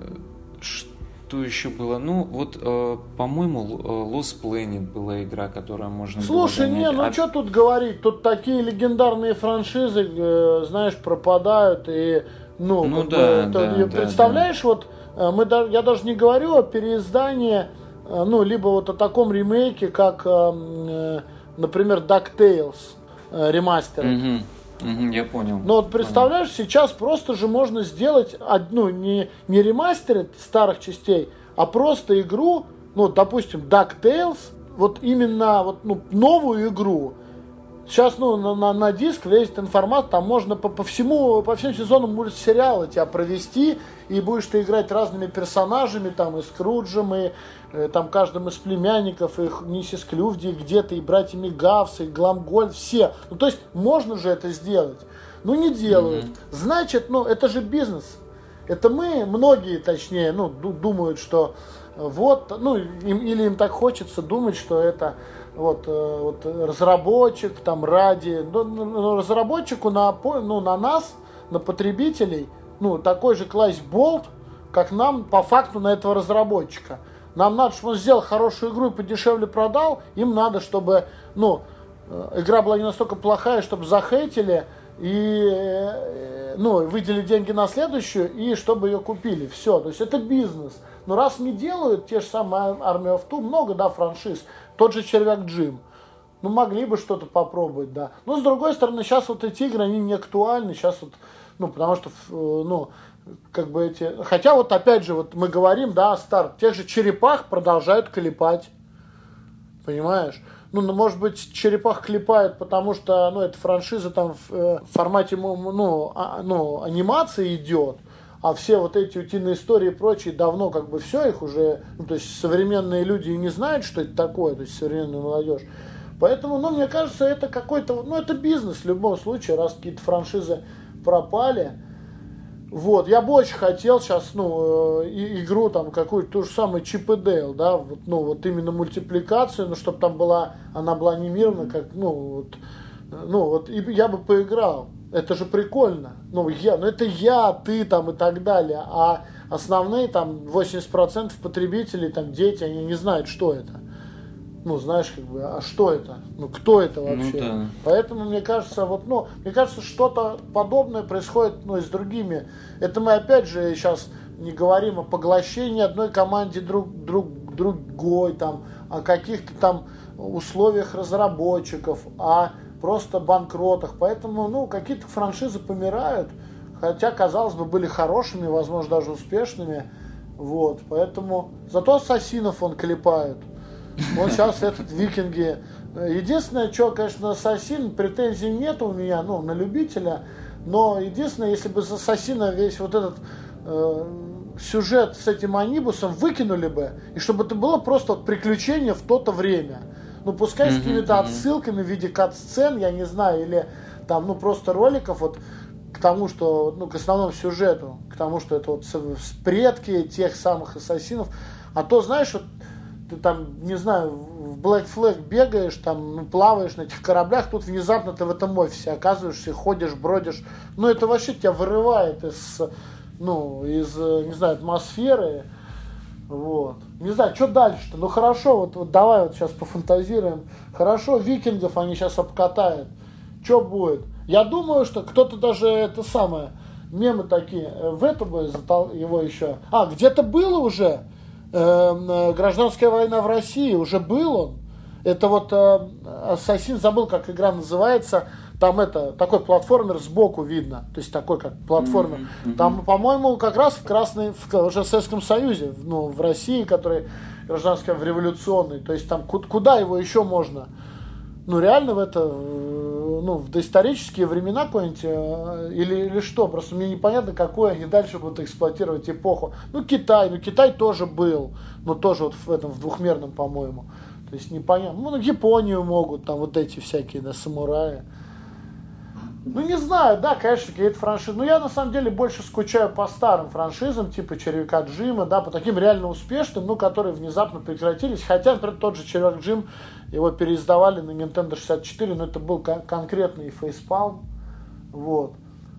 Что еще было? Ну, вот, э, по-моему, Л- э, Lost Planet была игра, которую можно Слушай, было не, гонять. ну А- что тут говорить? Тут такие легендарные франшизы, э, знаешь, пропадают. И, ну, Ну как да, бы, это- да, и да, представляешь, вот э, мы, да- я даже не говорю о переиздании, э, ну, либо вот о таком ремейке, как, э, э, например, DuckTales э, ремастер. Мгм, мгм, я понял. Но вот представляешь, сейчас просто же можно сделать одну, не, не ремастер старых частей, а просто игру, ну, допустим, DuckTales, вот именно вот, ну, новую игру. Сейчас, ну, на, на, на диск влезет информация, там можно по, по всему, по всем сезонам мультсериала тебя провести, и будешь ты играть разными персонажами, там, и Скруджем, и э, там каждым из племянников, и миссис Клювди, где-то, и братьями Гавс, и Гламгольд, все. Ну, то есть, можно же это сделать. Ну, не делают. Mm-hmm. Значит, ну, это же бизнес. Это мы, многие, точнее, ну, ду- думают, что вот, ну, им, или им так хочется думать, что это вот, э, вот разработчик там ради, ну, ну, разработчику на, по- ну, на нас, на потребителей, ну, такой же класть болт, как нам по факту на этого разработчика. Нам надо, чтобы он сделал хорошую игру и подешевле продал, им надо, чтобы, ну, э, игра была не настолько плохая, чтобы захейтили, и, э, ну, выделили деньги на следующую, и чтобы ее купили. Все, то есть это бизнес. Но раз не делают те же самые Army of Two, много, да, франшиз, тот же Червяк Джим, ну, могли бы что-то попробовать, да. Но, с другой стороны, сейчас вот эти игры, они не актуальны, сейчас вот, ну, потому что, э, ну, как бы эти... Хотя вот, опять же, вот мы говорим, да, о старт, тех же черепах продолжают клепать, понимаешь? Ну, ну, может быть, черепах клепают, потому что, ну, эта франшиза там в э, формате, ну, а, ну, анимации идет, а все вот эти утиные истории и прочие давно как бы все их уже, ну, то есть современные люди не знают, что это такое, то есть современная молодежь. Поэтому, ну, мне кажется, это какой-то, ну, это бизнес в любом случае, раз какие-то франшизы пропали. Вот, я бы очень хотел сейчас, ну, и, игру там какую-то, ту же самую Чип и Дейл, да, вот, ну, вот именно мультипликацию, ну, чтобы там была, она была анимирована, как, ну, вот, ну, вот, и я бы поиграл. Это же прикольно. Ну, я, ну, это я, ты там и так далее. А основные там восемьдесят процентов потребителей, там, дети, они не знают, что это. Ну, знаешь, как бы, а что это? Ну, кто это вообще? Ну, да. Поэтому, мне кажется, вот, ну, мне кажется, что-то подобное происходит, ну, и с другими. Это мы, опять же, сейчас не говорим о поглощении одной команде друг, друг, другой, там, о каких-то там условиях разработчиков, о просто банкротах. Поэтому, ну, какие-то франшизы помирают, хотя, казалось бы, были хорошими, возможно, даже успешными. Вот, поэтому... Зато ассасинов он клепают. Вот сейчас этот Викинги. Единственное, что, конечно, Ассасин, претензий нет у меня, ну, на любителя. Но единственное, если бы из Ассасина весь вот этот э, сюжет с этим анибусом выкинули бы, и чтобы это было просто вот приключение в то-то время. Ну, пускай с какими-то отсылками в виде кат-сцен, я не знаю, или там, ну, просто роликов вот к тому, что, ну, к основному сюжету, к тому, что это вот предки тех самых ассасинов. А то, знаешь, вот ты там, не знаю, в Black Flag бегаешь, там, ну, плаваешь на этих кораблях, тут внезапно ты в этом офисе оказываешься, ходишь, бродишь. Ну, это вообще тебя вырывает из, ну, из, не знаю, атмосферы. Вот. Не знаю, что дальше-то? Ну, хорошо, вот, вот давай вот сейчас пофантазируем. Хорошо, викингов они сейчас обкатают. Что будет? Я думаю, что кто-то даже это самое, мемы такие, в это бы затал его еще. А, где-то было уже э, гражданская война в России, уже был он. Это вот э, Ассасин, забыл, как игра называется. Там это, такой платформер сбоку видно. То есть такой, как платформер. Mm-hmm. Там, по-моему, как раз в Красной, в, уже в Советском Союзе, ну, в России, который гражданский, в революционный. То есть там куда его еще можно? Ну, реально в это, ну, в доисторические времена какой-нибудь, или, или что? Просто мне непонятно, какой они дальше будут эксплуатировать эпоху. Ну, Китай, ну, Китай тоже был, но тоже вот в этом, в двухмерном, по-моему. То есть непонятно. Ну, Японию могут, там вот эти всякие, да, самураи. Ну, не знаю, да, конечно, какие-то франшизы. Но я, на самом деле, больше скучаю по старым франшизам, типа Червяка Джима, да, по таким реально успешным, ну, которые внезапно прекратились. Хотя, например, тот же Червяк Джим, его переиздавали на Nintendo шестьдесят четыре, но это был кон- конкретный фейспалм. Вот.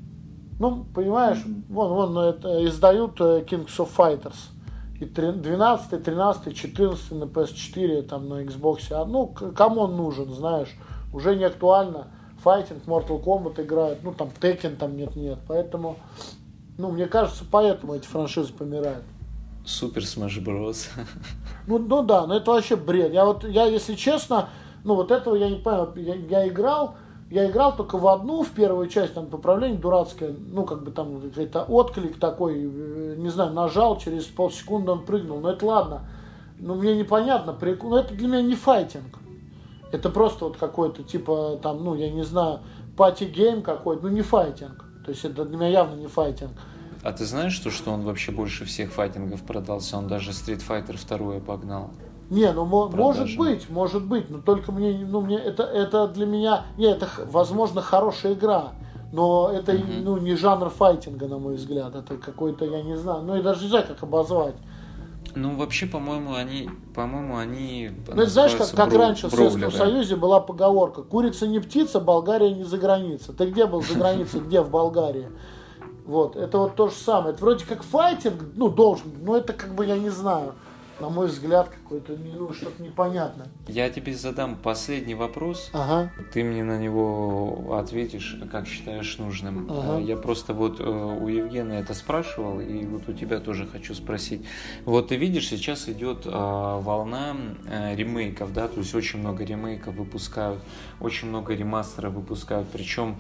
Ну, понимаешь, вон, вон это, издают Kings of Fighters. И двенадцатый, тринадцатый, четырнадцатый на пи эс четыре, там, на Xbox. А, ну, кому он нужен, знаешь, уже не актуально. Файтинг, Mortal Kombat играют, ну там Tekken там нет-нет, поэтому, ну, мне кажется, поэтому эти франшизы помирают. Супер Smash Bros. Ну, ну да, но это вообще бред. Я вот, я, если честно, ну вот этого я не понял. Я, я играл, я играл только в одну, в первую часть, там поправление дурацкое, ну как бы там какой-то отклик такой, не знаю, нажал, через полсекунды он прыгнул, но это ладно. Но мне непонятно, прикол, но это для меня не файтинг. Это просто вот какой-то, типа, там, ну, я не знаю, пати-гейм какой-то, ну, не файтинг. То есть это для меня явно не файтинг. А ты знаешь, что, что он вообще больше всех файтингов продался? Он даже Street Fighter два погнал. Не, ну, мо- может быть, может быть, но только мне, ну, мне, это, это для меня, не, это, возможно, хорошая игра, но это, mm-hmm. ну, не жанр файтинга, на мой взгляд, это какой-то, я не знаю, ну, я даже не знаю, как обозвать. Ну, вообще, по-моему, они, по-моему, они... Ну, знаешь, как, как броу- раньше в Советском Союзе была поговорка: курица не птица, Болгария не за граница. Ты где был за границей, где в Болгарии? Вот, это вот то же самое. Это вроде как файтинг, ну, должен, но это как бы, я не знаю, на мой взгляд, какое-то, ну, что-то непонятное. Я тебе задам последний вопрос. Ага. Ты мне на него ответишь, как считаешь нужным. Ага. Я просто вот у Евгения это спрашивал, и вот у тебя тоже хочу спросить. Вот ты видишь, сейчас идет волна ремейков, да, то есть очень много ремейков выпускают, очень много ремастеров выпускают, причем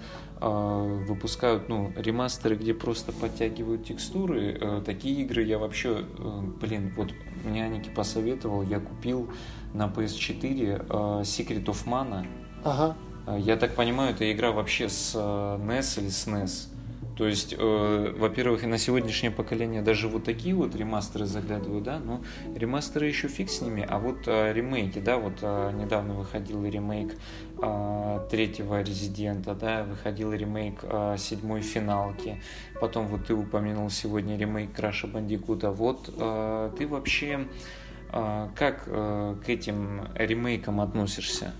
выпускают, ну, ремастеры, где просто подтягивают текстуры. Такие игры я вообще, блин, вот мне Аники посоветовал, я купил на пи эс четыре Secret of Mana. Ага. Я так понимаю, это игра вообще с эн и эс или с эн и эс. То есть, э, во-первых, и на сегодняшнее поколение даже вот такие вот ремастеры заглядывают, да, но ремастеры еще фиг с ними, а вот э, ремейки, да, вот э, недавно выходил ремейк э, третьего Резидента, да, выходил ремейк э, седьмой Финалки, потом вот ты упомянул сегодня ремейк Краша Бандикута, вот э, ты вообще э, как э, к этим ремейкам относишься?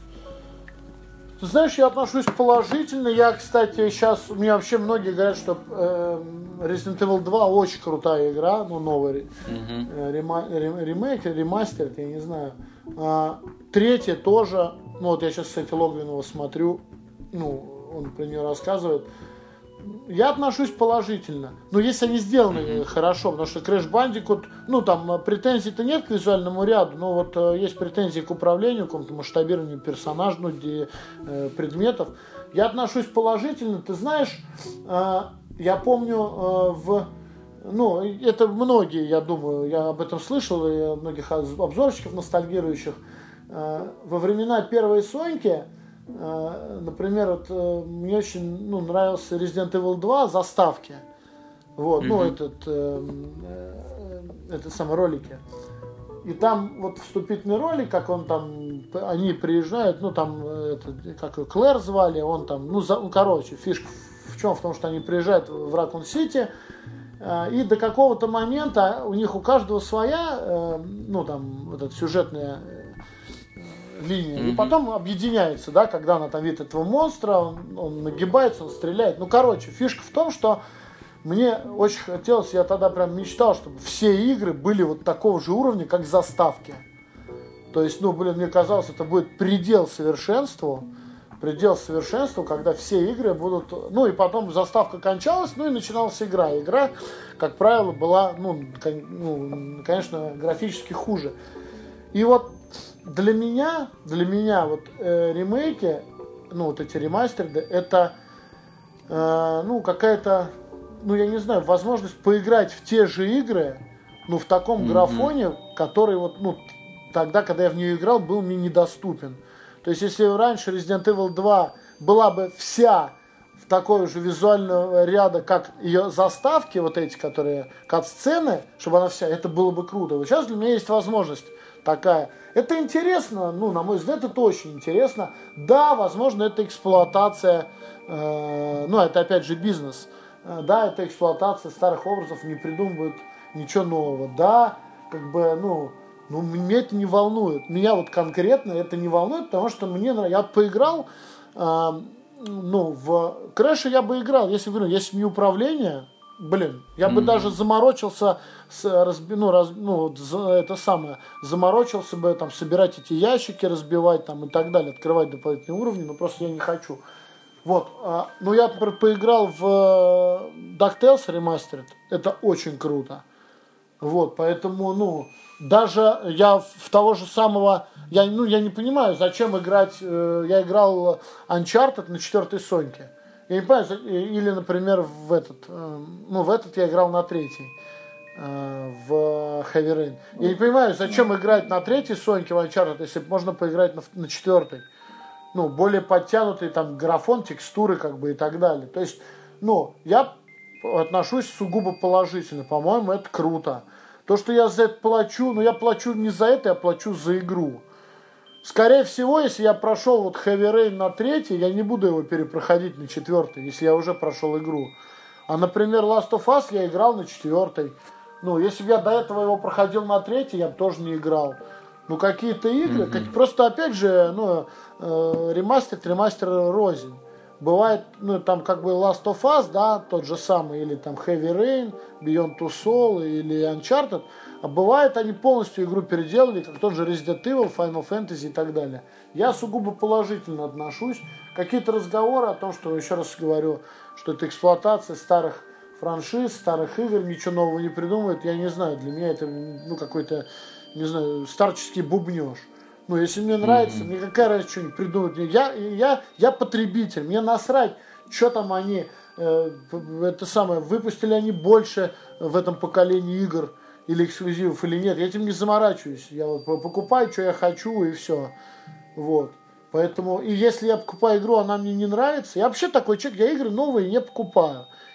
Ты знаешь, я отношусь положительно. Я, кстати, сейчас... У меня вообще многие говорят, что э, Resident Evil два очень крутая игра. Ну, новый uh-huh. рема, ремейк, ремастер, я не знаю. А, третья тоже. Ну, вот я сейчас, кстати, Логвинова смотрю. Ну, он про нее рассказывает. Я отношусь положительно. Но если они сделаны mm-hmm. хорошо, потому что Crash Bandicoot, ну там претензий-то нет к визуальному ряду, но вот э, есть претензии к управлению, к какому-то масштабированию персонажей, ну, где, э, предметов. Я отношусь положительно. Ты знаешь, э, я помню э, в... Ну, это многие, я думаю, я об этом слышал, и многих обзорщиков ностальгирующих. Э, во времена первой Соньки, например, вот, мне очень ну, нравился Resident Evil два заставки. Вот, mm-hmm. ну, этот, э, э, это самые ролики. И там вот вступительный ролик, как он там, они приезжают, ну, там, это, как его, Клэр звали, он там, ну, за, ну, короче, фишка в чем? В том, что они приезжают в Ракун-Сити, э, и до какого-то момента у них у каждого своя, э, ну, там, вот эта сюжетная линия, mm-hmm. и потом объединяется, да, когда она там видит этого монстра, он, он нагибается, он стреляет. Ну, короче, фишка в том, что мне очень хотелось, я тогда прям мечтал, чтобы все игры были вот такого же уровня, как заставки. То есть, ну, блин, мне казалось, это будет предел совершенству, предел совершенству, когда все игры будут... Ну, и потом заставка кончалась, ну, и начиналась игра. Игра, как правило, была, ну, кон, ну конечно, графически хуже. И вот Для меня, для меня вот э, ремейки, ну вот эти ремастеры, это э, ну какая-то, ну я не знаю, возможность поиграть в те же игры, ну в таком mm-hmm. графоне, который вот, ну тогда, когда я в нее играл, был мне недоступен. То есть если раньше Resident Evil два была бы вся в такой же визуального ряда, как ее заставки, вот эти, которые кат-сцены, чтобы она вся, это было бы круто. Вот сейчас для меня есть возможность такая. Это интересно, ну, на мой взгляд, это очень интересно. Да, возможно, это эксплуатация, э, ну, это опять же бизнес. Э, да, это эксплуатация старых образов, не придумывают ничего нового. Да, как бы, ну, ну, меня это не волнует. Меня вот конкретно это не волнует, потому что мне нравится. Я поиграл, э, ну, в Крэше я бы играл, если, говорю, если не управление, блин, я mm-hmm. бы даже заморочился, с, разби, ну, раз, ну, за, это самое, заморочился бы там собирать эти ящики, разбивать там и так далее, открывать дополнительные уровни, но просто я не хочу. Вот, а, ну я, например, поиграл в DuckTales Remastered, это очень круто. Вот, поэтому, ну, даже я в того же самого, я, ну, я не понимаю, зачем играть, э, я играл Uncharted на четвертой Соньке. Я не понимаю, или, например, в этот, ну, в этот я играл на третий, в Heavy Rain. Я не понимаю, зачем играть на третьей Соньке в Uncharted, если можно поиграть на, на четвертой. Ну, более подтянутый там графон, текстуры, как бы, и так далее. То есть, ну, я отношусь сугубо положительно. По-моему, это круто. То, что я за это плачу, ну, я плачу не за это, я плачу за игру. Скорее всего, если я прошел вот Heavy Rain на третий, я не буду его перепроходить на четвертый, если я уже прошел игру. А, например, Last of Us я играл на четвертой. Ну, если бы я до этого его проходил на третий, я бы тоже не играл. Ну, какие-то игры, mm-hmm. как, просто, опять же, ну, э, ремастер, ремастер рознь. Бывает, ну, там, как бы Last of Us, да, тот же самый, или там Heavy Rain, Beyond Two Souls, или Uncharted. А бывает, они полностью игру переделали, как тот же Resident Evil, Final Fantasy и так далее. Я сугубо положительно отношусь. Какие-то разговоры о том, что, еще раз говорю, что это эксплуатация старых франшиз, старых игр, ничего нового не придумывают, я не знаю, для меня это, ну, какой-то, не знаю, старческий бубнеж. Ну, если мне нравится, mm-hmm. мне какая разница, что-нибудь придумают. Я, я, я потребитель, мне насрать, что там они, э, это самое, выпустили они больше в этом поколении игр, или эксклюзивов, или нет, я этим не заморачиваюсь. Я вот покупаю, что я хочу, и все. Вот. Поэтому, и если я покупаю игру, она мне не нравится, я вообще такой человек, я игры новые не покупаю.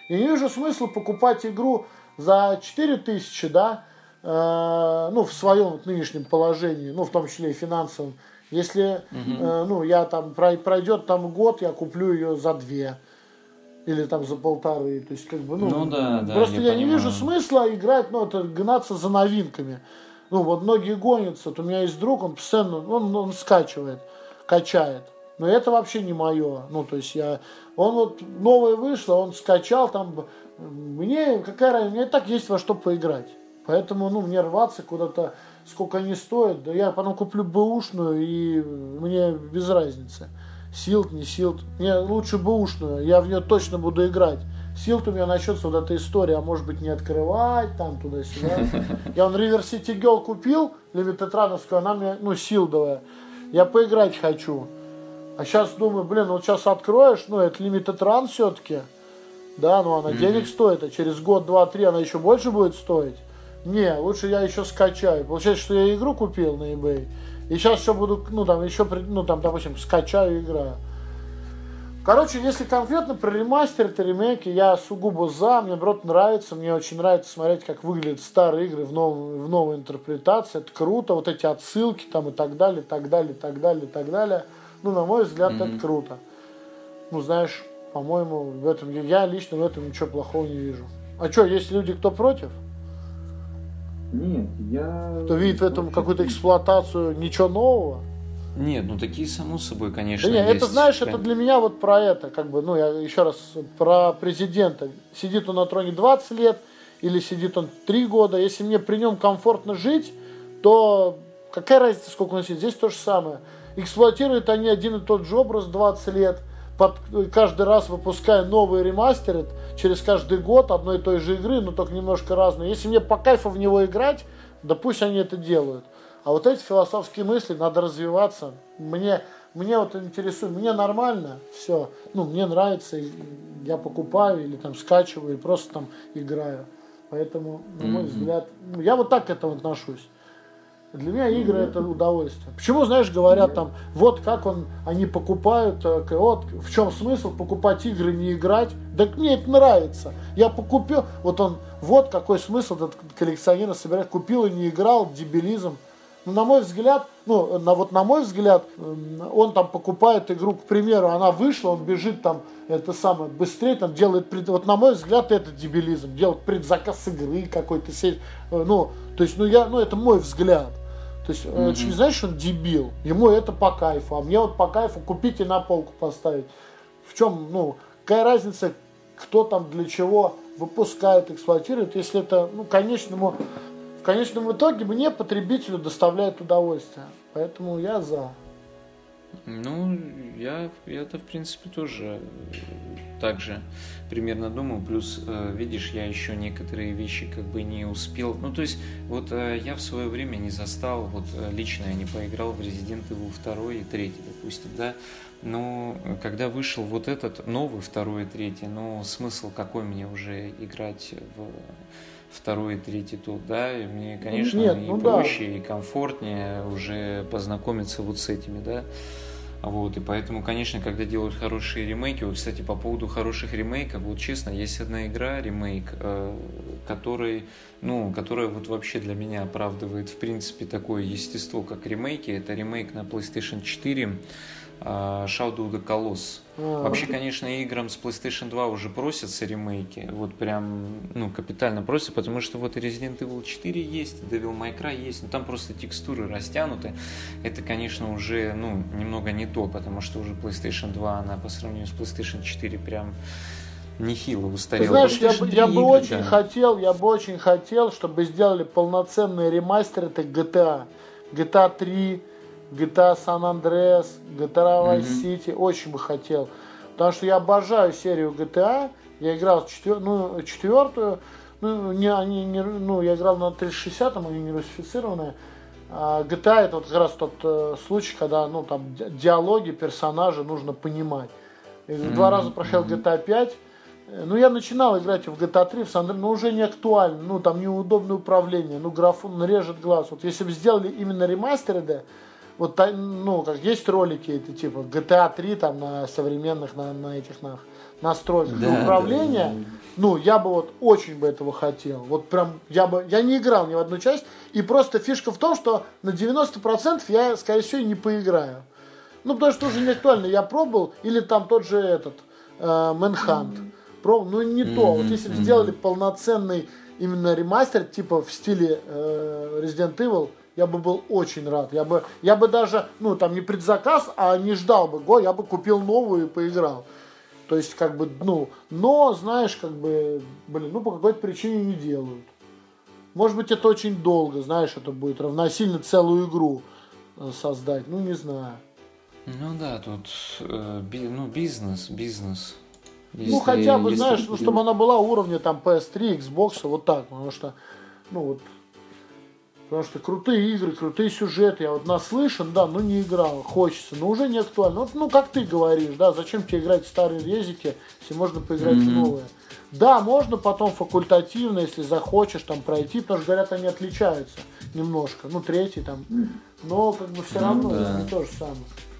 Я не вижу смысла покупать игру за четыре тысячи, да, э, ну, в своем вот нынешнем положении, ну, в том числе и финансовом. Если, угу. э, ну, я там, пройдет там год, я куплю ее за две. Или там за полторы. То есть, как бы, ну, ну да, да, просто я, я не вижу смысла играть, ну, это гнаться за новинками. Ну, вот многие гонятся. Вот у меня есть друг, он постоянно, он, он скачивает, качает. Но это вообще не мое. Ну, то есть я, он вот новое вышло, он скачал там. Мне какая разница, мне и так есть во что поиграть. Поэтому, ну, мне рваться куда-то, сколько они стоят, да я потом куплю бэушную, и мне без разницы. Силд, не силд. Мне лучше бэушную, я в нее точно буду играть. Силд у меня начнется вот эта история, а может быть не открывать, там туда-сюда. Я вон River City Girl купил, Limited Run'овскую, она мне, ну, силдовая. Я поиграть хочу. А сейчас думаю, блин, вот сейчас откроешь, ну, это Limited Run все-таки. Да, ну она mm-hmm. денег стоит, а через год, два, три она еще больше будет стоить. Не, лучше я еще скачаю. Получается, что я игру купил на eBay. И сейчас еще буду, ну, там, еще, ну, там, допустим, скачаю и играю. Короче, если конкретно про ремастер, это ремейки, я сугубо за, мне, наоборот, нравится. Мне очень нравится смотреть, как выглядят старые игры в, новом, в новой интерпретации. Это круто, вот эти отсылки там и так далее, так далее, так далее, так далее. Ну, на мой взгляд, mm-hmm. это круто. Ну, знаешь, по-моему, в этом я лично в этом ничего плохого не вижу. А что, есть люди, кто против? Нет, я... Кто видит в этом какую-то эксплуатацию, ничего нового? Нет, ну такие само собой, конечно, да нет, есть. Это, знаешь, это для меня вот про это, как бы, ну, я еще раз, про президента. Сидит он на троне двадцать лет, или сидит он три года. Если мне при нем комфортно жить, то какая разница, сколько он сидит? Здесь то же самое. Эксплуатируют они один и тот же образ двадцать лет, под, каждый раз выпуская новые ремастеры, через каждый год одной и той же игры, но только немножко разные. Если мне по кайфу в него играть, да пусть они это делают. А вот эти философские мысли, надо развиваться. Мне, мне вот интересует, мне нормально, все. Ну, мне нравится, я покупаю или там скачиваю, и просто там играю. Поэтому, на мой mm-hmm. взгляд, я вот так к этому отношусь. Для меня игры это удовольствие. Почему, знаешь, говорят там, вот как он, они покупают, вот в чем смысл покупать игры, не играть. Да мне это нравится. Я покупил, вот он, вот какой смысл этот коллекционер собирает, купил и не играл, дебилизм. Ну, на мой взгляд, ну, на, вот на мой взгляд, он там покупает игру, к примеру, она вышла, он бежит там, это самое, быстрее там делает, пред... вот на мой взгляд, это дебилизм, делать предзаказ игры какой-то, ну, то есть, ну, я, ну, это мой взгляд. То есть, mm-hmm. это не значит, что он дебил, ему это по кайфу, а мне вот по кайфу купить и на полку поставить. В чем, ну, какая разница, кто там для чего выпускает, эксплуатирует, если это, ну, конечному... В конечном итоге мне, потребителю, доставляет удовольствие. Поэтому я за. Ну, я, я-то, в принципе, тоже так же примерно думаю. Плюс, видишь, я еще некоторые вещи как бы не успел. Ну, то есть, вот я в свое время не застал, вот лично я не поиграл в Resident Evil два и три, допустим, да. Но когда вышел вот этот новый, второй и третий, ну, смысл какой мне уже играть в... второй и третий тут, да, и мне, конечно, Нет, и ну проще, да. и комфортнее уже познакомиться вот с этими, да, вот, и поэтому, конечно, когда делают хорошие ремейки, вот, кстати, по поводу хороших ремейков, вот, честно, есть одна игра, ремейк, э, который, ну, которая вот вообще для меня оправдывает, в принципе, такое естество, как ремейки, это ремейк на PlayStation четыре, Shadow of the Colossus. А-а-а. Вообще, конечно, играм с PlayStation два уже просятся ремейки, вот прям, ну, капитально просят, потому что вот и Resident Evil четыре есть, Devil May Cry есть, но там просто текстуры растянуты. Это, конечно, уже, ну, немного не то, потому что уже PlayStation два, она по сравнению с PlayStation четыре прям нехило устарела. Ты знаешь, я, бы, я бы очень да. хотел, я бы очень хотел, чтобы сделали полноценный ремастер этой джи ти эй. джи ти эй три, джи ти эй San Andreas, джи ти эй Vice City, mm-hmm. очень бы хотел. Потому что я обожаю серию джи ти эй. Я играл в четвер... ну, четвертую, ну, не, они, не, ну, я играл на триста шестидесятом, они не русифицированные. А джи ти эй это вот как раз тот э, случай, когда, ну, там диалоги, персонажи нужно понимать. Mm-hmm. Два раза прошел джи ти эй пять. Ну, я начинал играть в джи ти эй три, в Сан Андреас, но уже не актуально. Ну, там неудобное управление, ну, графон режет глаз. Вот если бы сделали именно ремастеры, да, вот, ну, как есть ролики, это типа джи ти эй три там на современных, на, на этих на, настройках Да, управления, да. ну, я бы вот очень бы этого хотел. Вот прям, я бы, я не играл ни в одну часть, и просто фишка в том, что на девяносто процентов я, скорее всего, не поиграю. Ну, потому что уже не актуально. Я пробовал, или там тот же этот, э, Manhunt. Пробовал, ну, не mm-hmm. то. Вот если бы mm-hmm. сделали полноценный именно ремастер, типа в стиле э, Resident Evil, я бы был очень рад. Я бы, я бы даже, ну, там не предзаказ, а не ждал бы го, я бы купил новую и поиграл. То есть, как бы, ну, но, знаешь, как бы, блин, ну, по какой-то причине не делают. Может быть, это очень долго, знаешь, это будет равносильно целую игру э, создать, ну, не знаю. Ну да, тут э, би, ну, бизнес, бизнес. Если, ну, хотя бы, если... знаешь, ну, чтобы она была уровня там пи эс три, Xbox, вот так, потому что, ну, вот, потому что крутые игры, крутые сюжеты, я вот наслышан, да, но не играл, хочется, но уже не актуально. Вот, ну, как ты говоришь, да, зачем тебе играть в старые резики, если можно поиграть mm-hmm. в новые. Да, можно потом факультативно, если захочешь, там, пройти, потому что, говорят, они отличаются немножко, ну, третий там, но, как бы, все равно, mm-hmm. это не то же самое.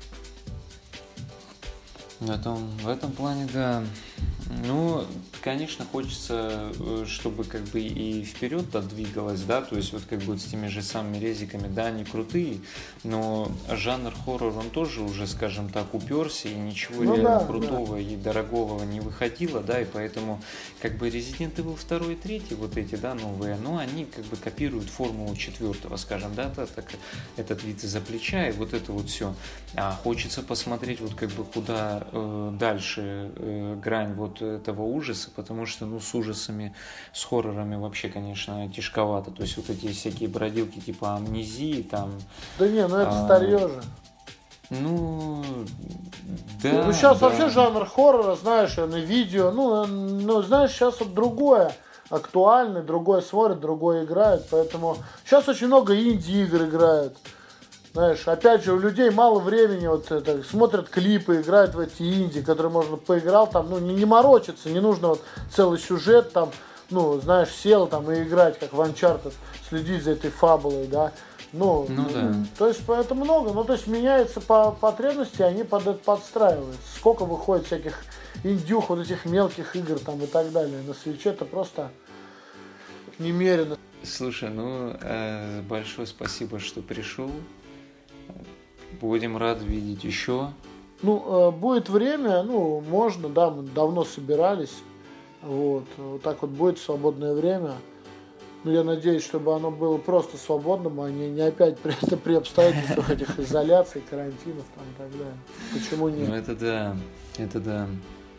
В этом, в этом плане, да. Ну, конечно, хочется, чтобы как бы и вперед-то двигалось, да, то есть вот как бы с теми же самыми резиками, да, они крутые, но жанр хоррор, он тоже уже, скажем так, уперся, и ничего ну, реально да, крутого да. и дорогого не выходило, да, и поэтому как бы Resident Evil два и три, вот эти, да, новые, но они как бы копируют формулу четвертого, скажем, да, так, так, этот вид из-за плеча, и вот это вот все. А хочется посмотреть вот как бы куда э, дальше э, грань вот этого ужаса, потому что, ну, с ужасами, с хоррорами вообще, конечно, тяжковато. То есть вот эти всякие бродилки типа амнезии, там... Да не, ну это а, старье же. Ну, да. Ну, сейчас да. вообще жанр хоррора, знаешь, на видео, ну, ну, знаешь, сейчас вот другое актуально, другое смотрят, другое играют, поэтому сейчас очень много инди-игр играют. Знаешь, опять же, у людей мало времени, вот это, смотрят клипы, играют в эти инди, которые можно поиграл, там, ну, не, не морочиться, не нужно вот целый сюжет, там, ну, знаешь, сел там и играть, как в Uncharted, следить за этой фабулой, да. Ну, ну да. То есть, это много, ну, то есть, меняются по потребности, они под это подстраиваются. Сколько выходит всяких индюх, вот этих мелких игр, там, и так далее. На свече это просто немерено. Слушай, ну, э, большое спасибо, что пришел. Будем рады видеть еще. Ну, будет время, ну, можно, да, мы давно собирались. Вот, вот так вот будет свободное время. Ну, я надеюсь, чтобы оно было просто свободным, а не, не опять при, это, при обстоятельствах этих изоляций, карантинов там, и так далее. Почему нет? Ну, это да, это да.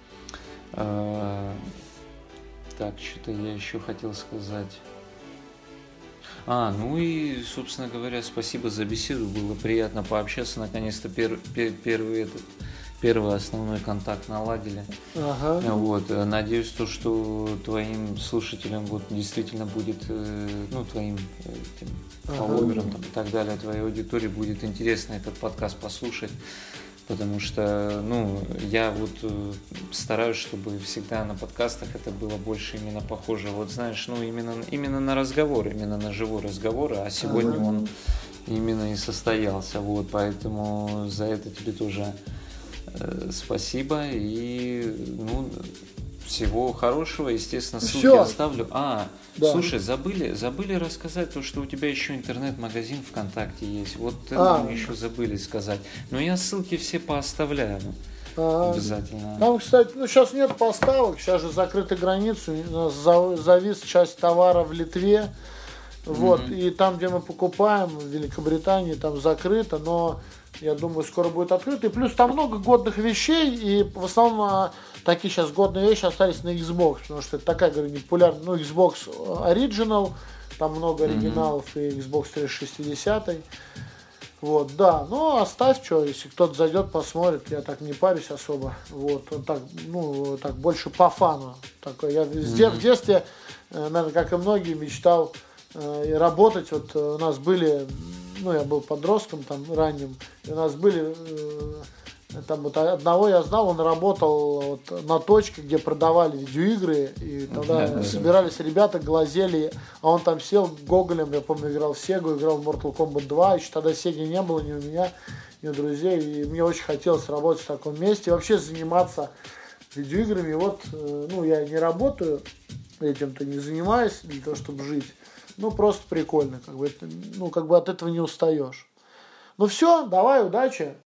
А, так, что-то я еще хотел сказать. А, ну и, собственно говоря, спасибо за беседу, было приятно пообщаться, наконец-то пер, пер, первый, этот, первый основной контакт наладили. Ага. Вот, надеюсь, то, что твоим слушателям вот действительно будет, ну, твоим этим, фолловерам ага. и так далее, твоей аудитории будет интересно этот подкаст послушать. Потому что, ну, я вот э, стараюсь, чтобы всегда на подкастах это было больше именно похоже, вот знаешь, ну, именно, именно на разговор, именно на живой разговор, а сегодня ага. он именно и состоялся, вот, поэтому за это тебе тоже э, спасибо и, ну, всего хорошего, естественно, ссылки Все. оставлю. А, да. слушай, забыли, забыли рассказать то, что у тебя еще интернет-магазин ВКонтакте есть. Вот это мы еще забыли сказать. Но я ссылки все пооставляю. А, обязательно. Там, кстати, ну сейчас нет поставок, сейчас же закрыты границы, у нас завис часть товара в Литве. Вот, mm-hmm. и там, где мы покупаем, в Великобритании, там закрыто, но я думаю, скоро будет открыто. И плюс там много годных вещей, и в основном такие сейчас годные вещи остались на Xbox, потому что это такая, говорю, не популярная, ну, Xbox Original, там много оригиналов, mm-hmm. и Xbox триста шестьдесят. Вот, да, ну, оставь, что, если кто-то зайдет, посмотрит, я так не парюсь особо, вот, так, ну, так, больше по фану. Такой, я mm-hmm. в детстве, наверное, как и многие, мечтал и работать, вот у нас были, ну, я был подростком там ранним, и у нас были э, Там вот одного я знал, он работал вот на точке, где продавали видеоигры, и тогда да, собирались да. ребята, глазели, а он там сел гоголем, я помню, играл в Сегу, играл в Mortal Kombat два, еще тогда Сеги не было ни у меня, ни у друзей, и мне очень хотелось работать в таком месте, и вообще заниматься видеоиграми. Вот, ну, я не работаю этим-то, не занимаюсь для того, чтобы жить, ну, просто прикольно, как бы, ну, как бы от этого не устаешь. Ну все, давай, удачи.